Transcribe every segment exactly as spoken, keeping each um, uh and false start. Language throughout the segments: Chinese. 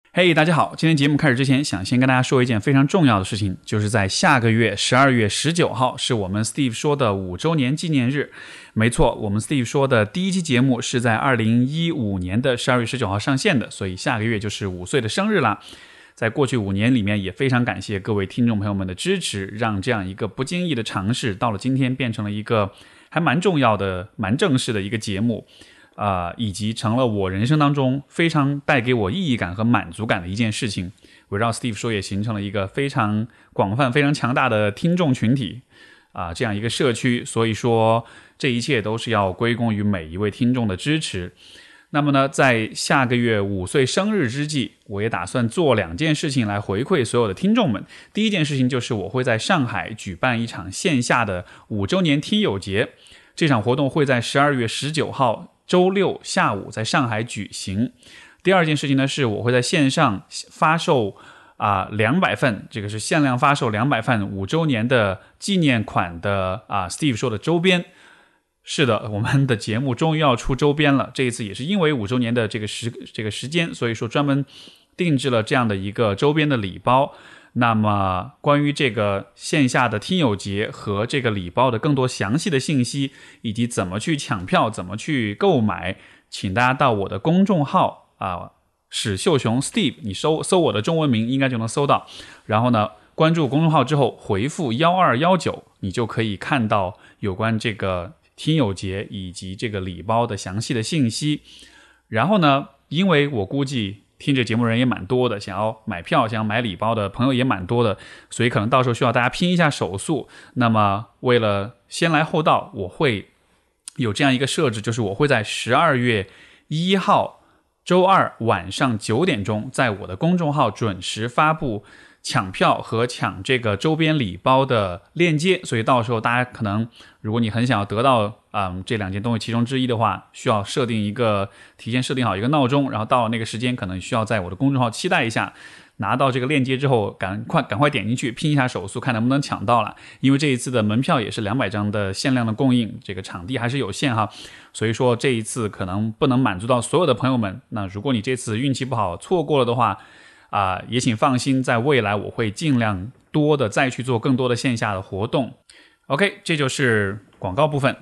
嘿、hey, 大家好，今天节目开始之前，想先跟大家说一件非常重要的事情，就是在下个月十二月十九号是我们 Steve 说的五周年纪念日。没错，我们 Steve 说的第一期节目是在二零一五年的十二月十九号上线的，所以下个月就是五岁的生日啦。在过去五年里面，也非常感谢各位听众朋友们的支持，让这样一个不经意的尝试，到了今天变成了一个还蛮重要的、蛮正式的一个节目。呃，以及成了我人生当中非常带给我意义感和满足感的一件事情。围绕 Steve 说，也形成了一个非常广泛、非常强大的听众群体啊、呃，这样一个社区。所以说，这一切都是要归功于每一位听众的支持。那么呢，在下个月五岁生日之际，我也打算做两件事情来回馈所有的听众们。第一件事情就是我会在上海举办一场线下的五周年听友节，这场活动会在十二月十九号。周六下午在上海举行。第二件事情呢，是我会在线上发售啊两百份，这个是限量发售两百份五周年的纪念款的啊 Steve 说的周边。是的，我们的节目终于要出周边了。这一次也是因为五周年的这个时这个时间，所以说专门定制了这样的一个周边的礼包。那么关于这个线下的听友节和这个礼包的更多详细的信息，以及怎么去抢票、怎么去购买，请大家到我的公众号啊，史秀雄 Steve， 你搜搜我的中文名应该就能搜到。然后呢，关注公众号之后回复一二一九，你就可以看到有关这个听友节以及这个礼包的详细的信息。然后呢，因为我估计听这节目人也蛮多的，想要买票想要买礼包的朋友也蛮多的，所以可能到时候需要大家拼一下手速。那么为了先来后到，我会有这样一个设置，就是我会在十二月一号周二晚上九点钟在我的公众号准时发布抢票和抢这个周边礼包的链接，所以到时候大家可能如果你很想要得到嗯这两件东西其中之一的话，需要设定一个提前设定好一个闹钟，然后到了那个时间可能需要在我的公众号期待一下，拿到这个链接之后赶快赶快点进去拼一下手速，看能不能抢到了。因为这一次的门票也是两百张的限量的供应，这个场地还是有限哈，所以说这一次可能不能满足到所有的朋友们。那如果你这次运气不好错过了的话啊、呃，也请放心，在未来我会尽量多的再去做更多的线下的活动。 OK， 这就是广告部分。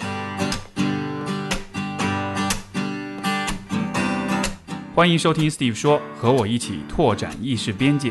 欢迎收听 Steve 说，和我一起拓展意识边界。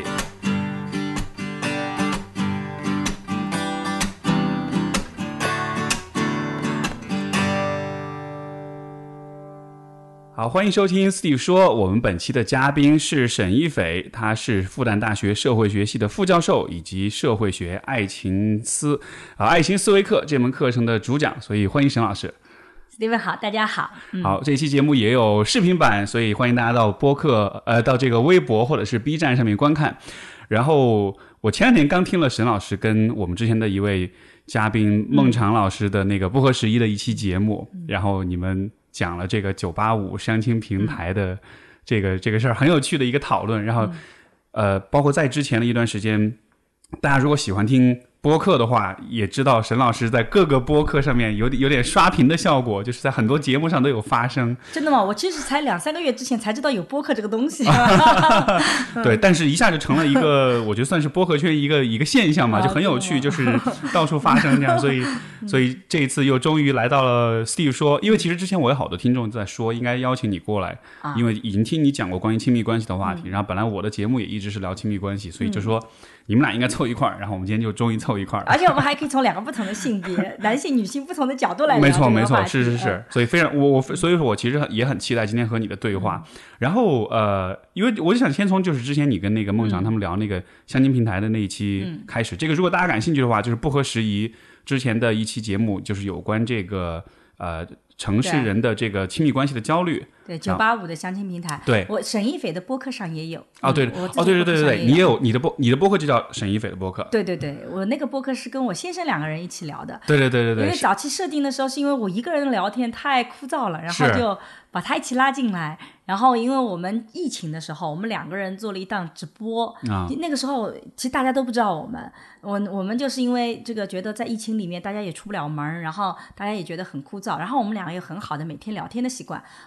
好，欢迎收听 Steve 说。我们本期的嘉宾是沈一斐，他是复旦大学社会学系的副教授，以及社会学爱情思啊爱情思维课这门课程的主讲，所以欢迎沈老师。 Steven 好，大家好。 嗯、好，这期节目也有视频版，所以欢迎大家到播客呃到这个微博或者是 B 站上面观看。然后我前两天刚听了沈老师跟我们之前的一位嘉宾孟尝老师的那个不合时宜的一期节目，嗯、然后你们讲了这个九八五相亲平台的这个、嗯、这个事儿，很有趣的一个讨论。然后、嗯、呃，包括在之前的一段时间，大家如果喜欢听播客的话，也知道沈老师在各个播客上面有点有点刷屏的效果，就是在很多节目上都有发生。 真的吗？我其实才两三个月之前才知道有播客这个东西。 对，但是一下就成了一个，我觉得算是播客圈一个一个现象嘛，就很有趣，就是到处发生这样。所以，所以这一次又终于来到了 Steve 说，因为其实之前我有好多听众在说，应该邀请你过来，啊、因为已经听你讲过关于亲密关系的话题，嗯、然后本来我的节目也一直是聊亲密关系，所以就说。嗯你们俩应该凑一块儿，然后我们今天就终于凑一块儿。 而且我们还可以从两个不同的性别，男性、女性不同的角度来聊。 没错，没错，是是是。嗯、所以非常我我所以说我其实也很期待今天和你的对话。嗯、然后呃，因为我就想先从就是之前你跟那个孟尝他们聊那个相亲平台的那一期开始。嗯、这个如果大家感兴趣的话，就是不合时宜之前的一期节目，就是有关这个呃城市人的这个亲密关系的焦虑。 对九八五的相亲平台， 对， 我沈一斐的播客上也有。 哦，对， 嗯、 哦，对对对对对，你也有你的播，你的播客就叫沈一斐的播客。 对对对，我那个播客是跟我先生两个人一起聊的。 对对对对对。 因为早期设定的时候，是因为我一个人聊天太枯燥了，然后就把他一起拉进来。然后因为我们疫情的时候，我们两个人做了一档直播。啊、那个时候其实大家都不知道我们，我我们就是因为这个觉得在疫情里面大家也出不了门，然后大家也觉得很枯燥，然后我们两个有很好的每天聊天的习惯，我们就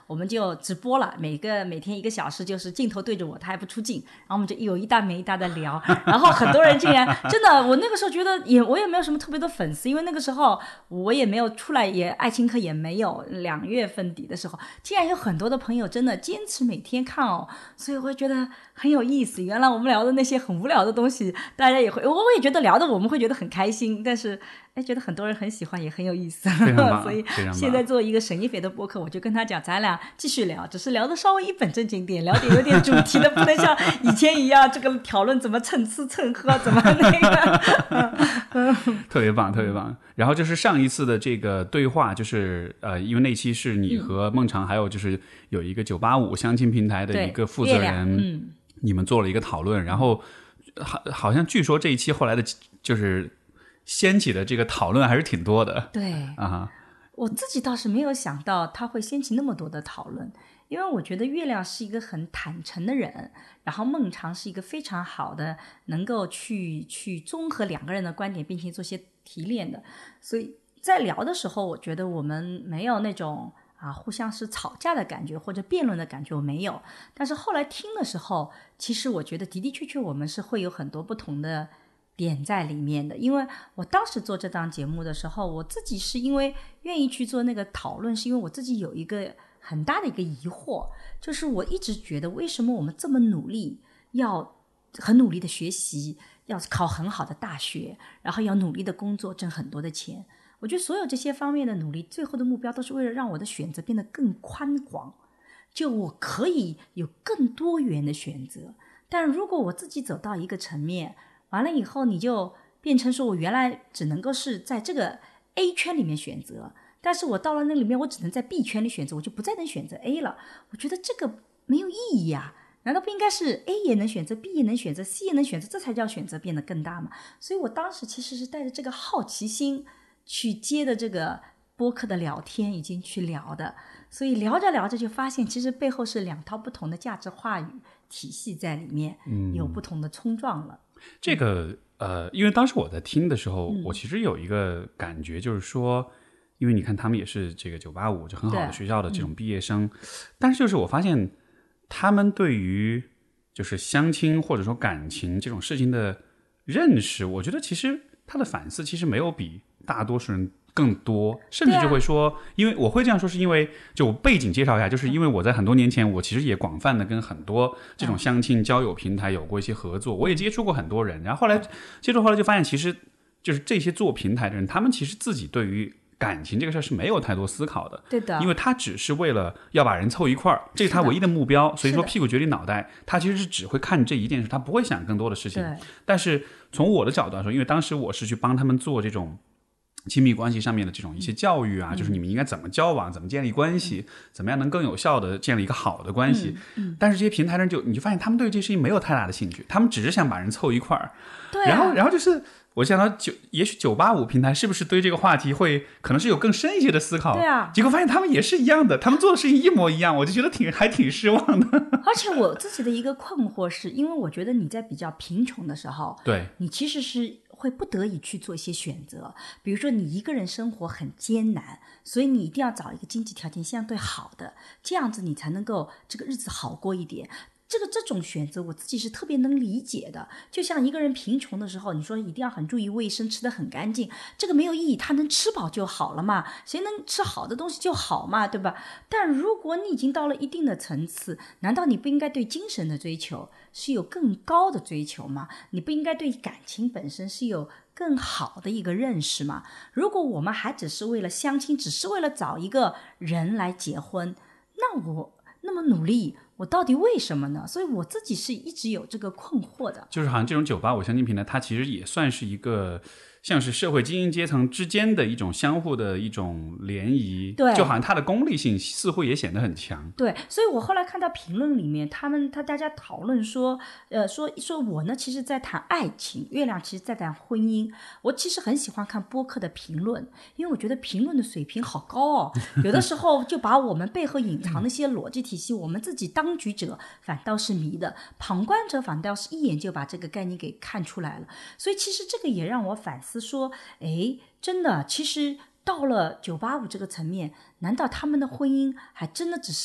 就直播了，每个每天一个小时，就是镜头对着我，他还不出镜，然后我们就有一搭没一搭的聊，然后很多人竟然真的，我那个时候觉得也我也没有什么特别的粉丝，因为那个时候我也没有出来，也爱情课也没有，两月份底的时候，竟然有很多的朋友真的坚持每天看哦，所以我觉得很有意思。原来我们聊的那些很无聊的东西，大家也会，我也觉得聊的我们会觉得很开心，但是哎，觉得很多人很喜欢，也很有意思。 非常棒， 所以现在做一个沈一斐的播客，我就跟他讲，咱俩继续聊，只是聊的稍微一本正经点，聊点有点主题的，不能像以前一样这个讨论怎么蹭吃蹭喝，怎么那个。 特别棒，特别棒。然后就是上一次的这个对话，就是呃，因为那期是你和孟尝，还有就是有一个九八五相亲平台的一个负责人， 嗯， 你们做了一个讨论，然后好好像据说这一期后来的就是掀起的这个讨论还是挺多的。 对啊， 我自己倒是没有想到他会掀起那么多的讨论，因为我觉得月亮是一个很坦诚的人，然后孟尝是一个非常好的能够去去综合两个人的观点并且做些提炼的，所以在聊的时候我觉得我们没有那种啊互相是吵架的感觉或者辩论的感觉，我没有。但是后来听的时候，其实我觉得的的确确我们是会有很多不同的点在里面的。因为我当时做这档节目的时候，我自己是因为愿意去做那个讨论，是因为我自己有一个很大的一个疑惑，就是我一直觉得为什么我们这么努力，要很努力的学习，要考很好的大学，然后要努力的工作，挣很多的钱，我觉得所有这些方面的努力，最后的目标都是为了让我的选择变得更宽广，就我可以有更多元的选择。但如果我自己走到一个层面，完了以后你就变成说我原来只能够是在这个 A 圈里面选择，但是我到了那里面我只能在 B 圈里选择，我就不再能选择 A 了。我觉得这个没有意义啊，难道不应该是 A 也能选择 B 也能选择 C 也能选择，这才叫选择变得更大吗？所以我当时其实是带着这个好奇心去接的这个播客的聊天，已经去聊的，所以聊着聊着就发现其实背后是两套不同的价值话语体系在里面，嗯，有不同的冲撞了。 这个呃，因为当时我在听的时候，嗯，我其实有一个感觉，就是说，因为你看他们也是这个九八五就很好的学校的这种毕业生，嗯，但是就是我发现他们对于就是相亲或者说感情这种事情的认识，我觉得其实他的反思其实没有比大多数人更多，甚至就会说，啊，因为我会这样说是因为就我背景介绍一下，就是因为我在很多年前我其实也广泛的跟很多这种相亲交友平台有过一些合作，我也接触过很多人，然后后来接触后来就发现其实就是这些做平台的人，他们其实自己对于感情这个事儿是没有太多思考的， 对的， 因为他只是为了要把人凑一块儿，这是他唯一的目标，所以说屁股决定脑袋，他其实是只会看这一件事，他不会想更多的事情。但是从我的角度来说，因为当时我是去帮他们做这种亲密关系上面的这种一些教育啊，嗯，就是你们应该怎么交往，怎么建立关系，嗯，怎么样能更有效的建立一个好的关系，嗯嗯，但是这些平台人就你就发现他们对这事情没有太大的兴趣，他们只是想把人凑一块儿， 对啊， 然后然后就是我想到九也许九八五平台是不是对这个话题会可能是有更深一些的思考， 对啊， 结果发现他们也是一样的，他们做的事情一模一样，我就觉得挺还挺失望的。 而且我自己的一个困惑是，因为我觉得你在比较贫穷的时候， 对， 你其实是会不得已去做一些选择，比如说你一个人生活很艰难，所以你一定要找一个经济条件相对好的，这样子你才能够这个日子好过一点。这个这种选择我自己是特别能理解的，就像一个人贫穷的时候，你说一定要很注意卫生，吃得很干净，这个没有意义，他能吃饱就好了嘛，谁能吃好的东西就好嘛，对吧？但如果你已经到了一定的层次，难道你不应该对精神的追求是有更高的追求吗？你不应该对感情本身是有更好的一个认识吗？如果我们还只是为了相亲，只是为了找一个人来结婚，那我那么努力，我到底为什么呢？所以我自己是一直有这个困惑的。 就是好像这种九八五相亲平台，它其实也算是一个像是社会精英阶层之间的一种相互的一种联谊， 对， 就好像它的功利性似乎也显得很强。 对，所以我后来看到评论里面，他们他大家讨论说，呃，说说我呢，其实在谈爱情，月亮其实在谈婚姻。我其实很喜欢看播客的评论，因为我觉得评论的水平好高哦，有的时候就把我们背后隐藏的一些逻辑体系，我们自己当局者反倒是迷的，旁观者反倒是一眼就把这个概念给看出来了。所以其实这个也让我反思说，哎，真的，其实到了九八五这个层面，难道他们的婚姻还真的只是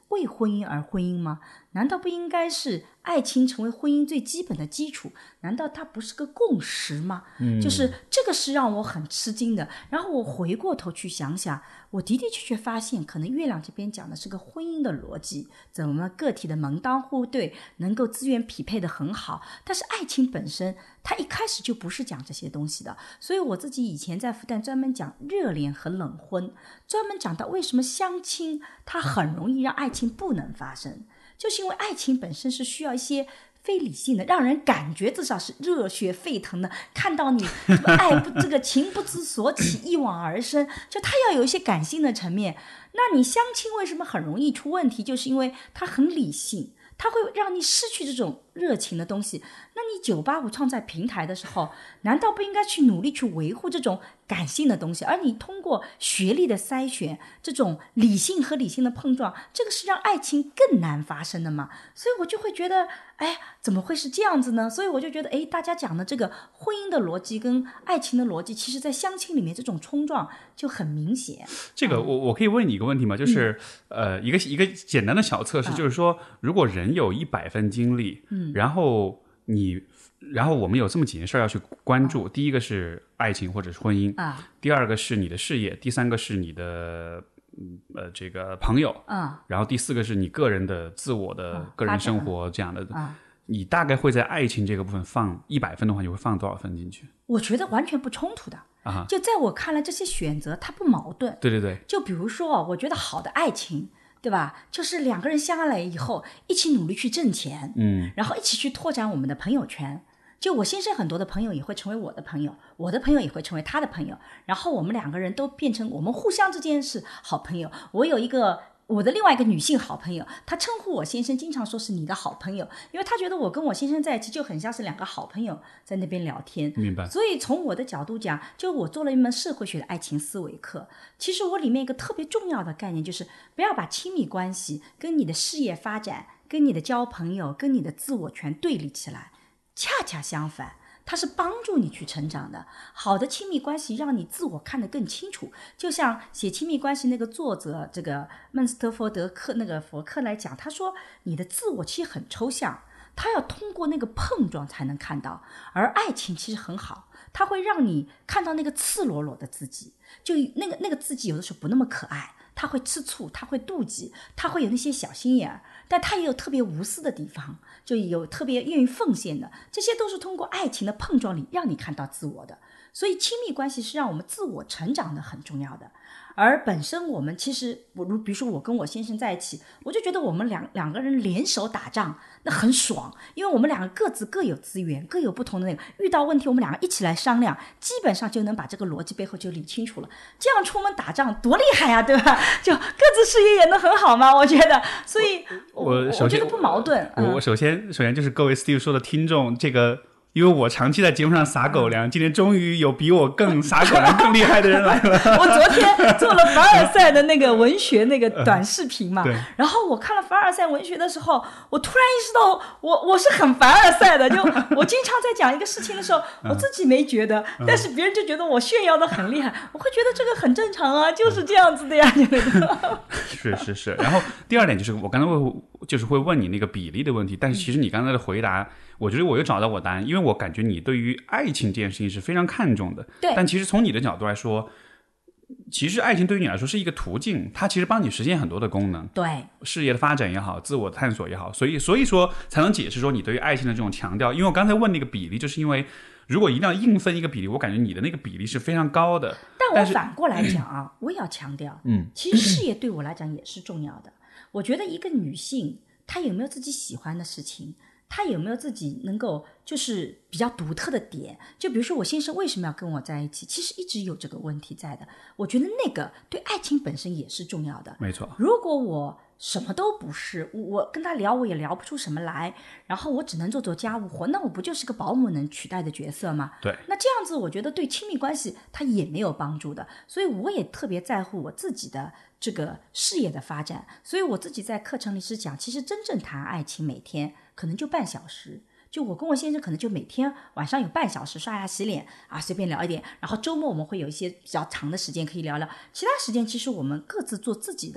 为婚姻而婚姻吗？难道不应该是爱情成为婚姻最基本的基础？难道它不是个共识吗？嗯，就是这个是让我很吃惊的。然后我回过头去想想，我的的确确发现，可能月亮这边讲的是个婚姻的逻辑，怎么个体的门当户对，能够资源匹配的很好。但是爱情本身，它一开始就不是讲这些东西的。所以我自己以前在复旦专门讲热恋和冷婚，专门讲到为什么相亲它很容易让爱情不能发生，就是因为爱情本身是需要一些非理性的，让人感觉至少是热血沸腾的，看到你爱不这个情不知所起，一往而深，就它要有一些感性的层面。那你相亲为什么很容易出问题，就是因为它很理性，它会让你失去这种热情的东西。那你九八五创在平台的时候，难道不应该去努力去维护这种感性的东西？而你通过学历的筛选，这种理性和理性的碰撞，这个是让爱情更难发生的嘛？所以我就会觉得，哎，怎么会是这样子呢？所以我就觉得，哎，大家讲的这个婚姻的逻辑跟爱情的逻辑，其实在相亲里面这种冲撞就很明显。 这个我我可以问你一个问题吗？就是、嗯、呃，一个一个简单的小测试，嗯、就是说，如果人有一百分精力，嗯，然后你，然后我们有这么几件事要去关注，啊、第一个是爱情或者是婚姻，啊，第二个是你的事业，第三个是你的呃这个朋友，啊，然后第四个是你个人的自我的个人生活这样的，啊，你大概会在爱情这个部分放一百分的话，你会放多少分进去？ 我觉得完全不冲突的。啊、就在我看来，这些选择它不矛盾。 对对对。 就比如说，我觉得好的爱情，对吧？就是两个人相爱了以后，一起努力去挣钱，嗯，然后一起去拓展我们的朋友圈。就我先生很多的朋友也会成为我的朋友，我的朋友也会成为他的朋友，然后我们两个人都变成我们互相之间是好朋友。我有一个。我的另外一个女性好朋友，她称呼我先生经常说是你的好朋友，因为她觉得我跟我先生在一起就很像是两个好朋友在那边聊天。 明白。 所以从我的角度讲，就我做了一门社会学的爱情思维课，其实我里面一个特别重要的概念就是不要把亲密关系跟你的事业发展、跟你的交朋友、跟你的自我全对立起来，恰恰相反，它是帮助你去成长的。好的亲密关系让你自我看得更清楚，就像写亲密关系那个作者这个曼斯特福德克那个佛克来讲，他说你的自我其实很抽象，他要通过那个碰撞才能看到。而爱情其实很好，它会让你看到那个赤裸裸的自己，就那个那个自己有的时候不那么可爱，他会吃醋，他会妒忌，他会有那些小心眼儿，但他也有特别无私的地方，就有特别愿意奉献的，这些都是通过爱情的碰撞里让你看到自我的。所以亲密关系是让我们自我成长的很重要的。而本身我们其实，我比如说我跟我先生在一起，我就觉得我们两两个人联手打仗那很爽，因为我们两个各自各有资源，各有不同的那个，遇到问题我们两个一起来商量，基本上就能把这个逻辑背后就理清楚了。这样出门打仗多厉害呀，对吧？就各自事业也能很好嘛，我觉得。所以我我我觉得不矛盾。 我我首先首先就是各位 Steve 说的听众，这个。因为我长期在节目上撒狗粮，今天终于有比我更撒狗粮更厉害的人来了。 我昨天做了凡尔赛的那个文学那个短视频嘛， 呃、 然后我看了凡尔赛文学的时候，我突然意识到我我是很凡尔赛的，就我经常在讲一个事情的时候，我自己没觉得，嗯、但是别人就觉得我炫耀的很厉害，我会觉得这个很正常啊，就是这样子的呀。 是是是。然后第二点就是我刚才会就是会问你那个比例的问题，但是其实你刚才的回答。我觉得我又找到我答案，因为我感觉你对于爱情这件事情是非常看重的。 对。 但其实从你的角度来说，其实爱情对于你来说是一个途径，它其实帮你实现很多的功能。 对。 事业的发展也好，自我探索也好，所以所以说才能解释说你对于爱情的这种强调。因为我刚才问那个比例，就是因为如果一定要硬分一个比例，我感觉你的那个比例是非常高的。 但我反过来讲啊，我也要强调，嗯，其实事业对我来讲也是重要的。我觉得一个女性，她有没有自己喜欢的事情？他有没有自己能够就是比较独特的点？就比如说我先生为什么要跟我在一起，其实一直有这个问题在的。我觉得那个对爱情本身也是重要的。 没错。 如果我什么都不是，我跟他聊我也聊不出什么来，然后我只能做做家务活，那我不就是个保姆能取代的角色吗？ 对。 那这样子我觉得对亲密关系它也没有帮助的。所以我也特别在乎我自己的这个事业的发展。所以我自己在课程里是讲，其实真正谈爱情每天可能就半小时，就我跟我先生可能就每天晚上有半小时刷牙洗脸啊，随便聊一点，然后周末我们会有一些比较长的时间可以聊聊，其他时间其实我们各自做自己的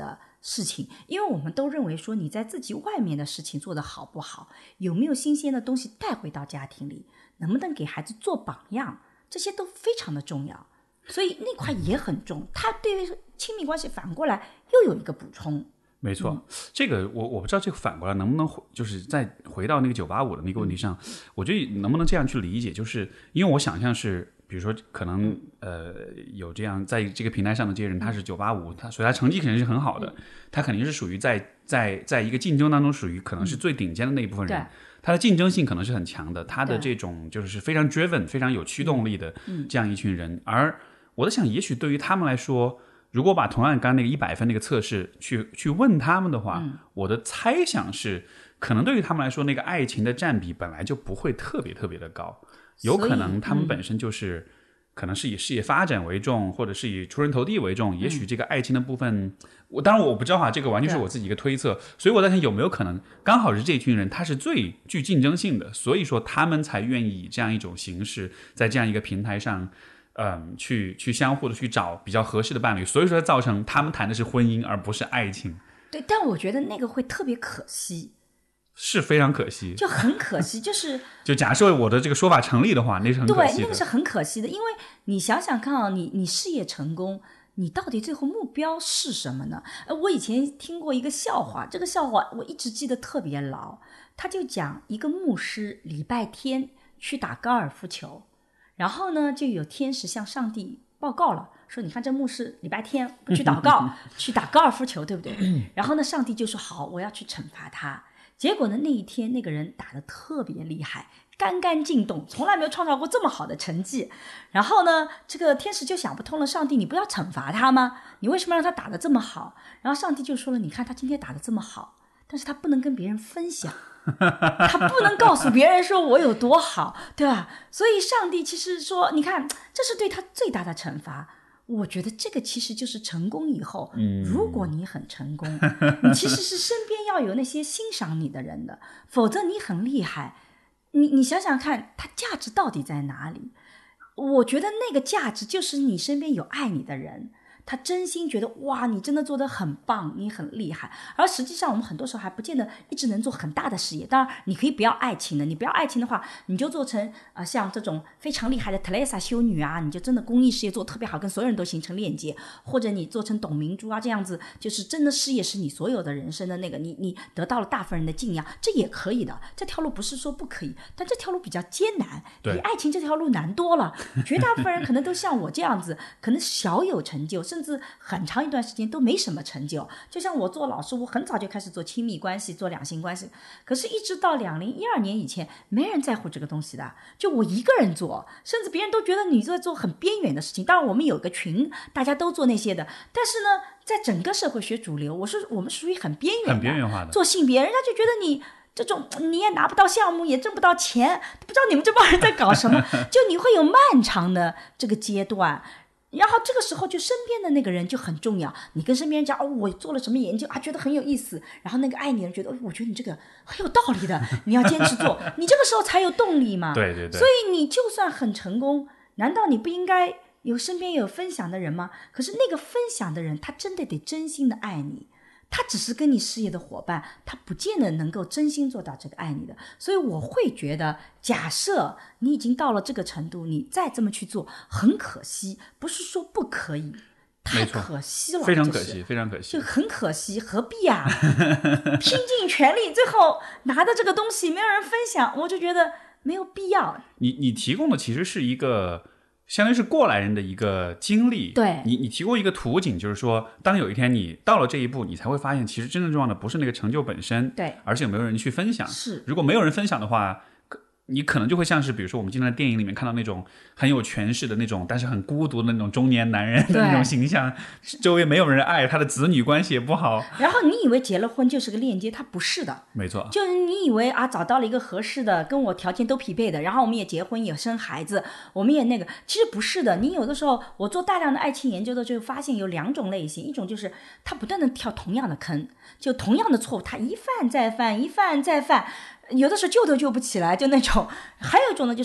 事情，因为我们都认为说你在自己外面的事情做得好不好，有没有新鲜的东西带回到家庭里，能不能给孩子做榜样，这些都非常的重要，所以那块也很重，它对于亲密关系反过来又有一个补充。 没错，嗯、这个我我不知道这个反过来能不能就是再回到那个九八五的那个问题上，嗯、我觉得能不能这样去理解，就是因为我想象是，比如说可能呃有这样在这个平台上的这些人，他是九八五，他所以他成绩肯定是很好的，嗯、他肯定是属于在在在一个竞争当中属于可能是最顶尖的那一部分人，嗯、他的竞争性可能是很强的，他的这种就是非常 driven 非常有驱动力的这样一群人，嗯、而我在想，也许对于他们来说。如果把同样刚刚那个一百分那个测试去去问他们的话，嗯、我的猜想是，可能对于他们来说，那个爱情的占比本来就不会特别特别的高，有可能他们本身就是、嗯、可能是以事业发展为重，或者是以出人头地为重，也许这个爱情的部分，嗯、我当然我不知道哈，这个完全是我自己一个推测，所以我在想有没有可能刚好是这群人他是最具竞争性的，所以说他们才愿意以这样一种形式在这样一个平台上。嗯，去去相互的去找比较合适的伴侣，所以说造成他们谈的是婚姻而不是爱情。 对，但我觉得那个会特别可惜， 是非常可惜， 就很可惜，就是就假设我的这个说法成立的话，那是很可惜的。 对，那个是很可惜的，因为你想想看啊，你你事业成功，你到底最后目标是什么呢？呃，我以前听过一个笑话，这个笑话我一直记得特别牢，他就讲一个牧师礼拜天去打高尔夫球。然后呢，就有天使向上帝报告了，说你看这牧师礼拜天不去祷告去打高尔夫球，对不对？然后呢，上帝就说好，我要去惩罚他。结果呢，那一天那个人打得特别厉害，干干净动，从来没有创造过这么好的成绩。然后呢，这个天使就想不通了，上帝你不要惩罚他吗？你为什么让他打得这么好？然后上帝就说了，你看他今天打得这么好，但是他不能跟别人分享，他不能告诉别人说我有多好，对吧？所以上帝其实说，你看，这是对他最大的惩罚。我觉得这个其实就是成功以后，嗯、如果你很成功，你其实是身边要有那些欣赏你的人的，否则你很厉害，你你想想看，它价值到底在哪里？我觉得那个价值就是你身边有爱你的人。他真心觉得哇，你真的做得很棒，你很厉害。而实际上我们很多时候还不见得一直能做很大的事业，当然你可以不要爱情的，你不要爱情的话，你就做成、呃、像这种非常厉害的特蕾莎修女啊，你就真的公益事业做特别好，跟所有人都形成链接，或者你做成董明珠啊，这样子就是真的事业是你所有的人生的那个，你你得到了大部分人的敬仰，这也可以的。这条路不是说不可以，但这条路比较艰难，比爱情这条路难多了。绝大部分人可能都像我这样子，可能小有成就，甚至很长一段时间都没什么成就。就像我做老师，我很早就开始做亲密关系，做两性关系，可是一直到两零一二年以前，没人在乎这个东西的，就我一个人做，甚至别人都觉得你在做很边缘的事情。当然我们有个群，大家都做那些的，但是呢，在整个社会学主流，我是我们属于很边缘的， 很边缘化的， 做性别，人家就觉得你这种你也拿不到项目，也挣不到钱，不知道你们这帮人在搞什么，就你会有漫长的这个阶段。然后这个时候就身边的那个人就很重要，你跟身边人讲哦，我做了什么研究啊，觉得很有意思，然后那个爱你的人觉得、哦、我觉得你这个很有道理的，你要坚持做，你这个时候才有动力嘛。 对对对。 所以你就算很成功，难道你不应该有身边有分享的人吗？可是那个分享的人，他真的得真心的爱你。他只是跟你事业的伙伴，他不见得能够真心做到这个爱你的。所以我会觉得，假设你已经到了这个程度，你再这么去做，很可惜，不是说不可以，太可惜了， 非常可惜，非常可惜， 就很可惜，何必啊？拼尽全力，最后拿的这个东西没有人分享，我就觉得没有必要。 你你提供的其实是一个相当于是过来人的一个经历， 对， 你你提供一个图景，就是说当有一天你到了这一步，你才会发现其实真正重要的不是那个成就本身， 对， 而是有没有人去分享。 是， 如果没有人分享的话，你可能就会像是比如说我们经常在电影里面看到那种很有权势的那种但是很孤独的那种中年男人的那种形象，周围没有人爱，他的子女关系也不好， 然后你以为结了婚就是个链接，他不是的。 没错， 就是你以为啊找到了一个合适的跟我条件都匹配的，然后我们也结婚也生孩子，我们也那个，其实不是的。你有的时候我做大量的爱情研究的就发现有两种类型，一种就是他不断的跳同样的坑，就同样的错误他一犯再犯一犯再犯，有的时候救都救不起来，就那种。还有一种呢，就是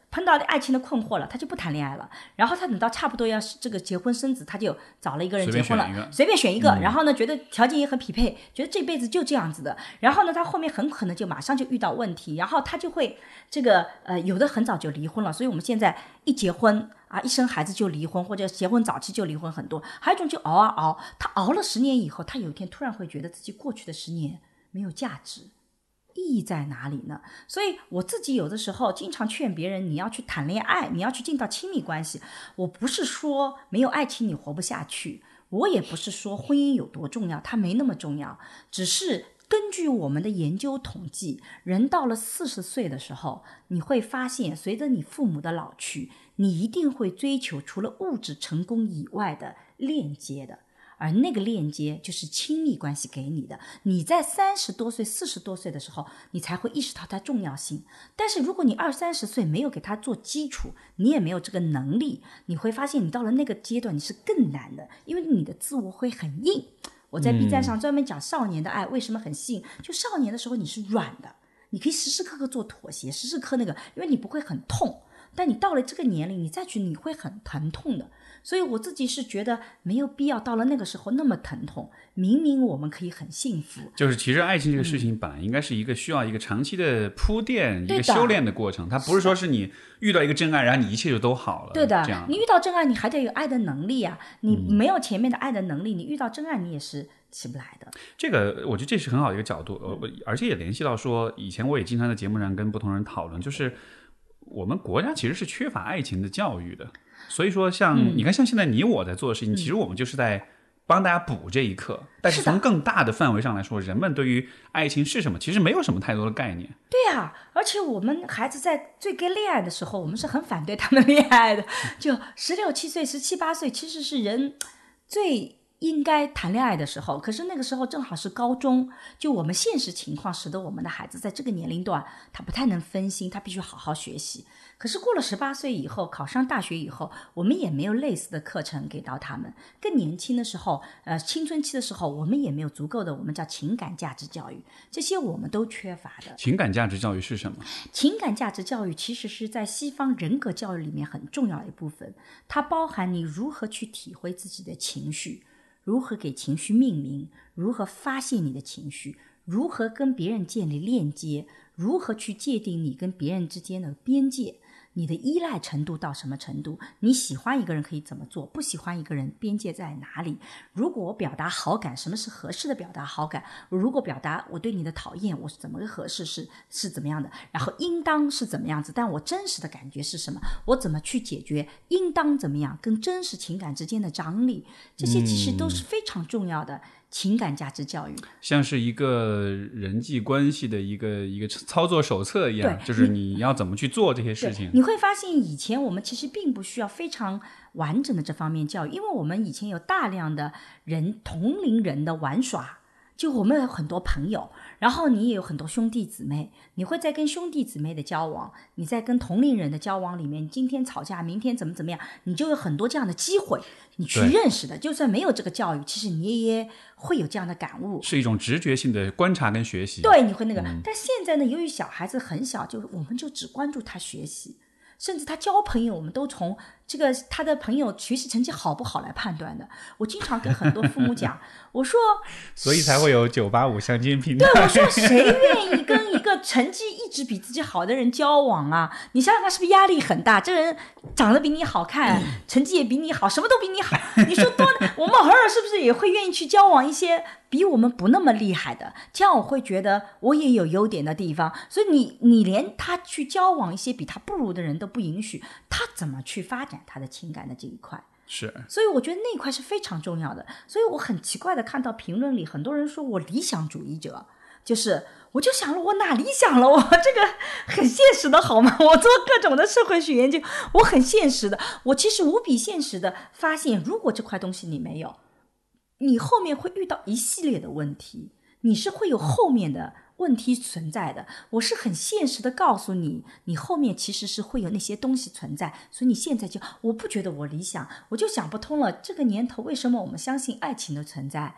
碰到爱情的困惑了，他就不谈恋爱了。然后他等到差不多要这个结婚生子，他就找了一个人结婚了，随便选一个、嗯、然后呢觉得条件也很匹配，觉得这辈子就这样子的。然后呢他后面很可能就马上就遇到问题，然后他就会这个呃有的很早就离婚了。所以我们现在一结婚啊，一生孩子就离婚，或者结婚早期就离婚很多。还有一种就熬啊熬，他熬了十年以后，他有一天突然会觉得自己过去的十年没有价值，意义在哪里呢？所以我自己有的时候经常劝别人，你要去谈恋爱，你要去进到亲密关系。我不是说没有爱情你活不下去，我也不是说婚姻有多重要，它没那么重要，只是根据我们的研究统计，人到了四十岁的时候，你会发现随着你父母的老去，你一定会追求除了物质成功以外的链接的，而那个链接就是亲密关系给你的。你在三十多岁四十多岁的时候，你才会意识到它重要性。但是如果你二三十岁没有给它做基础，你也没有这个能力，你会发现你到了那个阶段你是更难的，因为你的自我会很硬。我在 B 站上专门讲少年的爱为什么很吸引，就少年的时候你是软的，你可以时时刻刻做妥协，时时刻那个，因为你不会很痛。但你到了这个年龄，你再去你会很疼痛的。所以我自己是觉得没有必要到了那个时候那么疼痛，明明我们可以很幸福。 就是其实爱情这个事情本来应该是一个需要一个长期的铺垫、嗯、一个修炼的过程，它不是说是你遇到一个真爱然后你一切就都好了。 对的， 这样你遇到真爱你还得有爱的能力啊，你没有前面的爱的能力、嗯、你遇到真爱你也是起不来的。 这个我觉得这是很好的一个角度、嗯、而且也联系到说以前我也经常在节目上跟不同人讨论，就是我们国家其实是缺乏爱情的教育的。所以说像、嗯、你看像现在你我在做的事情、嗯、其实我们就是在帮大家补这一课，但是从更大的范围上来说，人们对于爱情是什么其实没有什么太多的概念。 对啊，而且我们孩子在最该恋爱的时候，我们是很反对他们恋爱的，就十六七岁十七八岁其实是人最应该谈恋爱的时候，可是那个时候正好是高中，就我们现实情况使得我们的孩子在这个年龄段他不太能分心，他必须好好学习。可是过了十八岁以后，考上大学以后，我们也没有类似的课程给到他们。更年轻的时候呃，青春期的时候，我们也没有足够的我们叫情感价值教育，这些我们都缺乏的。 情感价值教育是什么？ 情感价值教育其实是在西方人格教育里面很重要的一部分，它包含你如何去体会自己的情绪，如何给情绪命名，如何发现你的情绪，如何跟别人建立链接，如何去界定你跟别人之间的边界，你的依赖程度到什么程度，你喜欢一个人可以怎么做，不喜欢一个人边界在哪里，如果我表达好感，什么是合适的表达好感，如果表达我对你的讨厌，我是怎么个合适，是是怎么样的，然后应当是怎么样子，但我真实的感觉是什么，我怎么去解决应当怎么样跟真实情感之间的张力，这些其实都是非常重要的情感价值教育， 像是一个人际关系的一个一个操作手册一样，就是你要怎么去做这些事情。 你会发现以前我们其实并不需要非常完整的这方面教育，因为我们以前有大量的人同龄人的玩耍，就我们有很多朋友，然后你也有很多兄弟姊妹，你会在跟兄弟姊妹的交往，你在跟同龄人的交往里面，今天吵架明天怎么怎么样，你就有很多这样的机会你去认识的。就算没有这个教育，其实你也会有这样的感悟， 是一种直觉性的观察跟学习。 对，你会那个、嗯、但现在呢，由于小孩子很小，就我们就只关注他学习，甚至他交朋友我们都从这个他的朋友学习成绩好不好来判断的。我经常跟很多父母讲我说所以才会有九八五相亲平台。 对，我说谁愿意跟一个成绩一直比自己好的人交往啊？你想想看是不是压力很大，这个人长得比你好看、嗯、成绩也比你好，什么都比你好，你说多我们偶尔是不是也会愿意去交往一些比我们不那么厉害的，这样我会觉得我也有优点的地方。所以你你连他去交往一些比他不如的人都不允许，他怎么去发展他的情感的这一块？ 是， 所以我觉得那一块是非常重要的。所以我很奇怪的看到评论里很多人说我理想主义者，就是我就想了，我哪理想了？我这个很现实的好吗？我做各种的社会学研究，我很现实的，我其实无比现实的发现，如果这块东西你没有，你后面会遇到一系列的问题，你是会有后面的问题存在的。我是很现实的告诉你，你后面其实是会有那些东西存在，所以你现在就我不觉得我理想，我就想不通了，这个年头为什么我们相信爱情的存在？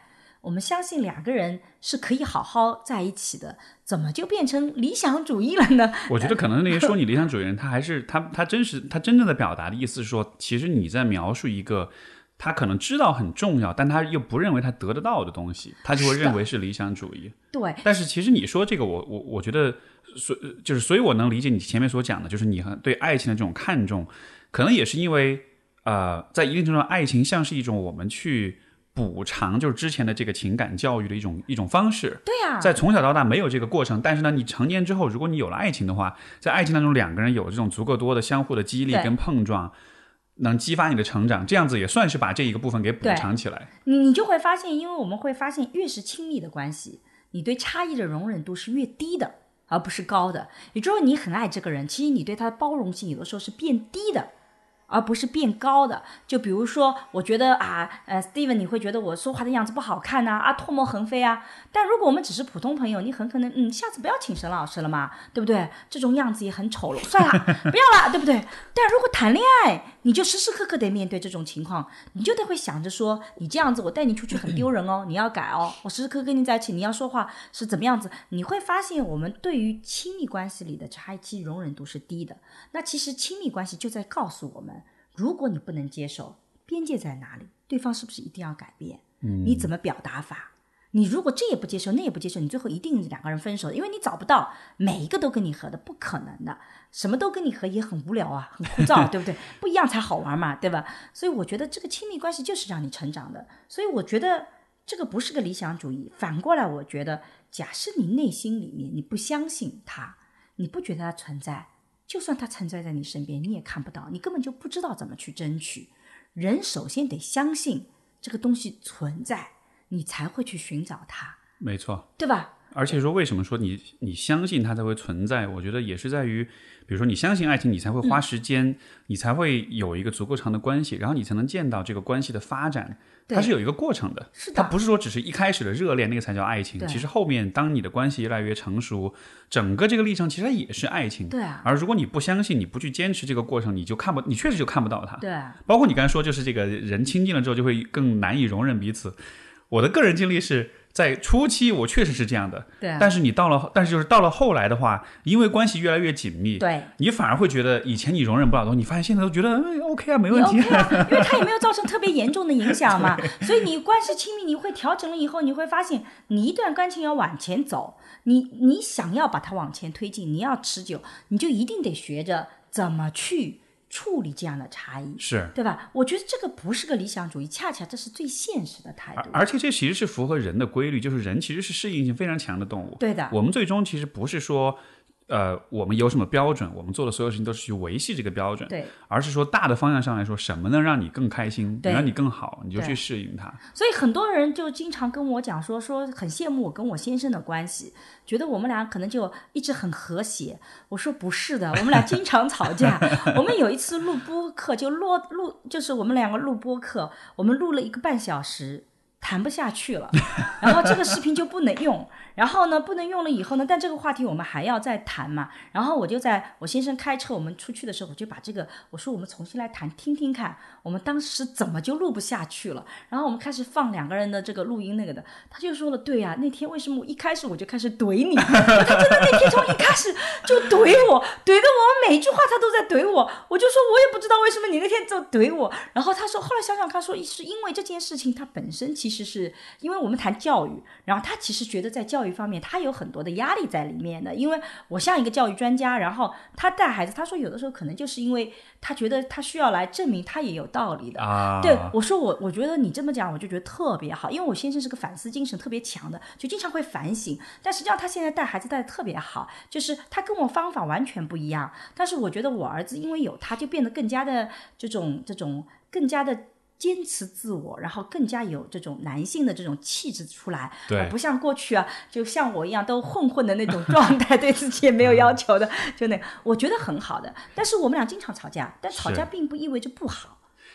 我们相信两个人是可以好好在一起的，怎么就变成理想主义了呢？ 我觉得可能那些说你理想主义人，他还是他他真实他真正的表达的意思是说，其实你在描述一个他可能知道很重要，但他又不认为他得得到的东西，他就会认为是理想主义。 对， 但是其实你说这个我，我我我觉得，所就是所以，我能理解你前面所讲的，就是你对爱情的这种看重，可能也是因为呃，在一定程度上，爱情像是一种我们去补偿就是之前的这个情感教育的一种一种方式。 对呀、啊， 在从小到大没有这个过程，但是呢，你成年之后，如果你有了爱情的话，在爱情当中两个人有这种足够多的相互的激励跟碰撞，能激发你的成长，这样子也算是把这一个部分给补偿起来。 你你就会发现，因为我们会发现，越是亲密的关系，你对差异的容忍度是越低的，而不是高的。也就是说，你很爱这个人，其实你对他的包容性有的时候是变低的，而不是变高的。就比如说，我觉得啊，呃 ，Steven， 你会觉得我说话的样子不好看呐、啊，啊，唾沫横飞啊。但如果我们只是普通朋友，你很可能，嗯，下次不要请沈老师了嘛，对不对？这种样子也很丑陋，算了，不要了，对不对？但如果谈恋爱，你就时时刻刻得面对这种情况，你就得会想着说，你这样子，我带你出去很丢人哦，你要改哦，我时时刻刻跟你在一起，你要说话是怎么样子？你会发现，我们对于亲密关系里的差异容忍度是低的。那其实亲密关系就在告诉我们。如果你不能接受，边界在哪里？对方是不是一定要改变？嗯，你怎么表达法？你如果这也不接受，那也不接受，你最后一定两个人分手，因为你找不到每一个都跟你合的，不可能的。什么都跟你合也很无聊啊，很枯燥，对不对？不一样才好玩嘛，对吧？所以我觉得这个亲密关系就是让你成长的。所以我觉得这个不是个理想主义。反过来，我觉得，假设你内心里面你不相信他，你不觉得他存在。就算他存在在你身边，你也看不到，你根本就不知道怎么去争取。人首先得相信这个东西存在，你才会去寻找它。 没错， 对吧？ 而且说为什么说你你相信它才会存在，我觉得也是在于，比如说你相信爱情，你才会花时间、嗯、你才会有一个足够长的关系，然后你才能见到这个关系的发展，它是有一个过程的。 是的， 它不是说只是一开始的热恋那个才叫爱情，其实后面当你的关系越来越成熟，整个这个历程其实它也是爱情。 对啊。 而如果你不相信，你不去坚持这个过程，你就看不，你确实就看不到它。 对啊。 包括你刚才说，就是这个人亲近了之后就会更难以容忍彼此。我的个人经历是。在初期我确实是这样的， 对、啊， 但是你到了，但是就是到了后来的话，因为关系越来越紧密， 对， 你反而会觉得以前你容忍不了的东西，你发现现在都觉得、哎、OK 啊，没问题、 OK 啊，因为它也没有造成特别严重的影响嘛，所以你关系亲密，你会调整了以后，你会发现你一段感情要往前走，你你想要把它往前推进，你要持久，你就一定得学着怎么去。处理这样的差异， 是对吧？我觉得这个不是个理想主义，恰恰这是最现实的态度。 而且这其实是符合人的规律，就是人其实是适应性非常强的动物。 对的， 我们最终其实不是说，呃，我们有什么标准，我们做的所有事情都是去维系这个标准， 对， 而是说大的方向上来说，什么能让你更开心，能让你更好，你就去适应它。 所以很多人就经常跟我讲说，说很羡慕我跟我先生的关系，觉得我们俩可能就一直很和谐。我说不是的，我们俩经常吵架。我们有一次录播课，就录录，就是我们两个录播课，我们录了一个半小时。谈不下去了，然后这个视频就不能用，然后呢不能用了以后呢，但这个话题我们还要再谈嘛，然后我就在我先生开车我们出去的时候，我就把这个我说我们重新来谈听听看，我们当时怎么就录不下去了，然后我们开始放两个人的这个录音那个的，他就说了，对呀、啊，那天为什么我一开始我就开始怼你，他真的那天从一开始就怼我，怼的我每一句话他都在怼我，我就说我也不知道为什么你那天就怼我，然后他说后来想想看说是因为这件事情他本身其实其实是因为我们谈教育，然后他其实觉得在教育方面他有很多的压力在里面的，因为我像一个教育专家，然后他带孩子，他说有的时候可能就是因为他觉得他需要来证明他也有道理的、 啊、 对，我说我我觉得你这么讲我就觉得特别好，因为我先生是个反思精神特别强的，就经常会反省，但实际上他现在带孩子带得特别好，就是他跟我方法完全不一样，但是我觉得我儿子因为有他就变得更加的这种这种更加的坚持自我，然后更加有这种男性的这种气质出来， 对、 呃，不像过去啊，就像我一样都混混的那种状态，对自己也没有要求的，就那我觉得很好的。但是我们俩经常吵架，但吵架并不意味着不好。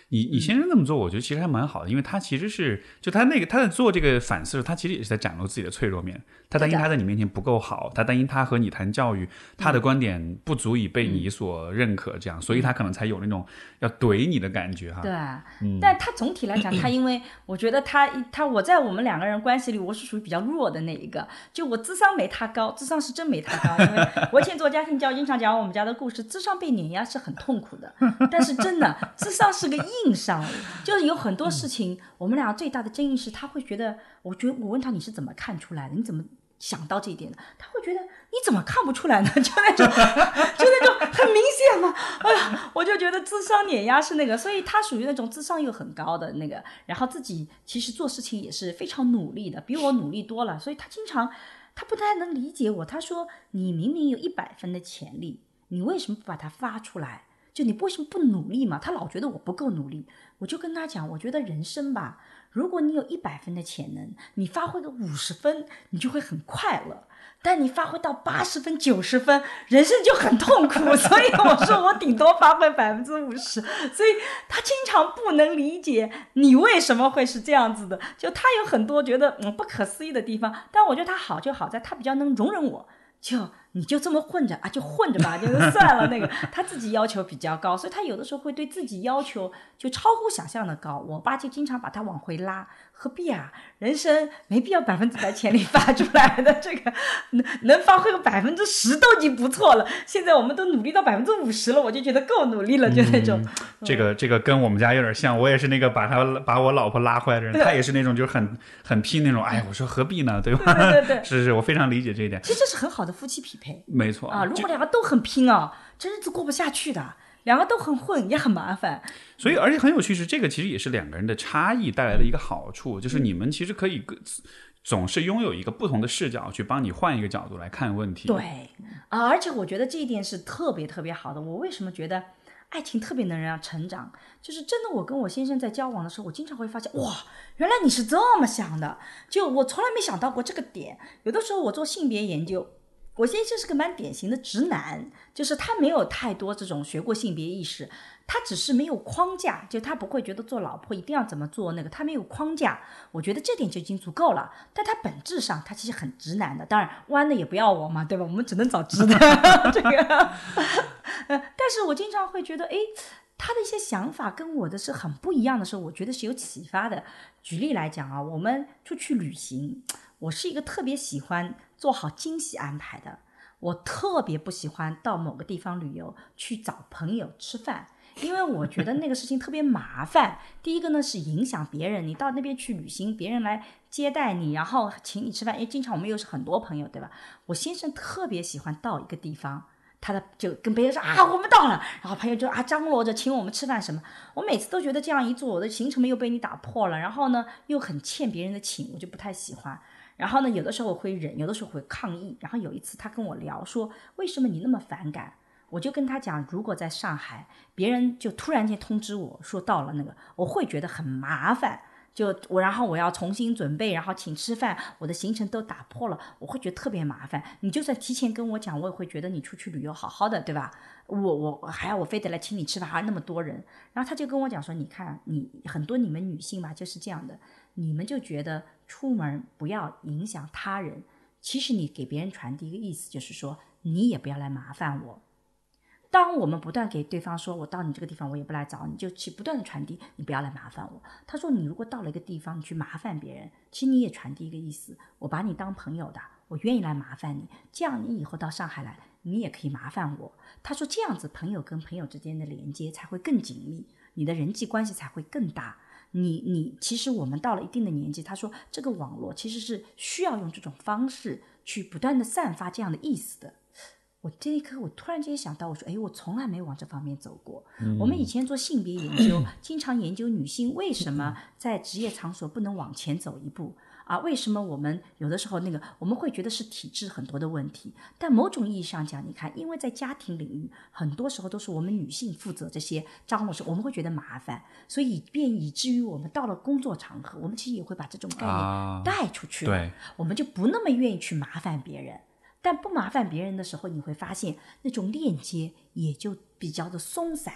你你先生这么做，我觉得其实还蛮好的，因为他其实是就他那个他在做这个反思，他其实也是在展露自己的脆弱面。他担心他在你面前不够好，他担心他和你谈教育，他的观点不足以被你所认可，这样，嗯、所以他可能才有那种要怼你的感觉哈。 对，嗯、但他总体来讲，他因为我觉得他他我在我们两个人关系里，我是属于比较弱的那一个，就我智商没他高，智商是真没他高，因为我以前做家庭教育，经常讲我们家的故事，智商被碾压是很痛苦的，但是真的智商是个硬伤，就是有很多事情，我们俩最大的争议是，他会觉得，我觉得我问他你是怎么看出来的，你怎么想到这一点的？他会觉得你怎么看不出来呢？就那种，就那种很明显嘛。哎呀，我就觉得智商碾压是那个，所以他属于那种智商又很高的那个，然后自己其实做事情也是非常努力的，比我努力多了，所以他经常他不太能理解我。他说你明明有一百分的潜力，你为什么不把它发出来？就你为什么不努力嘛？他老觉得我不够努力，我就跟他讲，我觉得人生吧，如果你有一百分的潜能，你发挥个五十分，你就会很快乐。但你发挥到八十分、九十分，人生就很痛苦。所以我说我顶多发挥百分之五十。所以他经常不能理解你为什么会是这样子的，就他有很多觉得嗯不可思议的地方。但我觉得他好就好在他比较能容忍我。就你就这么混着啊，就混着吧，就是算了。那个他自己要求比较高，所以他有的时候会对自己要求就超乎想象的高。我爸就经常把他往回拉，何必啊？人生没必要百分之百潜力发出来的，这个能能发挥个百分之十都已经不错了。现在我们都努力到百分之五十了，我就觉得够努力了，就那种。嗯、 这个这个跟我们家有点像，我也是那个把他把我老婆拉回来的人，他也是那种就是很很拼那种。哎，我说何必呢，对吧？ 对对对， 是是，我非常理解这一点。 其实这是很好的夫妻匹配。 没错啊，如果两个都很拼啊，这日子过不下去的。两个都很混也很麻烦， 所以而且很有趣是这个其实也是两个人的差异带来的一个好处，就是你们其实可以总是拥有一个不同的视角去帮你换一个角度来看问题。 对啊，而且我觉得这一点是特别特别好的。我为什么觉得爱情特别能让人成长，就是真的我跟我先生在交往的时候，我经常会发现哇，原来你是这么想的，就我从来没想到过这个点。有的时候我做性别研究，我先生是个蛮典型的直男，就是他没有太多这种学过性别意识，他只是没有框架，就他不会觉得做老婆一定要怎么做那个，他没有框架，我觉得这点就已经足够了。但他本质上他其实很直男的，当然弯的也不要我嘛，对吧？我们只能找直的这个但是我经常会觉得诶他的一些想法跟我的是很不一样的时候，我觉得是有启发的。举例来讲啊，我们出去旅行，我是一个特别喜欢做好惊喜安排的，我特别不喜欢到某个地方旅游去找朋友吃饭，因为我觉得那个事情特别麻烦。第一个呢是影响别人，你到那边去旅行，别人来接待你，然后请你吃饭，因为经常我们又是很多朋友，对吧？我先生特别喜欢到一个地方，他的就跟别人说啊我们到了，然后朋友就啊张罗着请我们吃饭什么。我每次都觉得这样一做，我的行程又被你打破了，然后呢又很欠别人的情，我就不太喜欢。然后呢有的时候我会忍，有的时候会抗议。然后有一次他跟我聊说为什么你那么反感，我就跟他讲，如果在上海别人就突然间通知我说到了那个，我会觉得很麻烦，就我然后我要重新准备，然后请吃饭，我的行程都打破了，我会觉得特别麻烦。你就算提前跟我讲，我也会觉得你出去旅游好好的，对吧？我我还要我非得来请你吃饭，还有那么多人。然后他就跟我讲说，你看你很多你们女性吧就是这样的，你们就觉得出门不要影响他人，其实你给别人传递一个意思，就是说你也不要来麻烦我。当我们不断给对方说我到你这个地方我也不来找你，就去不断的传递你不要来麻烦我。他说你如果到了一个地方你去麻烦别人，其实你也传递一个意思，我把你当朋友的，我愿意来麻烦你，这样你以后到上海来你也可以麻烦我。他说这样子朋友跟朋友之间的连接才会更紧密，你的人际关系才会更大。你你其实我们到了一定的年纪，他说这个网络其实是需要用这种方式去不断的散发这样的意思的。我这一刻我突然间想到，我说诶我从来没往这方面走过、嗯、我们以前做性别研究经常研究女性为什么在职业场所不能往前走一步啊？为什么我们有的时候那个我们会觉得是体制很多的问题，但某种意义上讲，你看因为在家庭领域很多时候都是我们女性负责这些张罗事，我们会觉得麻烦，所以便以至于我们到了工作场合，我们其实也会把这种概念带出去、啊、对，我们就不那么愿意去麻烦别人。但不麻烦别人的时候，你会发现那种链接也就比较的松散。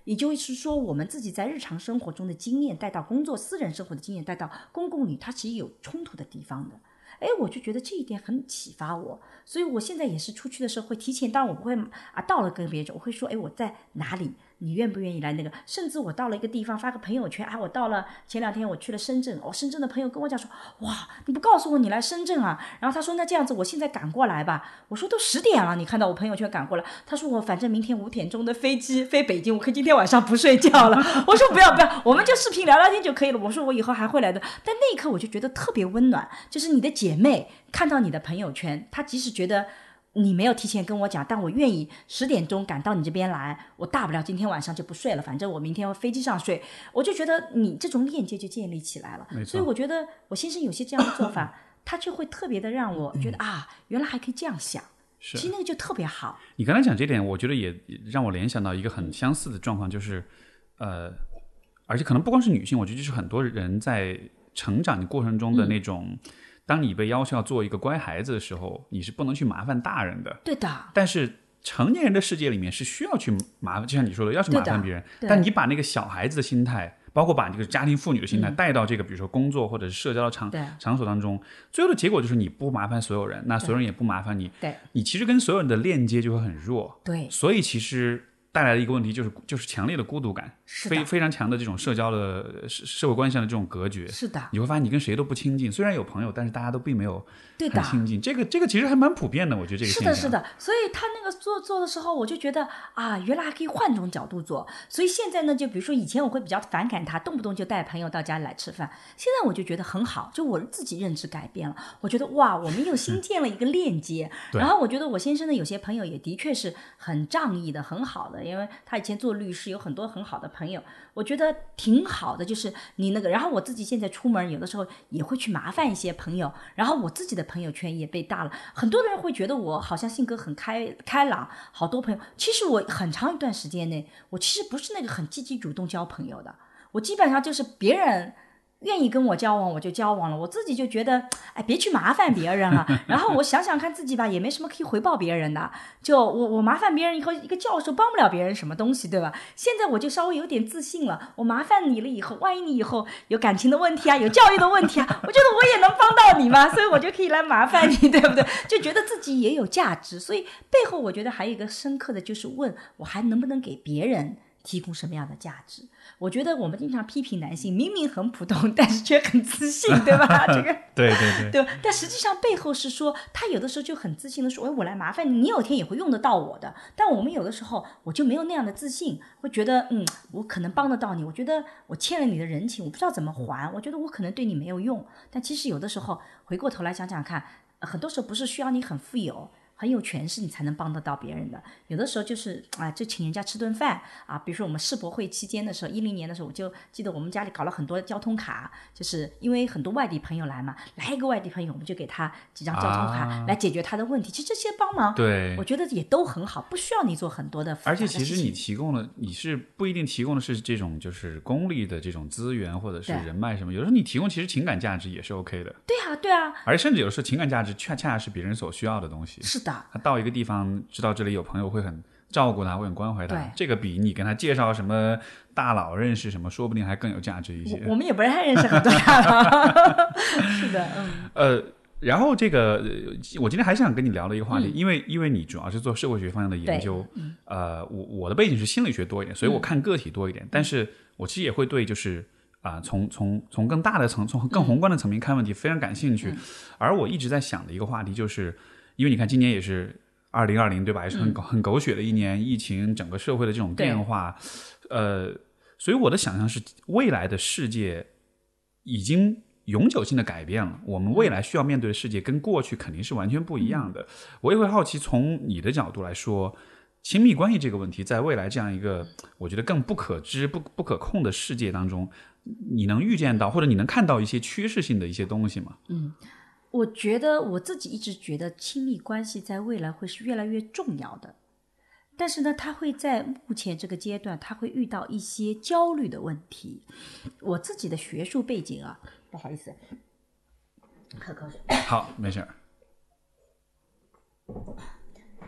也就是说我们自己在日常生活中的经验带到工作私人生活的经验带到公共里，它其实有冲突的地方的。哎，我就觉得这一点很启发我，所以我现在也是出去的时候会提前，当然我不会啊，到了跟别人讲，我会说，哎，我在哪里，你愿不愿意来那个？甚至我到了一个地方发个朋友圈，啊，我到了前两天我去了深圳，哦，深圳的朋友跟我讲说，哇，你不告诉我你来深圳啊？然后他说那这样子，我现在赶过来吧。我说都十点了，你看到我朋友圈赶过来？他说我反正明天五点钟的飞机飞北京，我可以今天晚上不睡觉了。我说不要不要，我们就视频聊聊天就可以了。我说我以后还会来的。但那一刻我就觉得特别温暖，就是你的姐妹看到你的朋友圈，她即使觉得你没有提前跟我讲，但我愿意十点钟赶到你这边来，我大不了今天晚上就不睡了，反正我明天要飞机上睡。我就觉得你这种链接就建立起来了。所以我觉得我先生有些这样的做法，他就会特别的让我觉得啊，原来还可以这样想。其实那个就特别好。 你刚才讲这点，我觉得也让我联想到一个很相似的状况，就是呃，而且可能不光是女性，我觉得就是很多人在成长的过程中的那种、嗯、当你被要求要做一个乖孩子的时候，你是不能去麻烦大人的。 对的。 但是成年人的世界里面是需要去麻烦，就像你说的要去麻烦别人，但你把那个小孩子的心态，包括把这个家庭妇女的心态带到这个比如说工作或者是社交的 场, 场所当中，最后的结果就是你不麻烦所有人，那所有人也不麻烦你， 对， 你其实跟所有人的链接就会很弱。 对， 所以其实带来的一个问题就是就是强烈的孤独感，非非常强的这种社交的社会关系上的这种隔绝。 是的， 你会发现你跟谁都不亲近，虽然有朋友，但是大家都并没有很亲近。这个这个其实还蛮普遍的，我觉得这个现象。 是的，是的。所以他那个做做的时候，我就觉得啊，原来还可以换种角度做。所以现在呢，就比如说以前我会比较反感他，动不动就带朋友到家里来吃饭。现在我就觉得很好，就我自己认知改变了。我觉得哇，我们又新建了一个链接。然后我觉得我先生的有些朋友也的确是很仗义的，很好的。因为他以前做律师，有很多很好的朋友，我觉得挺好的。就是你那个，然后我自己现在出门有的时候也会去麻烦一些朋友，然后我自己的朋友圈也被大了，很多人会觉得我好像性格很开开朗，好多朋友。其实我很长一段时间内，我其实不是那个很积极主动交朋友的，我基本上就是别人愿意跟我交往我就交往了，我自己就觉得哎，别去麻烦别人了。然后我想想看自己吧，也没什么可以回报别人的，就我我麻烦别人以后，一个教授帮不了别人什么东西，对吧？现在我就稍微有点自信了，我麻烦你了以后，万一你以后有感情的问题啊，有教育的问题啊，我觉得我也能帮到你嘛，所以我就可以来麻烦你，对不对？就觉得自己也有价值。所以背后我觉得还有一个深刻的就是问我还能不能给别人提供什么样的价值。我觉得我们经常批评男性明明很普通，但是却很自信，对吧？这个对对对对，但实际上背后是说他有的时候就很自信的说，哎，我来麻烦你，你有一天也会用得到我的。但我们有的时候我就没有那样的自信，会觉得嗯，我可能帮得到你，我觉得我欠了你的人情，我不知道怎么还，我觉得我可能对你没有用。但其实有的时候回过头来想想看，很多时候不是需要你很富有很有权势你才能帮得到别人的，有的时候就是啊，就请人家吃顿饭啊。比如说我们世博会期间的时候，一零年的时候，我就记得我们家里搞了很多交通卡，就是因为很多外地朋友来嘛，来一个外地朋友，我们就给他几张交通卡来解决他的问题。啊、其实这些帮忙， 对， 我觉得也都很好，不需要你做很多的复杂的事情。 而且其实你提供了，你是不一定提供的是这种就是功利的这种资源或者是人脉什么，有时候你提供其实情感价值也是 OK 的。 对啊，对啊， 而甚至有时候情感价值恰恰是别人所需要的东西。 是的。 他到一个地方知道这里有朋友会很照顾他，会很关怀他，这个比你跟他介绍什么大佬认识什么说不定还更有价值一些。 我, 我们也不太认识很多大佬是的，嗯。 呃然后这个我今天还想跟你聊的一个话题、 嗯、 因为因为你主要是做社会学方向的研究、 嗯、 呃我我的背景是心理学多一点，所以我看个体多一点、嗯、但是我其实也会对就是啊、呃，从从从更大的层从更宏观的层面看问题非常感兴趣、嗯、而我一直在想的一个话题就是因为你看今年也是二零二零对吧，也是很、嗯、很狗血的一年，疫情整个社会的这种变化，呃，所以我的想象是未来的世界已经永久性的改变了，我们未来需要面对的世界跟过去肯定是完全不一样的、嗯、我也会好奇从你的角度来说，亲密关系这个问题在未来这样一个我觉得更不可知不不可控的世界当中，你能预见到或者你能看到一些趋势性的一些东西吗？ 嗯，我觉得我自己一直觉得亲密关系在未来会是越来越重要的，但是呢它会在目前这个阶段它会遇到一些焦虑的问题。我自己的学术背景啊，不好意思喝口水。 好，没事。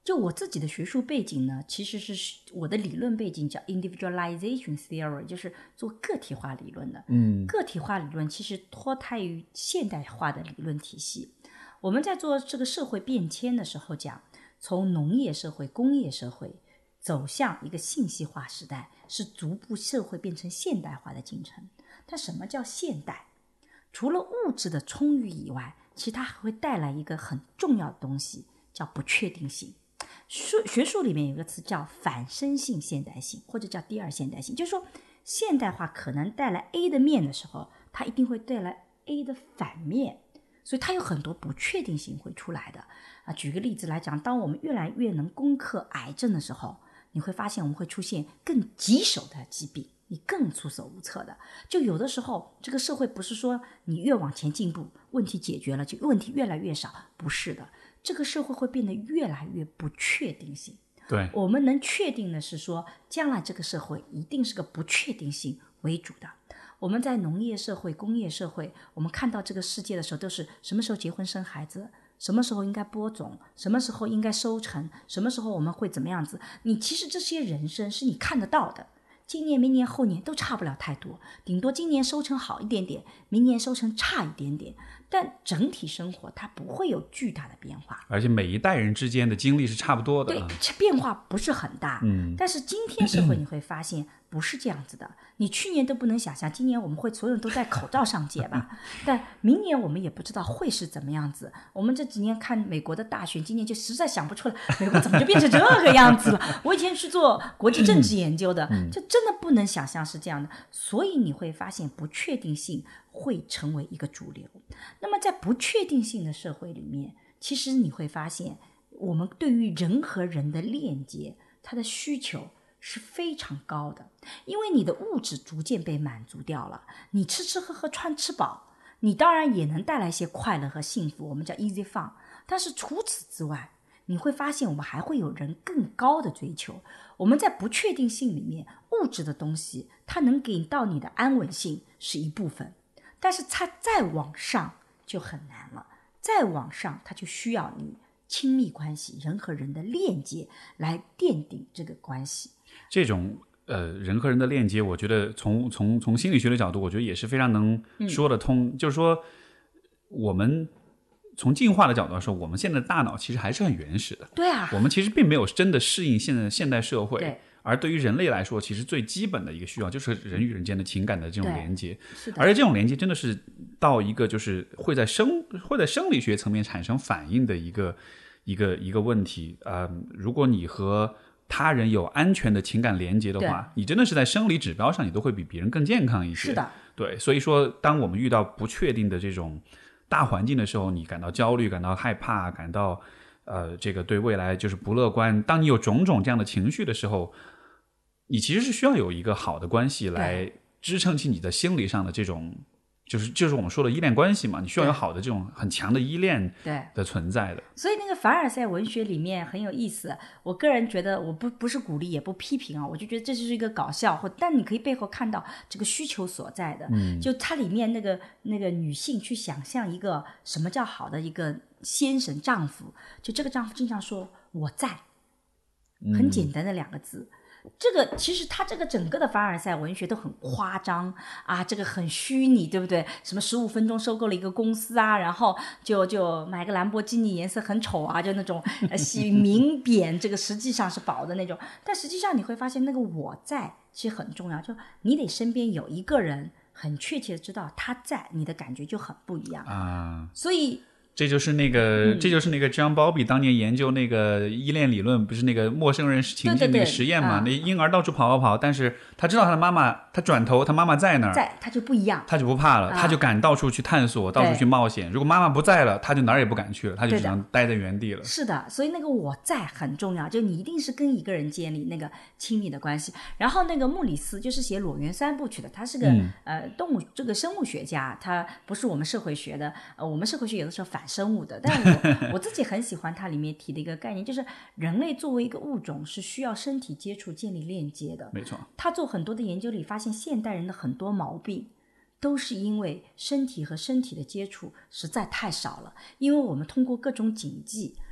就我自己的学术背景呢，其实是我的理论背景叫 individualization theory， 就是做个体化理论的。 嗯， 个体化理论其实脱胎于现代化的理论体系。我们在做这个社会变迁的时候讲，从农业社会、工业社会走向一个信息化时代，是逐步社会变成现代化的进程。但什么叫现代？除了物质的充裕以外，其实它还会带来一个很重要的东西，叫不确定性。学术里面有个词叫反身性现代性，或者叫第二现代性，就是说现代化可能带来 A 的面的时候，它一定会带来 A 的反面，所以它有很多不确定性会出来的啊。举个例子来讲，当我们越来越能攻克癌症的时候，你会发现我们会出现更棘手的疾病，你更束手无策的。就有的时候这个社会不是说你越往前进步，问题解决了就问题越来越少，不是的，这个社会会变得越来越不确定性。 对， 我们能确定的是说，将来这个社会一定是个不确定性为主的。我们在农业社会、工业社会，我们看到这个世界的时候，都是什么时候结婚生孩子，什么时候应该播种，什么时候应该收成，什么时候我们会怎么样子。你其实这些人生是你看得到的，今年、明年、后年都差不了太多，顶多今年收成好一点点，明年收成差一点点，但整体生活它不会有巨大的变化。 而且每一代人之间的经历是差不多的。 对，变化不是很大。 嗯， 但是今天社会你会发现不是这样子的。你去年都不能想象，今年我们会所有人都戴口罩上街吧？但明年我们也不知道会是怎么样子。我们这几年看美国的大选，今年就实在想不出来，美国怎么就变成这个样子了？我以前是做国际政治研究的，就真的不能想象是这样的。所以你会发现不确定性会成为一个主流。那么在不确定性的社会里面，其实你会发现我们对于人和人的链接，它的需求是非常高的。因为你的物质逐渐被满足掉了，你吃吃喝喝穿吃饱，你当然也能带来一些快乐和幸福，我们叫 easy fun。 但是除此之外，你会发现我们还会有人更高的追求。我们在不确定性里面，物质的东西它能给到你的安稳性是一部分，但是它再往上就很难了。再往上它就需要你亲密关系，人和人的链接来奠定这个关系。 这种呃人和人的链接，我觉得从从从心理学的角度，我觉得也是非常能说得通。嗯、就是说，我们从进化的角度来说，我们现在的大脑其实还是很原始的。 对啊， 我们其实并没有真的适应现在现代社会。 对。 而对于人类来说，其实最基本的一个需要就是人与人间的情感的这种连接， 是的。 而且这种连接真的是到一个就是会在生会在生理学层面产生反应的一个一个一个问题。呃，如果你和他人有安全的情感连接的话，你真的是在生理指标上你都会比别人更健康一些。 是的， 对。所以说，当我们遇到不确定的这种大环境的时候，你感到焦虑、感到害怕、感到呃这个对未来就是不乐观，当你有种种这样的情绪的时候，你其实是需要有一个好的关系来支撑起你的心理上的这种，就是就是我们说的依恋关系嘛，你需要有好的这种很强的依恋的存在的。 所以那个凡尔赛文学里面很有意思，我个人觉得我不不是鼓励也不批评啊，我就觉得这就是一个搞笑，或但你可以背后看到这个需求所在的。嗯，就它里面那个那个女性去想象一个什么叫好的一个先生丈夫，就这个丈夫经常说我在，很简单的两个字。嗯，这个其实他这个整个的凡尔赛文学都很夸张啊，这个很虚拟，对不对？什么十五分钟收购了一个公司啊，然后就就买个兰博基尼，颜色很丑啊，就那种呃明贬这个实际上是薄的那种。但实际上你会发现那个我在其实很重要，就你得身边有一个人很确切的知道他在，你的感觉就很不一样啊。 所以这就是那个、 嗯、 这就是那个 John Bowlby 当年研究那个依恋理论，不是那个陌生人情境那个实验嘛？ 对对对对，那婴儿到处跑跑跑，但是他知道他的妈妈，他转头他妈妈在那儿， 在他就不一样， 他就不怕了，啊、他就敢到处去探索，到处去冒险。如果妈妈不在了，他就哪儿也不敢去了，他就只能待在原地了。 是的，所以那个我在很重要，就你一定是跟一个人建立那个亲密的关系。然后那个穆里斯就是写《裸猿三部曲》的，他是个、嗯、呃动物这个生物学家，他不是我们社会学的，呃，我们社会学有的时候反生物的，但我, 我自己很喜欢它里面提的一个概念，就是人类作为一个物种是需要身体接触建立链接的。 没错， 他做很多的研究里发现，现代人的很多毛病都是因为身体和身体的接触实在太少了，因为我们通过各种禁忌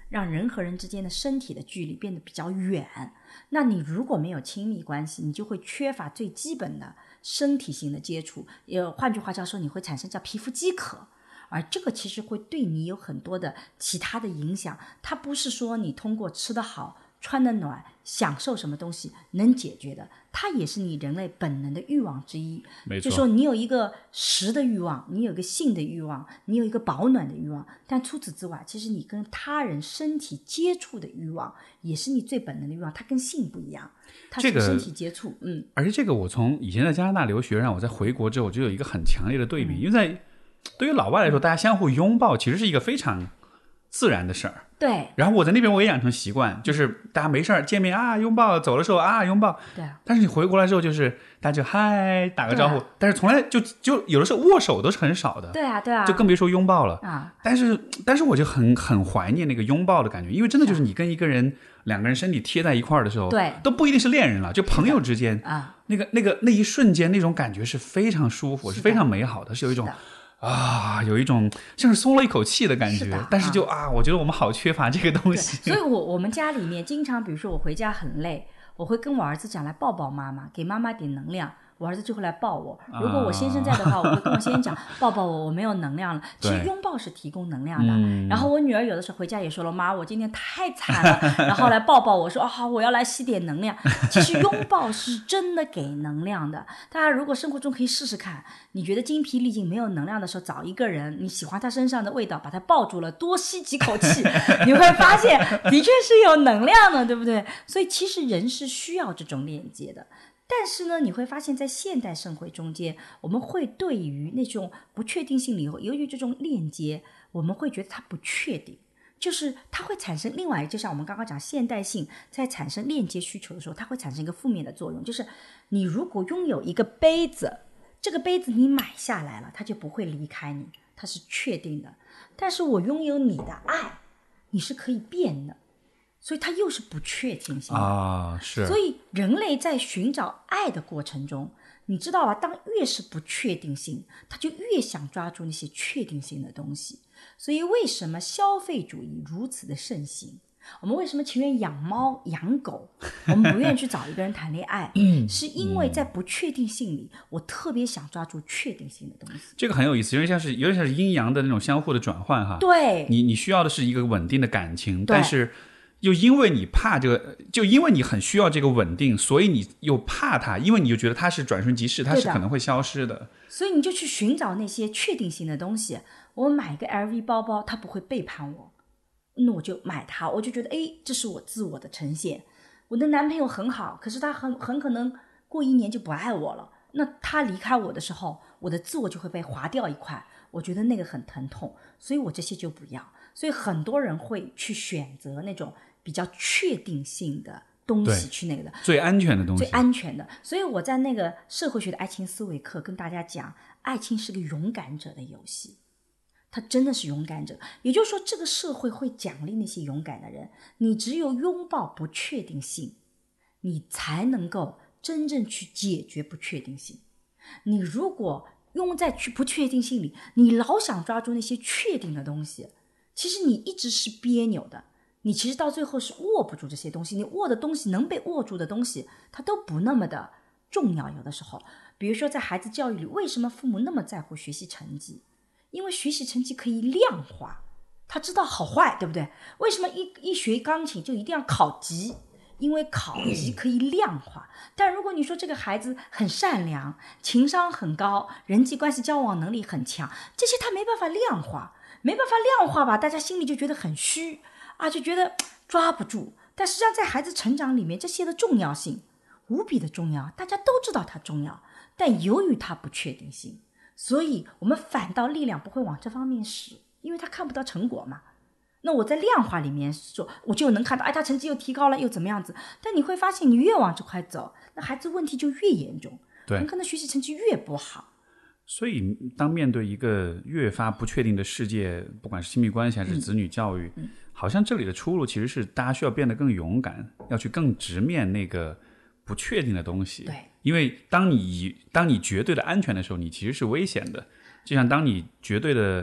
让人和人之间的身体的距离变得比较远。那你如果没有亲密关系，你就会缺乏最基本的身体性的接触，也换句话叫说，你会产生叫皮肤饥渴，而这个其实会对你有很多的其他的影响。它不是说你通过吃得好穿得暖享受什么东西能解决的，它也是你人类本能的欲望之一。 没错， 就说你有一个食的欲望，你有一个性的欲望，你有一个保暖的欲望，但除此之外，其实你跟他人身体接触的欲望也是你最本能的欲望，它跟性不一样，它是身体接触、这个、嗯。 而且这个我从以前在加拿大留学，让我在回国之后就有一个很强烈的对比、嗯、因为在对于老外来说，大家相互拥抱其实是一个非常自然的事儿。 对， 然后我在那边我也养成习惯，就是大家没事儿见面啊拥抱，走的时候啊拥抱。 对。 但是你回国来之后，就是大家就嗨打个招呼，但是从来就就有的时候握手都是很少的。 对啊，对啊， 就更别说拥抱了啊。 但是但是我就很很怀念那个拥抱的感觉，因为真的就是你跟一个人两个人身体贴在一块儿的时候， 对， 都不一定是恋人了，就朋友之间啊， 那个那个那一瞬间那种感觉是非常舒服，是非常美好的，是有一种。啊，有一种像是松了一口气的感觉，是但是就啊，我觉得我们好缺乏这个东西。 所以我我们家里面经常，比如说我回家很累，我会跟我儿子讲来抱抱妈妈，给妈妈点能量。我儿子就会来抱我，如果我先生在的话、啊、我会跟我先生讲抱抱我，我没有能量了。其实拥抱是提供能量的、嗯、然后我女儿有的时候回家也说了，妈我今天太惨了然后来抱抱我说好、哦、我要来吸点能量。其实拥抱是真的给能量的，大家如果生活中可以试试看，你觉得精疲力尽没有能量的时候，找一个人你喜欢他身上的味道，把他抱住了，多吸几口气你会发现的确是有能量的，对不对？所以其实人是需要这种链接的。但是呢，你会发现在现代社会中间，我们会对于那种不确定性里，由于这种链接，我们会觉得它不确定，就是它会产生另外，就像我们刚刚讲现代性在产生链接需求的时候，它会产生一个负面的作用，就是你如果拥有一个杯子，这个杯子你买下来了，它就不会离开你，它是确定的。但是我拥有你的爱，你是可以变的，所以它又是不确定性的啊，是。 所以人类在寻找爱的过程中，你知道吧？当越是不确定性，他就越想抓住那些确定性的东西。所以为什么消费主义如此的盛行？我们为什么情愿养猫养狗，我们不愿意去找一个人谈恋爱？嗯，是因为在不确定性里，我特别想抓住确定性的东西。 这个很有意思，有点像是有点像是阴阳的那种相互的转换哈。 对， 你你需要的是一个稳定的感情，但是又因为你怕这个，就因为你很需要这个稳定，所以你又怕它，因为你就觉得它是转瞬即逝，它是可能会消失的。 所以你就去寻找那些确定性的东西。我买一个 L V 包包，它不会背叛我，那我就买它，我就觉得哎，这是我自我的呈现。我的男朋友很好，可是他很很可能过一年就不爱我了，那他离开我的时候，我的自我就会被划掉一块，我觉得那个很疼痛，所以我这些就不要。所以很多人会去选择那种比较确定性的东西，去那个的最安全的东西， 最安全的。所以我在那个社会学的爱情思维课跟大家讲，爱情是个勇敢者的游戏，他真的是勇敢者。也就是说，这个社会会奖励那些勇敢的人。你只有拥抱不确定性，你才能够真正去解决不确定性。你如果用在去不确定性里，你老想抓住那些确定的东西，其实你一直是别扭的，你其实到最后是握不住这些东西。你握的东西，能被握住的东西，它都不那么的重要。有的时候，比如说在孩子教育里，为什么父母那么在乎学习成绩？因为学习成绩可以量化，他知道好坏，对不对？为什么一一学钢琴就一定要考级？因为考级可以量化。但如果你说这个孩子很善良，情商很高，人际关系交往能力很强，这些他没办法量化，没办法量化吧，大家心里就觉得很虚啊，就觉得抓不住。但实际上在孩子成长里面，这些的重要性无比的重要，大家都知道它重要，但由于它不确定性，所以我们反倒力量不会往这方面使，因为他看不到成果嘛。那我在量化里面说，我就能看到，哎，他成绩又提高了，又怎么样子？但你会发现，你越往这块走，那孩子问题就越严重， 对， 很可能学习成绩越不好。 所以，当面对一个越发不确定的世界，不管是亲密关系还是子女教育，嗯嗯、好像这里的出路其实是大家需要变得更勇敢，要去更直面那个不确定的东西。 对， 因为当你当你绝对的安全的时候，你其实是危险的。就像当你绝对的不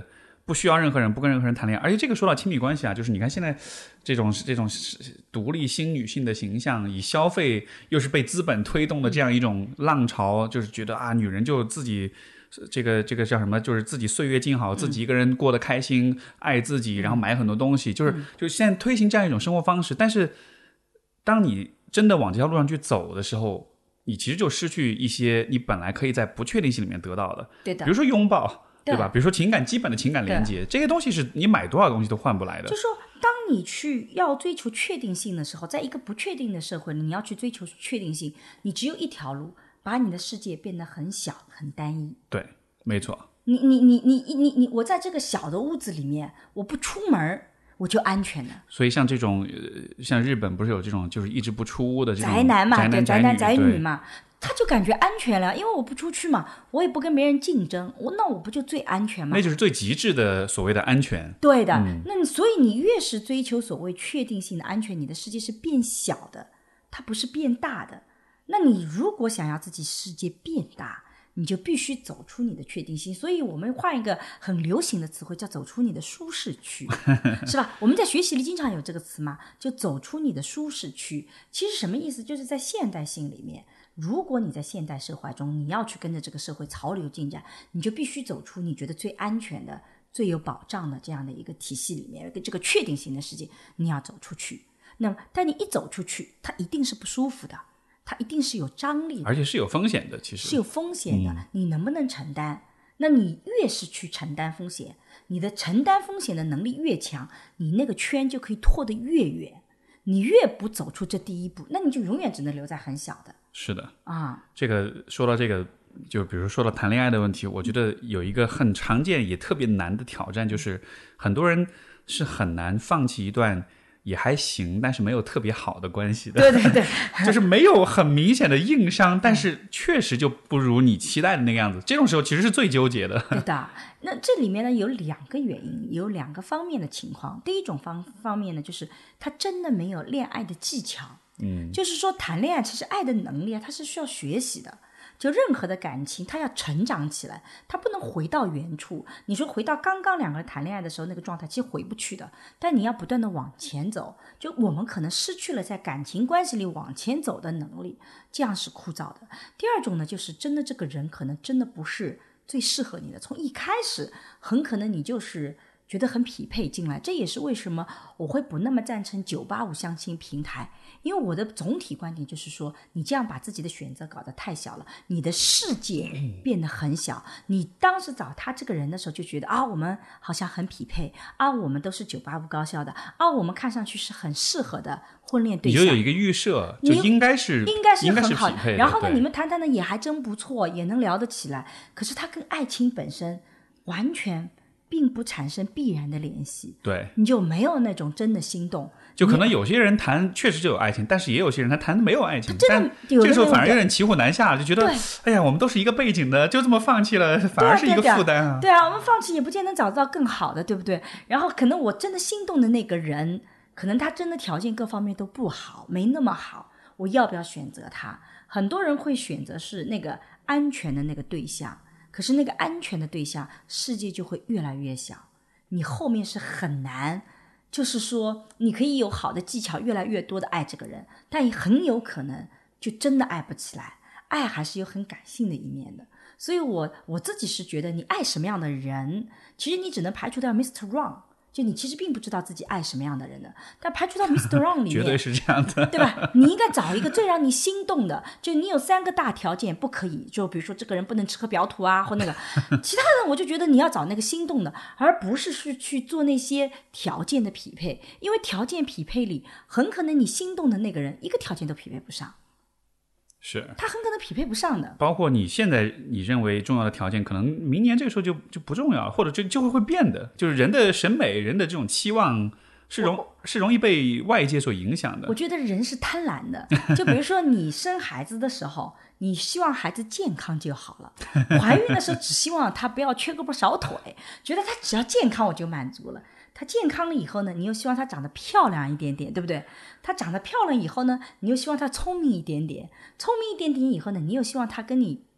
不需要任何人，不跟任何人谈恋爱。而且这个说到亲密关系啊，就是你看现在这种这种独立新女性的形象，以消费又是被资本推动的这样一种浪潮，就是觉得啊，女人就自己这个这个叫什么，就是自己岁月静好，自己一个人过得开心，爱自己，然后买很多东西，就是就现在推行这样一种生活方式。但是当你真的往这条路上去走的时候，你其实就失去一些你本来可以在不确定性里面得到的， 对的， 比如说拥抱。对吧？比如说情感基本的情感连接，这些东西是你买多少东西都换不来的。 就是说，当你去要追求确定性的时候，在一个不确定的社会里，你要去追求确定性，你只有一条路，把你的世界变得很小、很单一。 对，没错。 你你你你你你，我在这个小的屋子里面，我不出门，我就安全了。 所以像这种，呃、像日本不是有这种就是一直不出屋的这种宅男嘛， 宅男宅男宅女嘛。他就感觉安全了，因为我不出去嘛，我也不跟别人竞争，我那我不就最安全吗？ 那就是最极致的所谓的安全。 对的， 嗯、 那所以你越是追求所谓确定性的安全，你的世界是变小的，它不是变大的。那你如果想要自己世界变大，你就必须走出你的确定性。所以我们换一个很流行的词汇，叫走出你的舒适区，是吧？我们在学习里经常有这个词嘛，就走出你的舒适区。其实什么意思？就是在现代性里面，如果你在现代社会中，你要去跟着这个社会潮流进展，你就必须走出你觉得最安全的、最有保障的这样的一个体系里面，这个确定性的世界，你要走出去。那么但你一走出去，它一定是不舒服的，它一定是有张力的， 而且是有风险的，其实是有风险的、嗯、你能不能承担？那你越是去承担风险，你的承担风险的能力越强，你那个圈就可以拓得越远。你越不走出这第一步，那你就永远只能留在很小的。 是的啊， 这个说到这个，就比如说到谈恋爱的问题，我觉得有一个很常见也特别难的挑战，就是很多人是很难放弃一段也还行但是没有特别好的关系的。 对对对就是没有很明显的硬伤，但是确实就不如你期待的那个样子，这种时候其实是最纠结的。 对的，那这里面呢有两个原因，有两个方面的情况。第一种方方面呢，就是他真的没有恋爱的技巧。嗯，就是说谈恋爱其实爱的能力啊，它是需要学习的。就任何的感情它要成长起来，它不能回到原处。你说回到刚刚两个人谈恋爱的时候那个状态，其实回不去的，但你要不断的往前走。就我们可能失去了在感情关系里往前走的能力，这样是枯燥的。第二种呢，就是真的这个人可能真的不是最适合你的，从一开始很可能你就是觉得很匹配进来。这也是为什么我会不那么赞成九八五相亲平台，因为我的总体观点就是说，你这样把自己的选择搞得太小了，你的世界变得很小。你当时找他这个人的时候就觉得啊，我们好像很匹配啊，我们都是九八五高校的啊，我们看上去是很适合的婚恋对象， 你就有一个预设，就应该是应该是应该很好是匹配的。 然后呢，你们谈谈的也还真不错，也能聊得起来。可是他跟爱情本身完全并不产生必然的联系， 对， 你就没有那种真的心动。 就可能有些人谈确实就有爱情，但是也有些人他谈的没有爱情， 但这个时候反而有点骑虎难下，就觉得哎呀，我们都是一个背景的，就这么放弃了，反而是一个负担啊。 对啊，对啊，我们放弃也不见得找到更好的，对不对？然后可能我真的心动的那个人，可能他真的条件各方面都不好，没那么好，我要不要选择他？很多人会选择是那个安全的那个对象，可是那个安全的对象，世界就会越来越小，你后面是很难。就是说你可以有好的技巧，越来越多的爱这个人，但也很有可能就真的爱不起来。爱还是有很感性的一面的，所以我我自己是觉得你爱什么样的人，其实你只能排除掉 mister Wrong， 就你其实并不知道自己爱什么样的人的，但排除到 mister Wrong 里面绝对是这样的， 对吧？你应该找一个最让你心动的，就你有三个大条件不可以，就比如说这个人不能吃喝嫖赌啊，或那个其他人，我就觉得你要找那个心动的，而不是是去做那些条件的匹配，因为条件匹配里很可能你心动的那个人一个条件都匹配不上， 是他很可能匹配不上的。 包括你现在你认为重要的条件，可能明年这个时候就就不重要了，或者就就会会变的。就是人的审美，人的这种期望是容是容易被外界所影响的。 我觉得人是贪婪的，就比如说你生孩子的时候，你希望孩子健康就好了，怀孕的时候只希望他不要缺胳膊少腿，觉得他只要健康我就满足了。他健康了以后呢，你又希望他长得漂亮一点点，对不对？他长得漂亮以后呢，你又希望他聪明一点点，聪明一点点以后呢，你又希望他跟你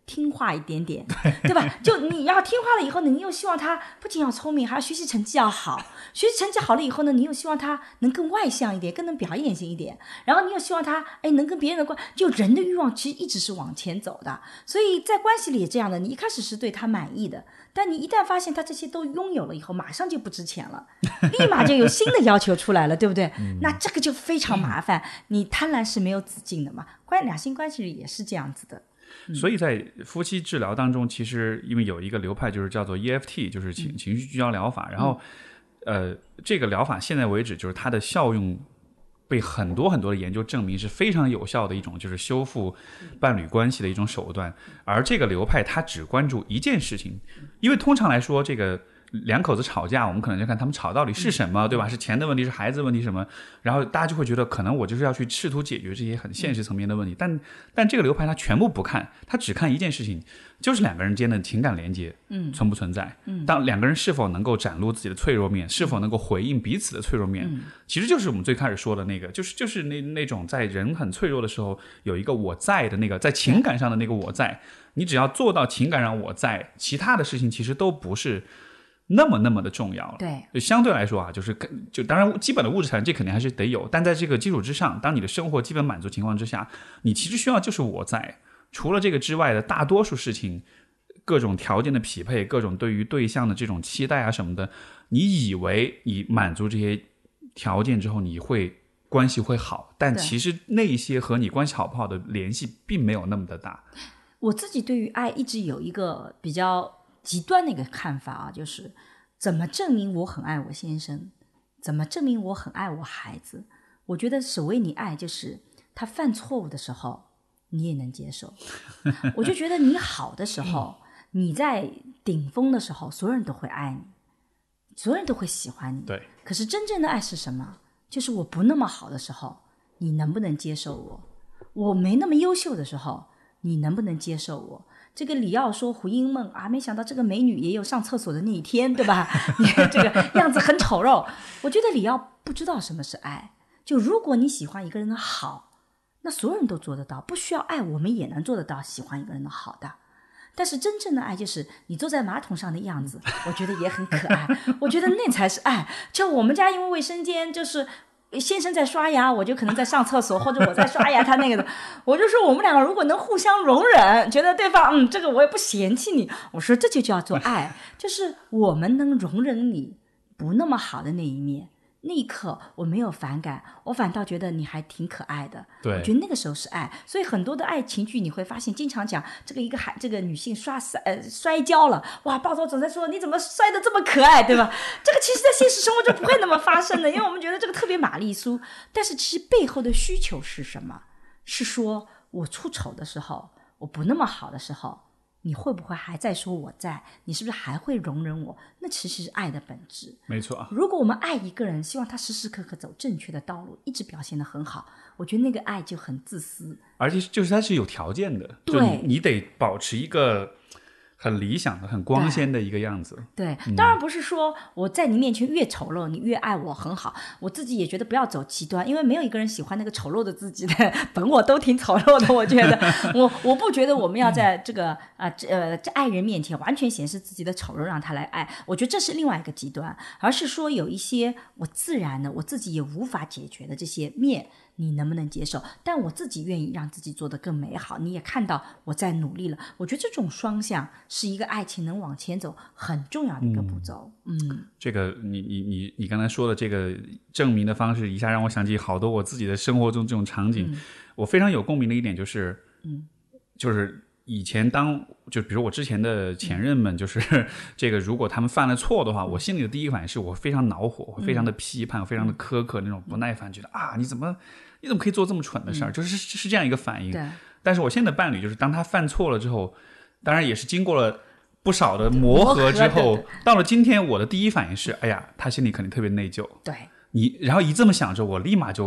听话一点点，对, 对吧？就你要听话了以后呢，你又希望他不仅要聪明，还要学习成绩要好。学习成绩好了以后呢，你又希望他能更外向一点，更能表演性一点。然后你又希望他哎能跟别人的关，就人的欲望其实一直是往前走的。所以在关系里也这样的，你一开始是对他满意的，但你一旦发现他这些都拥有了以后，马上就不值钱了，立马就有新的要求出来了，对不对？嗯、那这个就非常麻烦。你贪婪是没有止境的嘛，关两性关系里也是这样子的。 所以在夫妻治疗当中，其实因为有一个流派就是叫做 E F T， 就是情情绪聚焦疗法，然后呃，这个疗法现在为止就是它的效用被很多很多的研究证明是非常有效的一种就是修复伴侣关系的一种手段。而这个流派它只关注一件事情，因为通常来说这个两口子吵架，我们可能就看他们吵到底是什么，对吧？是钱的问题，是孩子的问题什么？然后大家就会觉得，可能我就是要去试图解决这些很现实层面的问题。但但这个流派他全部不看，他只看一件事情，就是两个人间的情感连接，嗯，存不存在？嗯，当两个人是否能够展露自己的脆弱面，是否能够回应彼此的脆弱面，嗯、其实就是我们最开始说的那个，就是就是那那种在人很脆弱的时候有一个我在的那个，在情感上的那个我在。你只要做到情感上我在，其他的事情其实都不是那么那么的重要了。 对， 就相对来说啊，就是就当然基本的物质条件这肯定还是得有，但在这个基础之上，当你的生活基本满足情况之下，你其实需要就是我在。除了这个之外的大多数事情，各种条件的匹配，各种对于对象的这种期待啊什么的，你以为你满足这些条件之后，你会关系会好，但其实那些和你关系好不好的联系并没有那么的大。 我自己对于爱一直有一个比较极端的一个看法啊，就是怎么证明我很爱我先生，怎么证明我很爱我孩子。我觉得所谓你爱，就是他犯错误的时候你也能接受。我就觉得你好的时候，你在顶峰的时候，所有人都会爱你，所有人都会喜欢你。 对。 可是真正的爱是什么？就是我不那么好的时候，你能不能接受我？我没那么优秀的时候，你能不能接受我？这个李奥说胡因梦啊，没想到这个美女也有上厕所的那一天，对吧？你这个样子很丑陋。我觉得李奥不知道什么是爱。就如果你喜欢一个人的好，那所有人都做得到，不需要爱我们也能做得到喜欢一个人的好的。但是真正的爱就是你坐在马桶上的样子，我觉得也很可爱。我觉得那才是爱。就我们家因为卫生间就是先生在刷牙，我就可能在上厕所，或者我在刷牙他那个的，我就说我们两个如果能互相容忍，觉得对方嗯这个我也不嫌弃你，我说这就叫做爱，就是我们能容忍你不那么好的那一面，那一刻我没有反感，我反倒觉得你还挺可爱的。 对， 我觉得那个时候是爱。所以很多的爱情剧你会发现经常讲这个一个孩这个女性刷呃摔跤了，哇，暴走总裁说你怎么摔得这么可爱，对吧？这个其实在现实生活中不会那么发生的，因为我们觉得这个特别玛丽苏，但是其实背后的需求是什么？是说我出丑的时候，我不那么好的时候，你会不会还在说我在？你是不是还会容忍我？那其实是爱的本质。 没错。 如果我们爱一个人，希望他时时刻刻走正确的道路，一直表现得很好，我觉得那个爱就很自私， 而且就是它是有条件的。 对， 就 你, 你得保持一个很理想的很光鲜的一个样子。 对，对、嗯、当然不是说我在你面前越丑陋你越爱我，很好。我自己也觉得不要走极端，因为没有一个人喜欢那个丑陋的自己的，本我都挺丑陋的。我觉得我我不觉得我们要在这个呃呃爱人面前完全显示自己的丑陋让他来爱，我觉得这是另外一个极端。而是说有一些我自然的我自己也无法解决的这些面，你能不能接受？但我自己愿意让自己做得更美好，你也看到我在努力了。我觉得这种双向是一个爱情能往前走很重要的一个步骤。嗯，嗯这个你你你你刚才说的这个证明的方式，一下让我想起好多我自己的生活中这种场景。嗯、我非常有共鸣的一点就是，嗯，就是以前当就比如我之前的前任们，就是、嗯、这个如果他们犯了错的话，我心里的第一反应是我非常恼火，我非常的批判，我非常的苛刻，那种不耐烦，觉得啊你怎么你怎么可以做这么蠢的事儿、嗯、就是是这样一个反应。 对。 但是我现在的伴侣就是当他犯错了之后，当然也是经过了不少的磨合之后，到了今天我的第一反应是哎呀他心里肯定特别内疚。 对。 你然后一这么想着，我立马就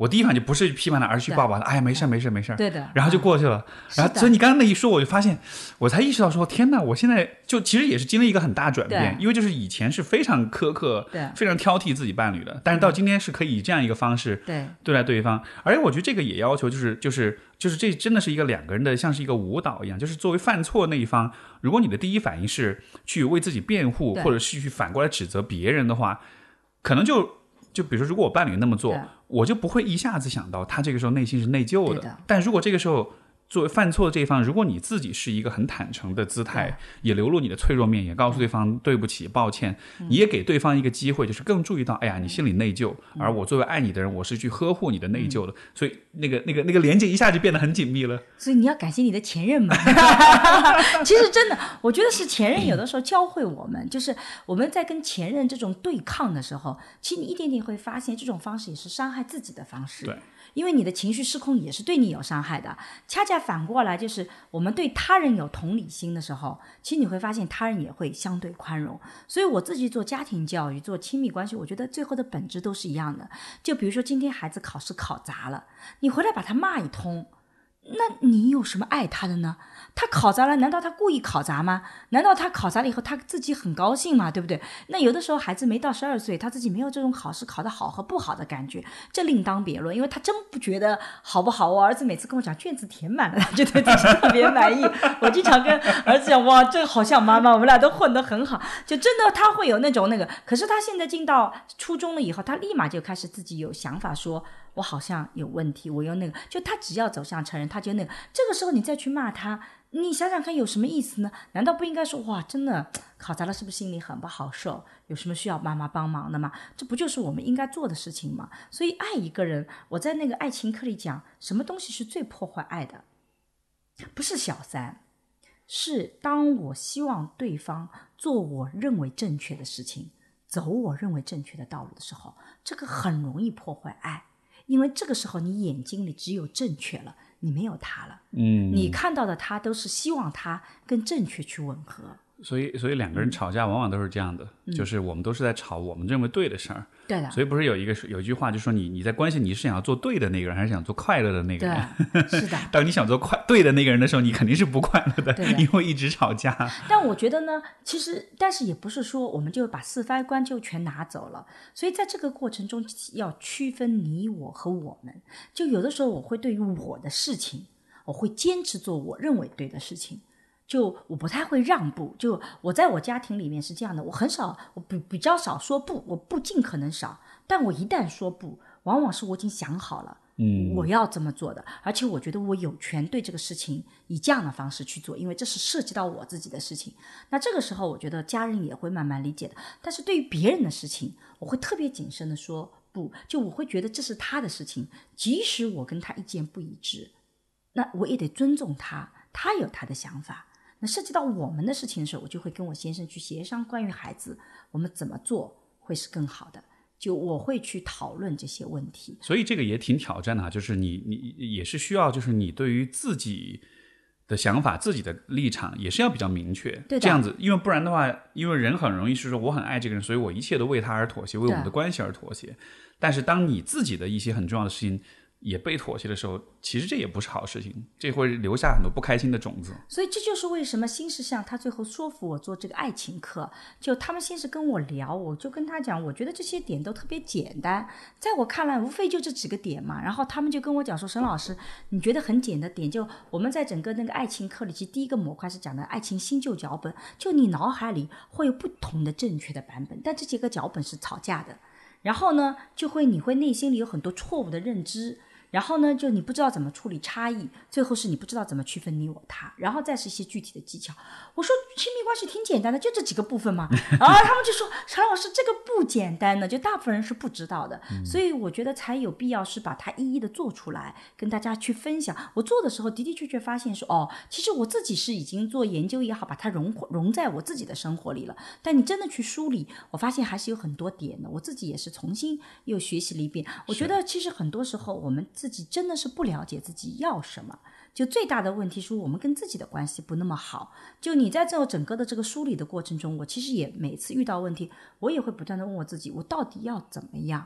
我第一反应就不是批判他，而是去抱抱他，哎呀，没事没事没事， 对的， 然后就过去了。然后所以你刚刚那一说，我就发现，我才意识到说，天哪，我现在就其实也是经历一个很大转变，因为就是以前是非常苛刻， 对， 非常挑剔自己伴侣的，但是到今天是可以以这样一个方式对对待对方，而且我觉得这个也要求就是就是就是这真的是一个两个人的像是一个舞蹈一样，就是作为犯错那一方，如果你的第一反应是去为自己辩护，或者是去反过来指责别人的话，可能就。就比如说，如果我伴侣那么做，我就不会一下子想到他这个时候内心是内疚 的, 的。但如果这个时候作为犯错的这一方，如果你自己是一个很坦诚的姿态，也流露你的脆弱面，也告诉对方对不起、抱歉，你也给对方一个机会，就是更注意到，哎呀，你心里内疚，而我作为爱你的人，我是去呵护你的内疚的，所以那个那个那个连接一下就变得很紧密了。 所以你要感谢你的前任们。其实真的，我觉得是前任有的时候教会我们，就是我们在跟前任这种对抗的时候，其实你一点点会发现，这种方式也是伤害自己的方式。 对。 因为你的情绪失控也是对你有伤害的，恰恰反过来就是我们对他人有同理心的时候，其实你会发现他人也会相对宽容。所以我自己做家庭教育做亲密关系，我觉得最后的本质都是一样的。就比如说今天孩子考试考砸了，你回来把他骂一通，那你有什么爱他的呢？他考砸了，难道他故意考砸吗？难道他考砸了以后他自己很高兴吗？对不对？那有的时候孩子没到十二岁，他自己没有这种考试考得好和不好的感觉，这另当别论，因为他真不觉得好不好。我儿子每次跟我讲卷子填满了，他就对自己特别满意。我经常跟儿子讲，哇，这个好像妈妈，我们俩都混得很好，就真的他会有那种那个。可是他现在进到初中了以后，他立马就开始自己有想法说，我好像有问题，我有那个，就他只要走向成人，他就那个。这个时候你再去骂他，你想想看有什么意思呢？难道不应该说，哇，真的考砸了，是不是心里很不好受？有什么需要妈妈帮忙的吗？这不就是我们应该做的事情吗？所以爱一个人，我在那个爱情课里讲，什么东西是最破坏爱的？不是小三，是当我希望对方做我认为正确的事情，走我认为正确的道路的时候，这个很容易破坏爱。因为这个时候你眼睛里只有正确了，你没有他了， 嗯， 你看到的他都是希望他跟正确去吻合。 所以所以两个人吵架往往都是这样的、嗯、就是我们都是在吵我们认为对的事儿。 对的。 所以不是有一个有一句话就说你你在关系你是想要做对的那个人还是想做快乐的那个人？ 对，是的。 当你想做快对的那个人的时候，你肯定是不快乐的，因为一直吵架。 但我觉得呢，其实但是也不是说我们就把四番观就全拿走了，所以在这个过程中要区分你我和我们。就有的时候我会对于我的事情，我会坚持做我认为对的事情，就我不太会让步。就我在我家庭里面是这样的，我很少，我比比较少说不，我不尽可能少，但我一旦说不，往往是我已经想好了，嗯，我要这么做的，而且我觉得我有权对这个事情以这样的方式去做，因为这是涉及到我自己的事情。那这个时候我觉得家人也会慢慢理解的。但是对于别人的事情，我会特别谨慎的说不，就我会觉得这是他的事情，即使我跟他意见不一致，那我也得尊重他，他有他的想法。那涉及到我们的事情的时候，我就会跟我先生去协商关于孩子我们怎么做会是更好的，就我会去讨论这些问题。 所以这个也挺挑战的，就是你你也是需要，就是你对于自己的想法自己的立场也是要比较明确， 对的， 这样子，因为不然的话，因为人很容易是说我很爱这个人，所以我一切都为他而妥协，为我们的关系而妥协。但是当你自己的一些很重要的事情也被妥协的时候，其实这也不是好事情，这会留下很多不开心的种子。 所以这就是为什么新世相他最后说服我做这个爱情课，就他们先是跟我聊，我就跟他讲，我觉得这些点都特别简单，在我看来无非就这几个点嘛。然后他们就跟我讲说，沈老师你觉得很简单的点，就我们在整个那个爱情课里，其实第一个模块是讲的爱情新旧脚本，就你脑海里会有不同的正确的版本，但这几个脚本是吵架的，然后呢就会你会内心里有很多错误的认知，然后呢就你不知道怎么处理差异，最后是你不知道怎么区分你我他，然后再是一些具体的技巧。我说亲密关系挺简单的，就这几个部分嘛。然后他们就说陈老师这个不简单的，就大部分人是不知道的、嗯、所以我觉得才有必要是把它一一的做出来跟大家去分享。我做的时候的的确确发现说，哦，其实我自己是已经做研究也好，把它融融在我自己的生活里了，但你真的去梳理，我发现还是有很多点的，我自己也是重新又学习了一遍。我觉得其实很多时候我们自己真的是不了解自己要什么，就最大的问题是我们跟自己的关系不那么好。就你在这整个的这个梳理的过程中，我其实也每次遇到问题，我也会不断的问我自己，我到底要怎么样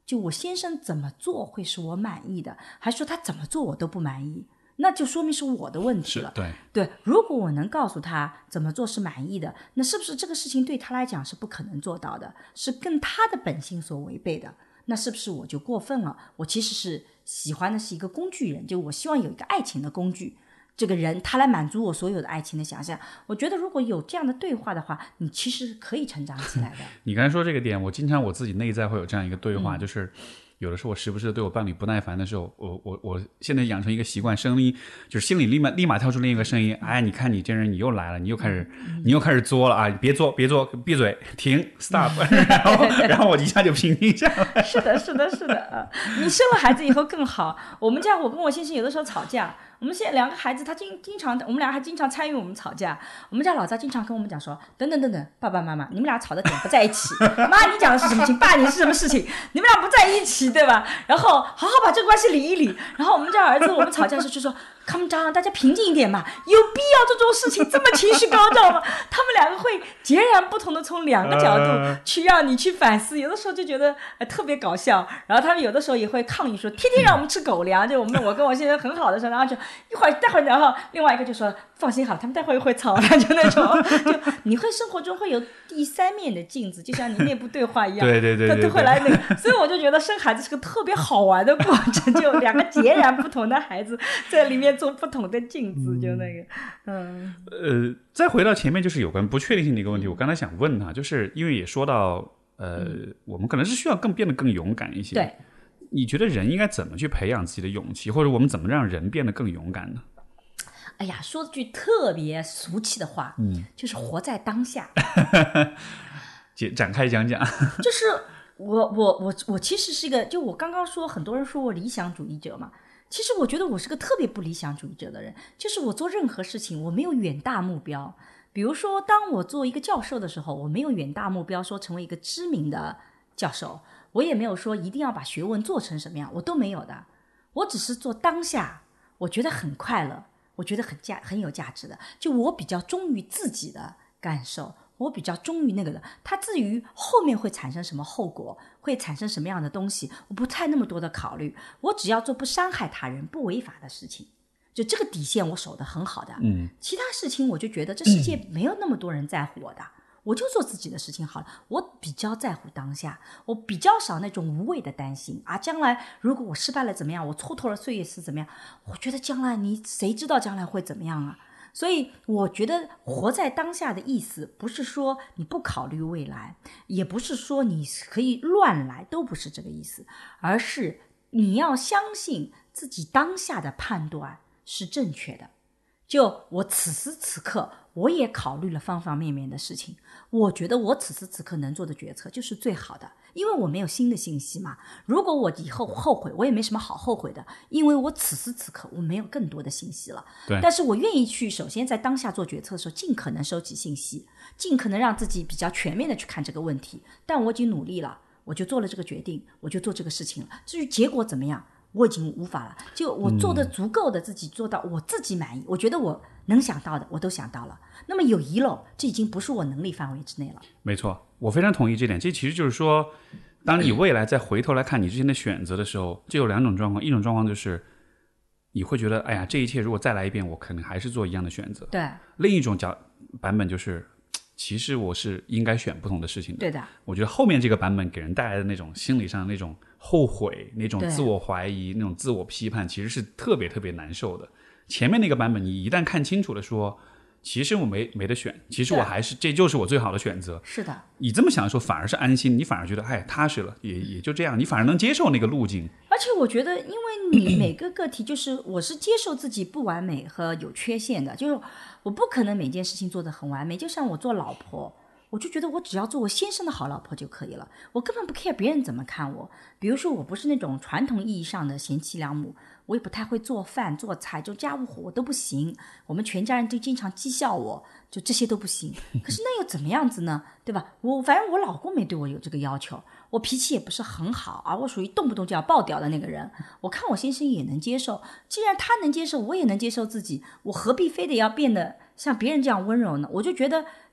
就我先生怎么做会是我满意的，还是说他怎么做我都不满意，那就说明是我的问题了。 对对，如果我能告诉他怎么做是满意的，那是不是这个事情对他来讲是不可能做到的，是跟他的本性所违背的，那是不是我就过分了？我其实是喜欢的是一个工具人，就我希望有一个爱情的工具，这个人他来满足我所有的爱情的想象。我觉得如果有这样的对话的话，你其实可以成长起来的。 你刚才说这个点，我经常我自己内在会有这样一个对话，嗯、就是有的时候我时不时对我伴侣不耐烦的时候，我我我现在养成一个习惯，声音就是心里立马立马跳出另一个声音，哎，你看你这人你又来了，你又开始、嗯、你又开始作了啊！别作别作，闭嘴，停 ，stop， 然后然后我一下就平静下来。 是的，是的，是的啊！你生了孩子以后更好。我们家我跟我先生有的时候吵架。我们现在两个孩子，他经经常，我们俩还经常参与我们吵架。我们家老赵经常跟我们讲说，等等等等，爸爸妈妈，你们俩吵的点不在一起。妈，你讲的是什么情？爸，你是什么事情？你们俩不在一起，对吧？然后好好把这个关系理一理。然后我们家儿子，我们吵架的时候就说 ，calm down， 大家平静一点嘛，有必要做这种事情这么情绪高涨吗？他们两个会截然不同的从两个角度去让你去反思，有的时候就觉得、呃、特别搞笑。然后他们有的时候也会抗议说，天天让我们吃狗粮。就我们我跟我先生很好的时候，然后就一会儿待会儿，然后另外一个就说放心好，他们待会儿会吵的，就那种，就你会生活中会有第三面的镜子，就像你内部对话一样， 对对对对对， 都会来那个。所以我就觉得生孩子是个特别好玩的过程，就两个截然不同的孩子在里面做不同的镜子，就那个，嗯。 呃，再回到前面，就是有关不确定性的一个问题，我刚才想问他，就是因为也说到，呃，嗯、我们可能是需要更变得更勇敢一些。 对。 你觉得人应该怎么去培养自己的勇气，或者我们怎么让人变得更勇敢呢？ 哎呀，说句特别俗气的话，嗯，就是活在当下。 展开讲讲。 就是我我我我其实是一个，就我刚刚说，很多人说我理想主义者嘛，其实我觉得我是个特别不理想主义者的人，就是我做任何事情我没有远大目标。比如说，当我做一个教授的时候，我没有远大目标，说成为一个知名的教授。我也没有说一定要把学问做成什么样，我都没有的。我只是做当下，我觉得很快乐，我觉得很价很有价值的。就我比较忠于自己的感受，我比较忠于那个的。它至于后面会产生什么后果，会产生什么样的东西，我不太那么多的考虑。我只要做不伤害他人、不违法的事情，就这个底线我守得很好的。嗯，其他事情我就觉得这世界没有那么多人在乎我的。嗯，我就做自己的事情好了，我比较在乎当下，我比较少那种无谓的担心啊，将来如果我失败了怎么样，我蹉跎了岁月是怎么样，我觉得将来你谁知道将来会怎么样啊？所以我觉得活在当下的意思不是说你不考虑未来，也不是说你可以乱来，都不是这个意思，而是你要相信自己当下的判断是正确的。就我此时此刻我也考虑了方方面面的事情，我觉得我此时此刻能做的决策就是最好的，因为我没有新的信息嘛。如果我以后后悔，我也没什么好后悔的，因为我此时此刻我没有更多的信息了。 对， 但是我愿意去首先在当下做决策的时候尽可能收集信息，尽可能让自己比较全面的去看这个问题。但我已经努力了，我就做了这个决定，我就做这个事情了，至于结果怎么样我已经无法了，就我做的足够的自己做到我自己满意、嗯、我觉得我能想到的我都想到了，那么有遗漏这已经不是我能力范围之内了。 没错，我非常同意这点。这其实就是说当你未来再回头来看你之前的选择的时候，就有两种状况，一种状况就是你会觉得哎呀这一切如果再来一遍我可能还是做一样的选择， 对， 另一种角版本就是其实我是应该选不同的事情的。 对的， 我觉得后面这个版本给人带来的那种心理上的那种后悔，那种自我怀疑，那种自我批判，其实是特别特别难受的。前面那个版本你一旦看清楚了说其实我没没得选，其实我还是这就是我最好的选择。 是的， 你这么想的时候反而是安心，你反而觉得哎踏实了，也也就这样，你反而能接受那个路径。 而且我觉得因为你每个个体就是我是接受自己不完美和有缺陷的，就是我不可能每件事情做得很完美。就像我做老婆，我就觉得我只要做我先生的好老婆就可以了，我根本不 care 别人怎么看我。比如说我不是那种传统意义上的贤妻良母，我也不太会做饭做菜，就家务活我都不行，我们全家人就经常讥笑我，就这些都不行。可是那又怎么样子呢，对吧？我反正我老公没对我有这个要求，我脾气也不是很好啊，我属于动不动就要爆掉的那个人。我看我先生也能接受，既然他能接受，我也能接受自己，我何必非得要变得像别人这样温柔呢？我就觉得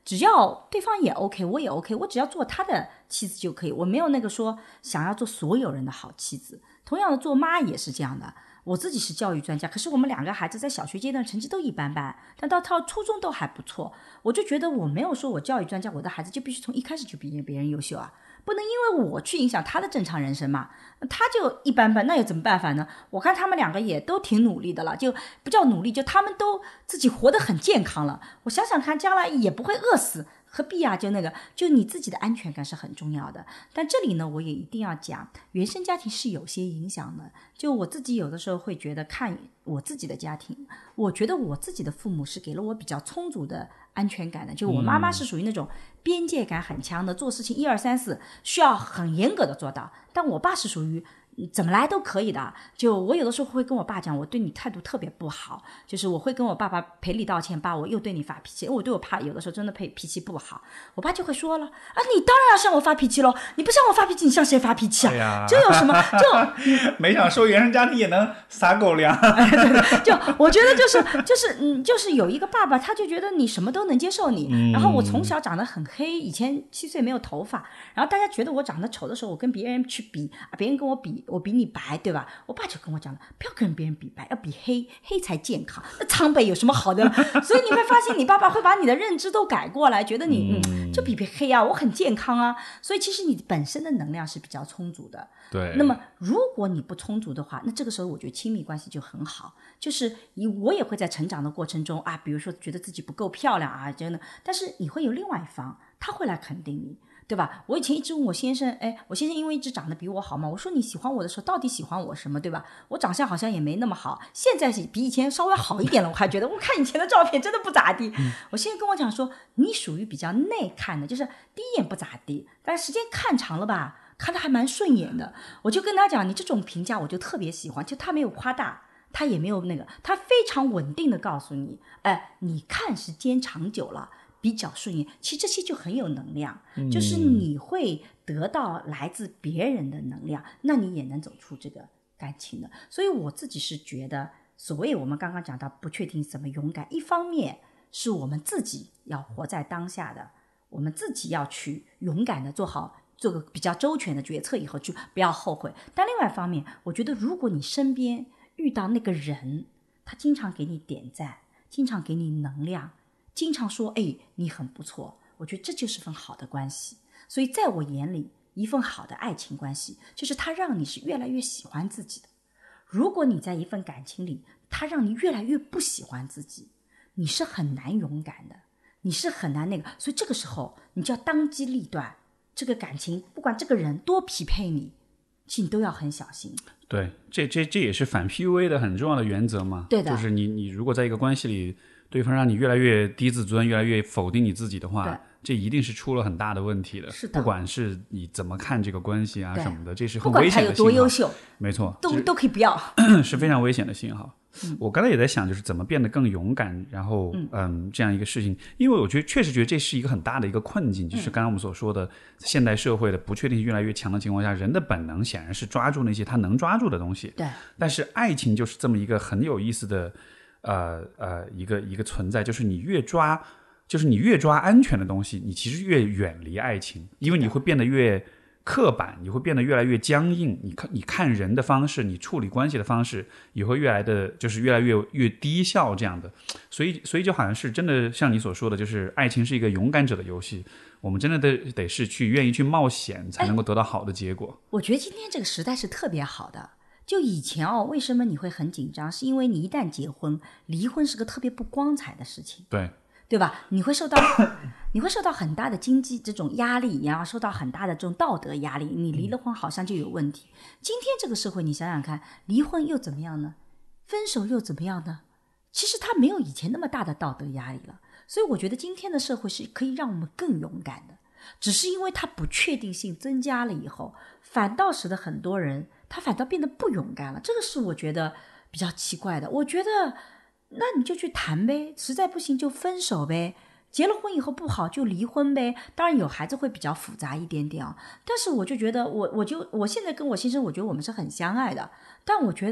只要对方也 OK， 我也 OK， 我只要做他的妻子就可以，我没有那个说想要做所有人的好妻子。同样的，做妈也是这样的。我自己是教育专家，可是我们两个孩子在小学阶段成绩都一般般，但到到初中都还不错。我就觉得我没有说我教育专家，我的孩子就必须从一开始就比别人优秀啊，不能因为我去影响他的正常人生嘛，他就一般般，那有怎么办法呢？我看他们两个也都挺努力的了，就不叫努力，就他们都自己活得很健康了。我想想看，将来也不会饿死。何必啊？就那个，就你自己的安全感是很重要的。但这里呢，我也一定要讲，原生家庭是有些影响的。就我自己有的时候会觉得，看我自己的家庭，我觉得我自己的父母是给了我比较充足的安全感的。就我妈妈是属于那种边界感很强的，做事情一二三四需要很严格的做到，但我爸是属于怎么来都可以的。就我有的时候会跟我爸讲，我对你态度特别不好，就是我会跟我爸爸赔礼道歉，爸我又对你发脾气，因为我对我爸有的时候真的脾气不好，我爸就会说了啊，你当然要向我发脾气咯，你不向我发脾气你向谁发脾气啊、哎、呀这有什么就没想说原生家庭也能撒狗粮就我觉得就是就是嗯，就是有一个爸爸他就觉得你什么都能接受你、嗯、然后我从小长得很黑，以前七岁没有头发，然后大家觉得我长得丑的时候，我跟别人去比，别人跟我比我比你白，对吧？我爸就跟我讲了，不要跟别人比白，要比黑，黑才健康。那苍白有什么好的？所以你会发现，你爸爸会把你的认知都改过来，觉得你嗯，就比比黑啊，我很健康啊。所以其实你本身的能量是比较充足的。 对。 那么如果你不充足的话，那这个时候我觉得亲密关系就很好。就是你我也会在成长的过程中啊，比如说觉得自己不够漂亮啊，真的，但是你会有另外一方，他会来肯定你。对吧？我以前一直问我先生，哎，我先生因为一直长得比我好嘛，我说你喜欢我的时候到底喜欢我什么，对吧？我长相好像也没那么好，现在比以前稍微好一点了，我还觉得我看以前的照片真的不咋地。嗯、我现在跟我讲说，你属于比较内看的，就是第一眼不咋地，但时间看长了吧，看得还蛮顺眼的。我就跟他讲，你这种评价我就特别喜欢，就他没有夸大，他也没有那个，他非常稳定的告诉你，哎，你看时间长久了。比较顺眼，其实这些就很有能量、嗯、就是你会得到来自别人的能量，那你也能走出这个感情的。所以我自己是觉得，所谓我们刚刚讲到不确定怎么勇敢，一方面是我们自己要活在当下的，我们自己要去勇敢的做好做个比较周全的决策，以后就不要后悔。但另外一方面，我觉得如果你身边遇到那个人，他经常给你点赞，经常给你能量，经常说哎，你很不错，我觉得这就是份好的关系。所以在我眼里，一份好的爱情关系就是它让你是越来越喜欢自己的。如果你在一份感情里，它让你越来越不喜欢自己，你是很难勇敢的，你是很难那个。所以这个时候你就要当机立断，这个感情不管这个人多匹配你，其实你都要很小心。 对，这这这也是反 P U A 的很重要的原则嘛。 对的， 就是你你如果在一个关系里，对方让你越来越低自尊，越来越否定你自己的话，这一定是出了很大的问题的。 是的， 不管是你怎么看这个关系啊什么的，这是很危险的信号。 不管他有多优秀， 没错， 都都可以不要， 是非常危险的信号。嗯、我刚才也在想，就是怎么变得更勇敢，然后嗯、呃，这样一个事情，因为我觉得确实觉得这是一个很大的一个困境，就是刚刚我们所说的，现代社会的不确定性越来越强的情况下，人的本能显然是抓住那些他能抓住的东西。 对， 但是爱情就是这么一个很有意思的。呃呃，一个一个存在，就是你越抓，就是你越抓安全的东西，你其实越远离爱情，因为你会变得越刻板，你会变得越来越僵硬。你看，你看人的方式，你处理关系的方式，也会越来的，就是越来越越低效这样的。所以，所以就好像是真的像你所说的，就是爱情是一个勇敢者的游戏，我们真的得得是去愿意去冒险，才能够得到好的结果。 我觉得今天这个时代是特别好的。就以前哦，为什么你会很紧张？是因为你一旦结婚，离婚是个特别不光彩的事情， 对对吧？你会受到你会受到很大的经济这种压力，然后受到很大的这种道德压力。你离了婚好像就有问题。今天这个社会，你想想看，离婚又怎么样呢？分手又怎么样呢？其实它没有以前那么大的道德压力了。所以我觉得今天的社会是可以让我们更勇敢的，只是因为它不确定性增加了以后，反倒使得很多人他反倒变得不勇敢了，这个是我觉得比较奇怪的。我觉得那你就去谈呗，实在不行就分手呗，结了婚以后不好就离婚呗。当然有孩子会比较复杂一点点啊，但是我就觉得我我就我现在跟我先生，我觉得我们是很相爱的，但我觉得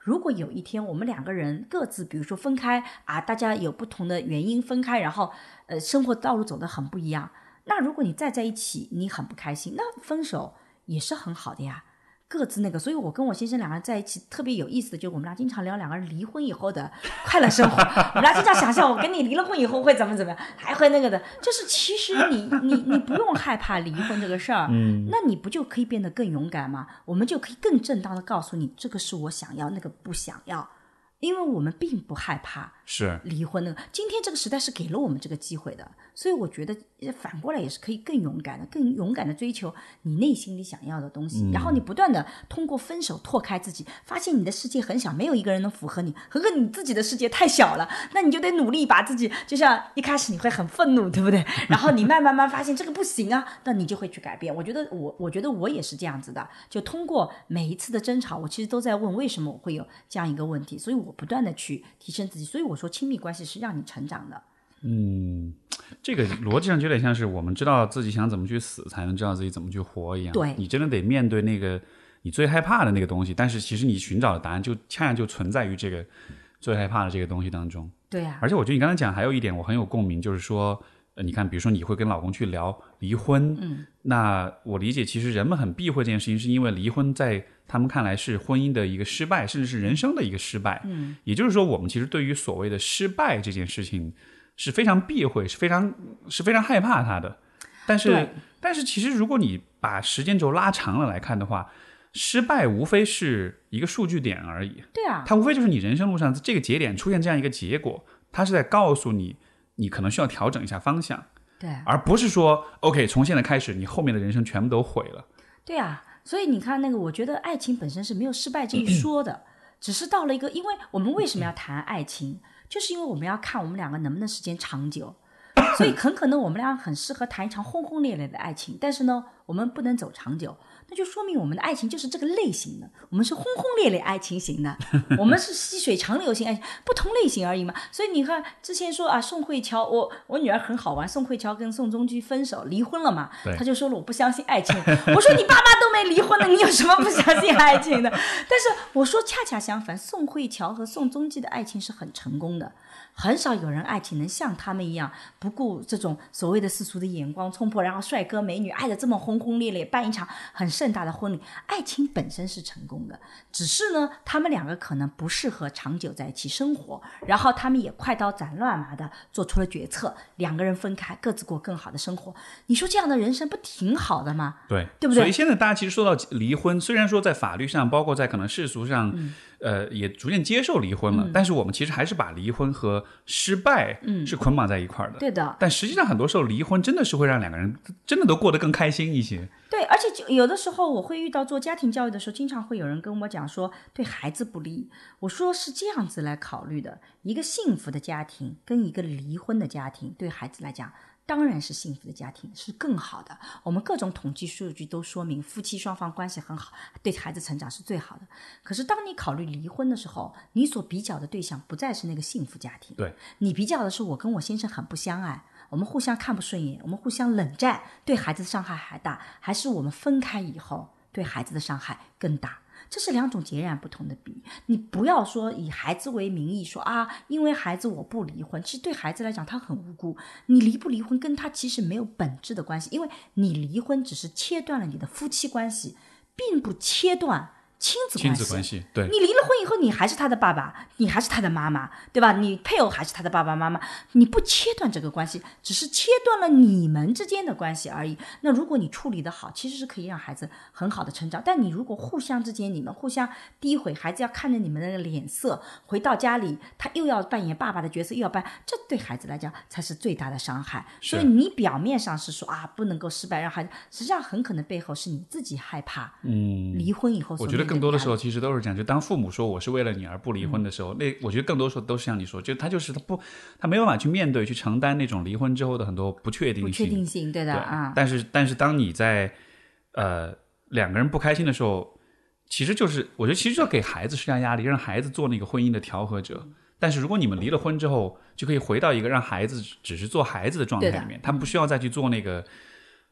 如果有一天我们两个人各自比如说分开啊，大家有不同的原因分开，然后呃生活道路走得很不一样，那如果你再在一起你很不开心，那分手也是很好的呀，各自那个。所以我跟我先生两个人在一起特别有意思的，就是我们俩经常聊两个人离婚以后的快乐生活我们俩经常想象我跟你离了婚以后会怎么怎么样，还会那个的，就是其实你你你不用害怕离婚这个事儿、嗯、那你不就可以变得更勇敢吗？我们就可以更正当的告诉你，这个是我想要，那个不想要，因为我们并不害怕是离婚的。今天这个时代是给了我们这个机会的，所以我觉得反过来也是可以更勇敢的，更勇敢的追求你内心里想要的东西、嗯、然后你不断的通过分手拓开自己，发现你的世界很小，没有一个人能符合你，和和你自己的世界太小了，那你就得努力把自己，就像一开始你会很愤怒对不对，然后你慢慢慢发现这个不行啊，那你就会去改变。我觉得我我觉得我也是这样子的，就通过每一次的争吵，我其实都在问为什么我会有这样一个问题，所以我不断的去提升自己。所以我说亲密关系是让你成长的。 嗯，这个逻辑上就有点像是我们知道自己想怎么去死，才能知道自己怎么去活一样。 对， 你真的得面对那个你最害怕的那个东西，但是其实你寻找的答案就恰恰就存在于这个最害怕的这个东西当中。 对啊， 而且我觉得你刚才讲还有一点我很有共鸣，就是说呃，你看比如说你会跟老公去聊离婚， 嗯， 那我理解其实人们很避讳这件事情，是因为离婚在他们看来是婚姻的一个失败，甚至是人生的一个失败。 嗯， 也就是说我们其实对于所谓的失败这件事情是非常避讳，是非常是非常害怕它的。但是但是其实如果你把时间轴拉长了来看的话，失败无非是一个数据点而已。 对啊， 它无非就是你人生路上这个节点出现这样一个结果，它是在告诉你你可能需要调整一下方向。 对， 而不是说 OK 从现在开始你后面的人生全部都毁了。 对啊，所以你看那个，我觉得爱情本身是没有失败这一说的只是到了一个，因为我们为什么要谈爱情，就是因为我们要看我们两个能不能时间长久，所以很可能我们俩很适合谈一场轰轰烈烈的爱情，但是呢我们不能走长久，那就说明我们的爱情就是这个类型的，我们是轰轰烈烈爱情型的，我们是细水长流型爱情，不同类型而已嘛。所以你看之前说啊，宋慧乔，我我女儿很好玩，宋慧乔跟宋仲基分手离婚了嘛，她就说了我不相信爱情，我说你爸妈都没离婚了，你有什么不相信爱情的？但是我说恰恰相反，宋慧乔和宋仲基的爱情是很成功的，很少有人爱情能像他们一样不顾这种所谓的世俗的眼光冲破，然后帅哥美女爱得这么轰轰烈烈，办一场很盛大的婚礼。爱情本身是成功的，只是呢他们两个可能不适合长久在一起生活，然后他们也快刀斩乱麻的做出了决策，两个人分开各自过更好的生活。你说这样的人生不挺好的吗？ 对， 对不对？ 所以现在大家其实说到离婚，虽然说在法律上包括在可能世俗上、嗯、呃也逐渐接受离婚了、嗯、但是我们其实还是把离婚和失败是捆绑在一块的、嗯、 对的。 但实际上很多时候离婚真的是会让两个人真的都过得更开心一些。 对，而且有的时候我会遇到做家庭教育的时候，经常会有人跟我讲说对孩子不利，我说是这样子来考虑的，一个幸福的家庭跟一个离婚的家庭对孩子来讲当然是幸福的家庭是更好的，我们各种统计数据都说明夫妻双方关系很好，对孩子成长是最好的。可是当你考虑离婚的时候，你所比较的对象不再是那个幸福家庭， 对， 你比较的是我跟我先生很不相爱，我们互相看不顺眼，我们互相冷战，对孩子的伤害还大，还是我们分开以后对孩子的伤害更大。这是两种截然不同的比。你不要说以孩子为名义说啊，因为孩子我不离婚，其实对孩子来讲他很无辜，你离不离婚跟他其实没有本质的关系，因为你离婚只是切断了你的夫妻关系，并不切断亲子关系。 亲子关系，对， 你离了婚以后你还是他的爸爸，你还是他的妈妈，对吧？你配偶还是他的爸爸妈妈，你不切断这个关系，只是切断了你们之间的关系而已。那如果你处理得好，其实是可以让孩子很好的成长。但你如果互相之间你们互相诋毁，孩子要看着你们的脸色，回到家里他又要扮演爸爸的角色，又要扮，这对孩子来讲才是最大的伤害。所以你表面上是说啊不能够失败让孩子，实际上很可能背后是你自己害怕嗯离婚以后所面对的压力。 我觉得更多的时候其实都是这样，就当父母说我是为了你而不离婚的时候、嗯、那我觉得更多时候都是像你说，就他就是他不他没办法去面对去承担那种离婚之后的很多不确定性不确定性对的对、啊、 但是但是当你在呃两个人不开心的时候，其实就是我觉得其实就要给孩子施加压力，让孩子做那个婚姻的调和者、嗯、但是如果你们离了婚之后就可以回到一个让孩子只是做孩子的状态里面，他不需要再去做那个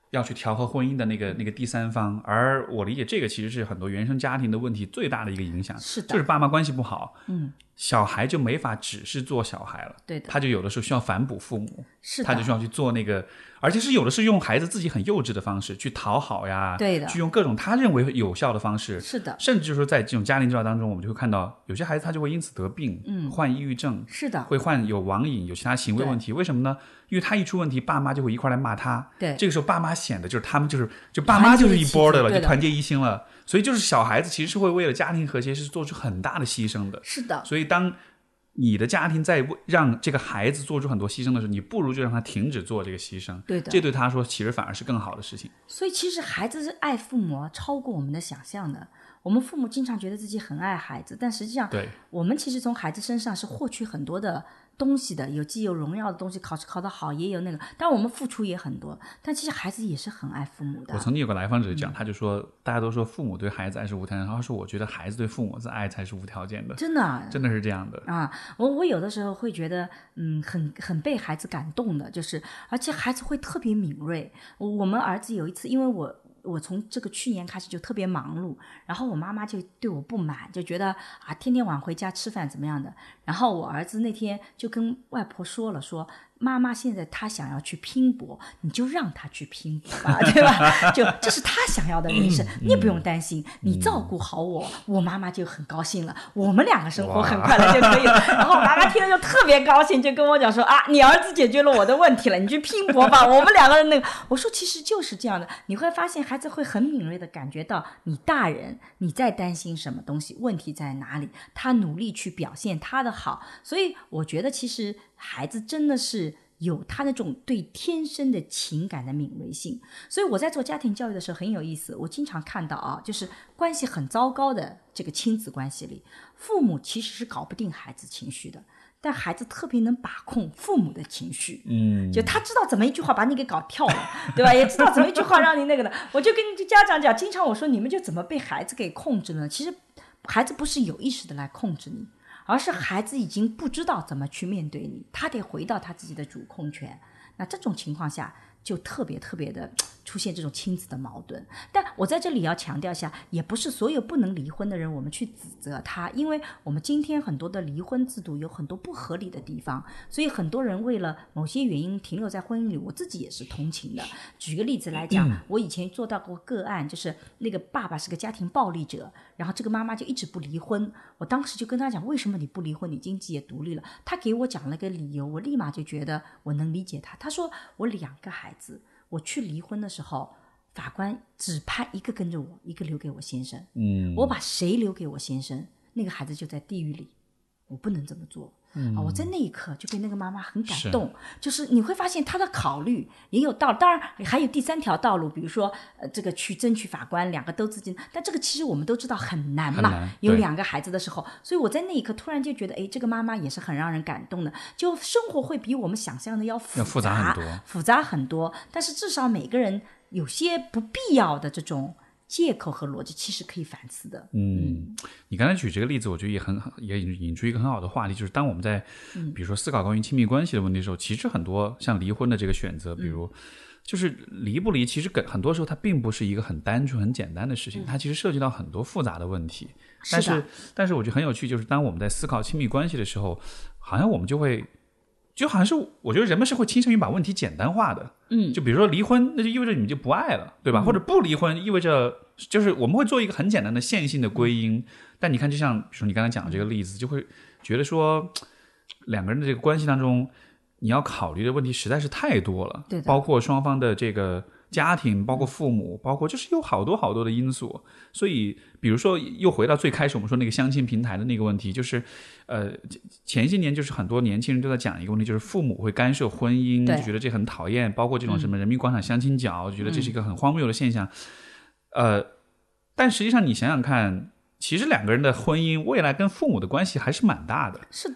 要去调和婚姻的那个那个第三方，而我理解这个其实是很多原生家庭的问题最大的一个影响， 是的， 就是爸妈关系不好， 嗯， 小孩就没法只是做小孩了， 对的， 他就有的时候需要反哺父母， 是的， 他就需要去做那个，而且是有的是用孩子自己很幼稚的方式去讨好呀， 对的， 去用各种他认为有效的方式， 是的， 甚至就是说在这种家庭治疗当中，我们就会看到有些孩子他就会因此得病， 嗯， 患抑郁症， 是的， 会患有网瘾，有其他行为问题，为什么呢？因为他一出问题，爸妈就会一块来骂他， 对， 这个时候爸妈显得就是他们就是就爸妈就是一波的了，就团结一心了，所以就是小孩子其实是会为了家庭和谐是做出很大的牺牲的， 是的， 所以当你的家庭在让这个孩子做出很多牺牲的时候，你不如就让他停止做这个牺牲， 对的， 这对他说其实反而是更好的事情。 所以其实孩子是爱父母超过我们的想象的。我们父母经常觉得自己很爱孩子，但实际上对我们其实从孩子身上是获取很多的东西的，有既有荣耀的东西，考试考得好也有那个，当然我们付出也很多，但其实孩子也是很爱父母的。 我曾经有个来访者讲、嗯、他就说大家都说父母对孩子爱是无条件，他说我觉得孩子对父母的爱才是无条件的， 真的真的是这样的啊！我我有的时候会觉得嗯很很被孩子感动的，就是而且孩子会特别敏锐。我们儿子有一次，因为我我从这个去年开始就特别忙碌，然后我妈妈就对我不满，就觉得啊天天晚回家吃饭怎么样的，然后我儿子那天就跟外婆说了，说妈妈现在他想要去拼搏，你就让他去拼搏吧，对吧？就这是他想要的人生，你不用担心，你照顾好我，我妈妈就很高兴了，我们两个生活很快乐就可以了。然后我妈妈听了就特别高兴，就跟我讲说啊，你儿子解决了我的问题了，你去拼搏吧，我们两个人那个。我说其实就是这样的，你会发现孩子会很敏锐的感觉到你大人你在担心什么东西，问题在哪里，他努力去表现他的好。所以我觉得其实孩子真的是有他那种对天生的情感的敏锐性。所以我在做家庭教育的时候很有意思，我经常看到啊，就是关系很糟糕的这个亲子关系里，父母其实是搞不定孩子情绪的，但孩子特别能把控父母的情绪，嗯，就他知道怎么一句话把你给搞跳了，对吧？也知道怎么一句话让你那个的。我就跟家长讲，经常我说你们就怎么被孩子给控制呢？其实孩子不是有意识的来控制你，而是孩子已经不知道怎么去面对你，他得回到他自己的主控权。那这种情况下就特别特别的出现这种亲子的矛盾。但我在这里要强调一下，也不是所有不能离婚的人我们去指责他，因为我们今天很多的离婚制度有很多不合理的地方，所以很多人为了某些原因停留在婚姻里，我自己也是同情的。举个例子来讲、嗯、我以前做到过个案，就是那个爸爸是个家庭暴力者，然后这个妈妈就一直不离婚，我当时就跟他讲，为什么你不离婚，你经济也独立了，他给我讲了个理由，我立马就觉得我能理解他。他说我两个孩子，我去离婚的时候，法官只判一个跟着我，一个留给我先生。嗯，我把谁留给我先生，那个孩子就在地狱里，我不能这么做。嗯，啊，我在那一刻就被那个妈妈很感动，是就是你会发现她的考虑也有道理。当然还有第三条道路，比如说呃，这个去争取法官两个都自己，但这个其实我们都知道很难嘛，难有两个孩子的时候，所以我在那一刻突然就觉得，哎，这个妈妈也是很让人感动的。就生活会比我们想象的要复杂， 要复杂很多， 复杂很多。但是至少每个人有些不必要的这种借口和逻辑其实可以反思的。 嗯，你刚才举这个例子，我觉得也很也引出一个很好的话题，就是当我们在比如说思考关于亲密关系的问题的时候，其实很多像离婚的这个选择，比如就是离不离，其实很多时候它并不是一个很单纯很简单的事情，它其实涉及到很多复杂的问题。但是但是我觉得很有趣，就是当我们在思考亲密关系的时候，好像我们就会就好像是我觉得人们是会倾向于把问题简单化的。嗯，就比如说离婚，那就意味着你们就不爱了，对吧？嗯、或者不离婚意味着就是我们会做一个很简单的线性的归因。嗯、但你看，就像比如说你刚才讲的这个例子，就会觉得说两个人的这个关系当中，你要考虑的问题实在是太多了， 对的， 包括双方的这个家庭，包括父母，包括就是有好多好多的因素。所以比如说又回到最开始我们说那个相亲平台的那个问题，就是呃前些年就是很多年轻人都在讲一个问题，就是父母会干涉婚姻，就觉得这很讨厌，包括这种什么人民广场相亲角、嗯、觉得这是一个很荒谬的现象。呃但实际上你想想看，其实两个人的婚姻未来跟父母的关系还是蛮大的。 是的，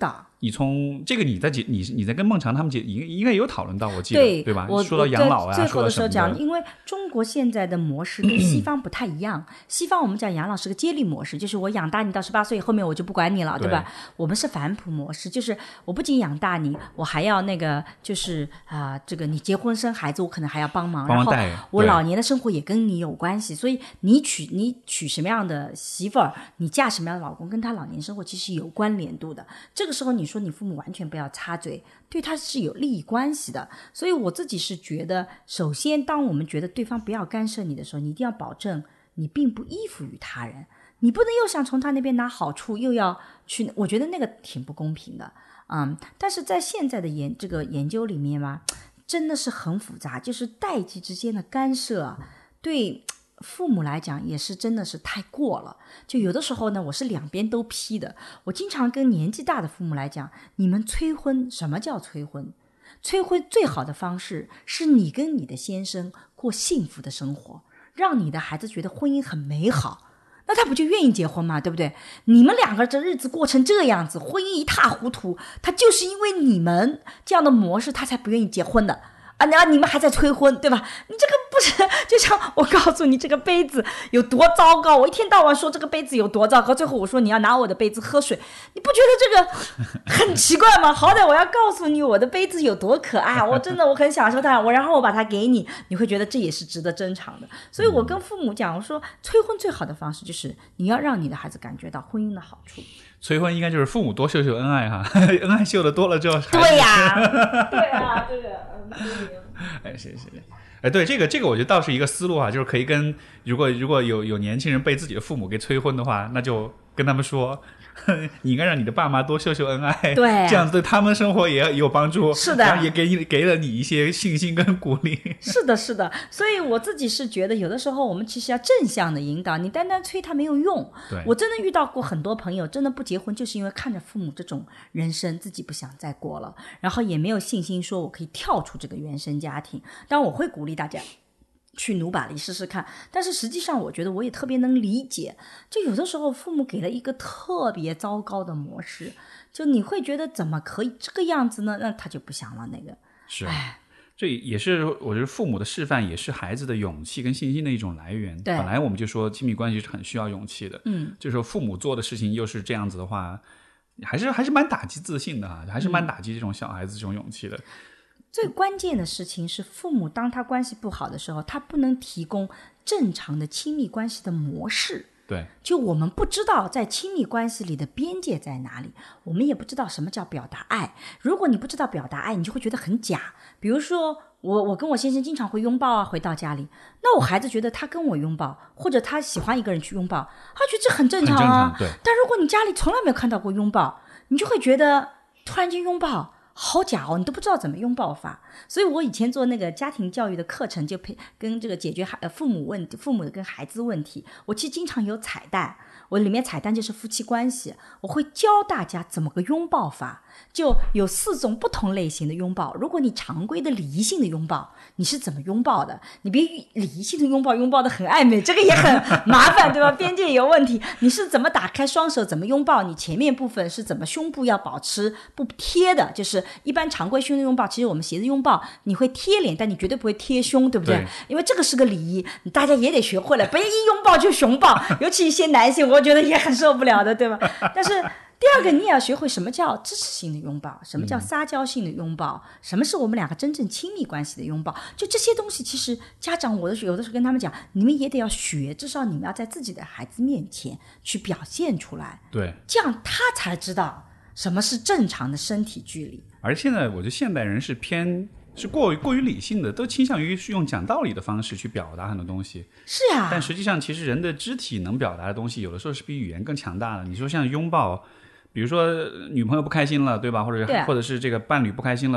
你从这个你在解你你在跟孟尝他们解应应该有讨论到，我记得对, 对吧？ 我说到养老啊， 最后的时候讲， 说到什么的因为中国现在的模式跟西方不太一样。西方我们讲养老是个接力模式，就是我养大你到十八岁，后面我就不管你了，对吧？我们是反哺模式，就是我不仅养大你，我还要那个就是啊、呃，这个你结婚生孩子，我可能还要帮忙， 帮忙带， 然后我老年的生活也跟你有关系，所以你娶你娶什么样的媳妇儿，你嫁什么样的老公，跟他老年生活其实有关联度的。这个时候你说你父母完全不要插嘴，对他是有利益关系的。所以我自己是觉得，首先当我们觉得对方不要干涉你的时候，你一定要保证你并不依附于他人，你不能又想从他那边拿好处，又要去，我觉得那个挺不公平的。嗯，但是在现在的研这个研究里面嘛，真的是很复杂，就是代际之间的干涉啊，对父母来讲也是真的是太过了。就有的时候呢，我是两边都批的。我经常跟年纪大的父母来讲，你们催婚，什么叫催婚？催婚最好的方式是你跟你的先生过幸福的生活，让你的孩子觉得婚姻很美好，那他不就愿意结婚吗？对不对？你们两个这日子过成这样子，婚姻一塌糊涂，他就是因为你们这样的模式，他才不愿意结婚的啊！然后你们还在催婚，对吧？你这个不是，就像我告诉你这个杯子有多糟糕，我一天到晚说这个杯子有多糟糕，最后我说你要拿我的杯子喝水，你不觉得这个很奇怪吗？好歹我要告诉你我的杯子有多可爱，我真的我很享受它，我然后我把它给你，你会觉得这也是值得珍藏的。所以我跟父母讲，我说催婚最好的方式就是你要让你的孩子感觉到婚姻的好处。 催婚应该就是父母多秀秀恩爱哈，恩爱秀的多了之后， 对呀，对呀，对呀， 哎，谢谢。哎，对，这个这个我觉得倒是一个思路啊，就是可以跟如果如果有有年轻人被自己的父母给催婚的话，那就跟他们说，你应该让你的爸妈多秀秀恩爱， 对、啊， 这样子对他们生活也有帮助， 是的， 然后也给你给了你一些信心跟鼓励。 是的，是的，所以我自己是觉得，有的时候我们其实要正向的引导，你单单催他没有用。 对， 我真的遇到过很多朋友，真的不结婚，就是因为看着父母这种人生，自己不想再过了，然后也没有信心说我可以跳出这个原生家庭。当然，我会鼓励大家去努把力试试看，但是实际上我觉得我也特别能理解，就有的时候父母给了一个特别糟糕的模式，就你会觉得怎么可以这个样子呢？那他就不想了。那个是，这也是我觉得父母的示范，也是孩子的勇气跟信心的一种来源。 对， 本来我们就说亲密关系是很需要勇气的， 嗯， 这时候父母做的事情又是这样子的话，还是还是蛮打击自信的哈，还是蛮打击这种小孩子这种勇气的。嗯， 最关键的事情是，父母当他关系不好的时候，他不能提供正常的亲密关系的模式。 对， 就我们不知道在亲密关系里的边界在哪里，我们也不知道什么叫表达爱。如果你不知道表达爱，你就会觉得很假。比如说我我跟我先生经常会拥抱啊，回到家里，那我孩子觉得他跟我拥抱，或者他喜欢一个人去拥抱，他觉得这很正常啊。 很正常，对。 但如果你家里从来没有看到过拥抱，你就会觉得突然间拥抱好假哦，你都不知道怎么拥抱法。所以我以前做那个家庭教育的课程，就陪跟这个解决孩父母问题、父母跟孩子问题，我其实经常有彩蛋，我里面彩蛋就是夫妻关系，我会教大家怎么个拥抱法，就有四种不同类型的拥抱。如果你常规的礼仪性的拥抱，你是怎么拥抱的？你别礼仪性的拥抱拥抱的很暧昧，这个也很麻烦，对吧？边界有问题。你是怎么打开双手，怎么拥抱？你前面部分是怎么胸部要保持不贴的？就是一般常规胸的拥抱，其实我们斜着拥抱你会贴脸，但你绝对不会贴胸，对不对？ 对， 因为这个是个礼仪，大家也得学会了，不要一拥抱就熊抱，尤其一些男性，我觉得也很受不了的，对吧？但是第二个，你也要学会什么叫支持性的拥抱，什么叫撒娇性的拥抱，嗯、什么是我们两个真正亲密关系的拥抱。就这些东西，其实家长我的有的时候跟他们讲，你们也得要学，至少你们要在自己的孩子面前去表现出来， 对， 这样他才知道什么是正常的身体距离。 而现在我觉得现代人是偏是过于过于理性的，都倾向于用讲道理的方式去表达很多东西。 是呀， 但实际上其实人的肢体能表达的东西，有的时候是比语言更强大的。你说像拥抱，比如说女朋友不开心了，对吧？或者、 啊、 或者是这个伴侣不开心了，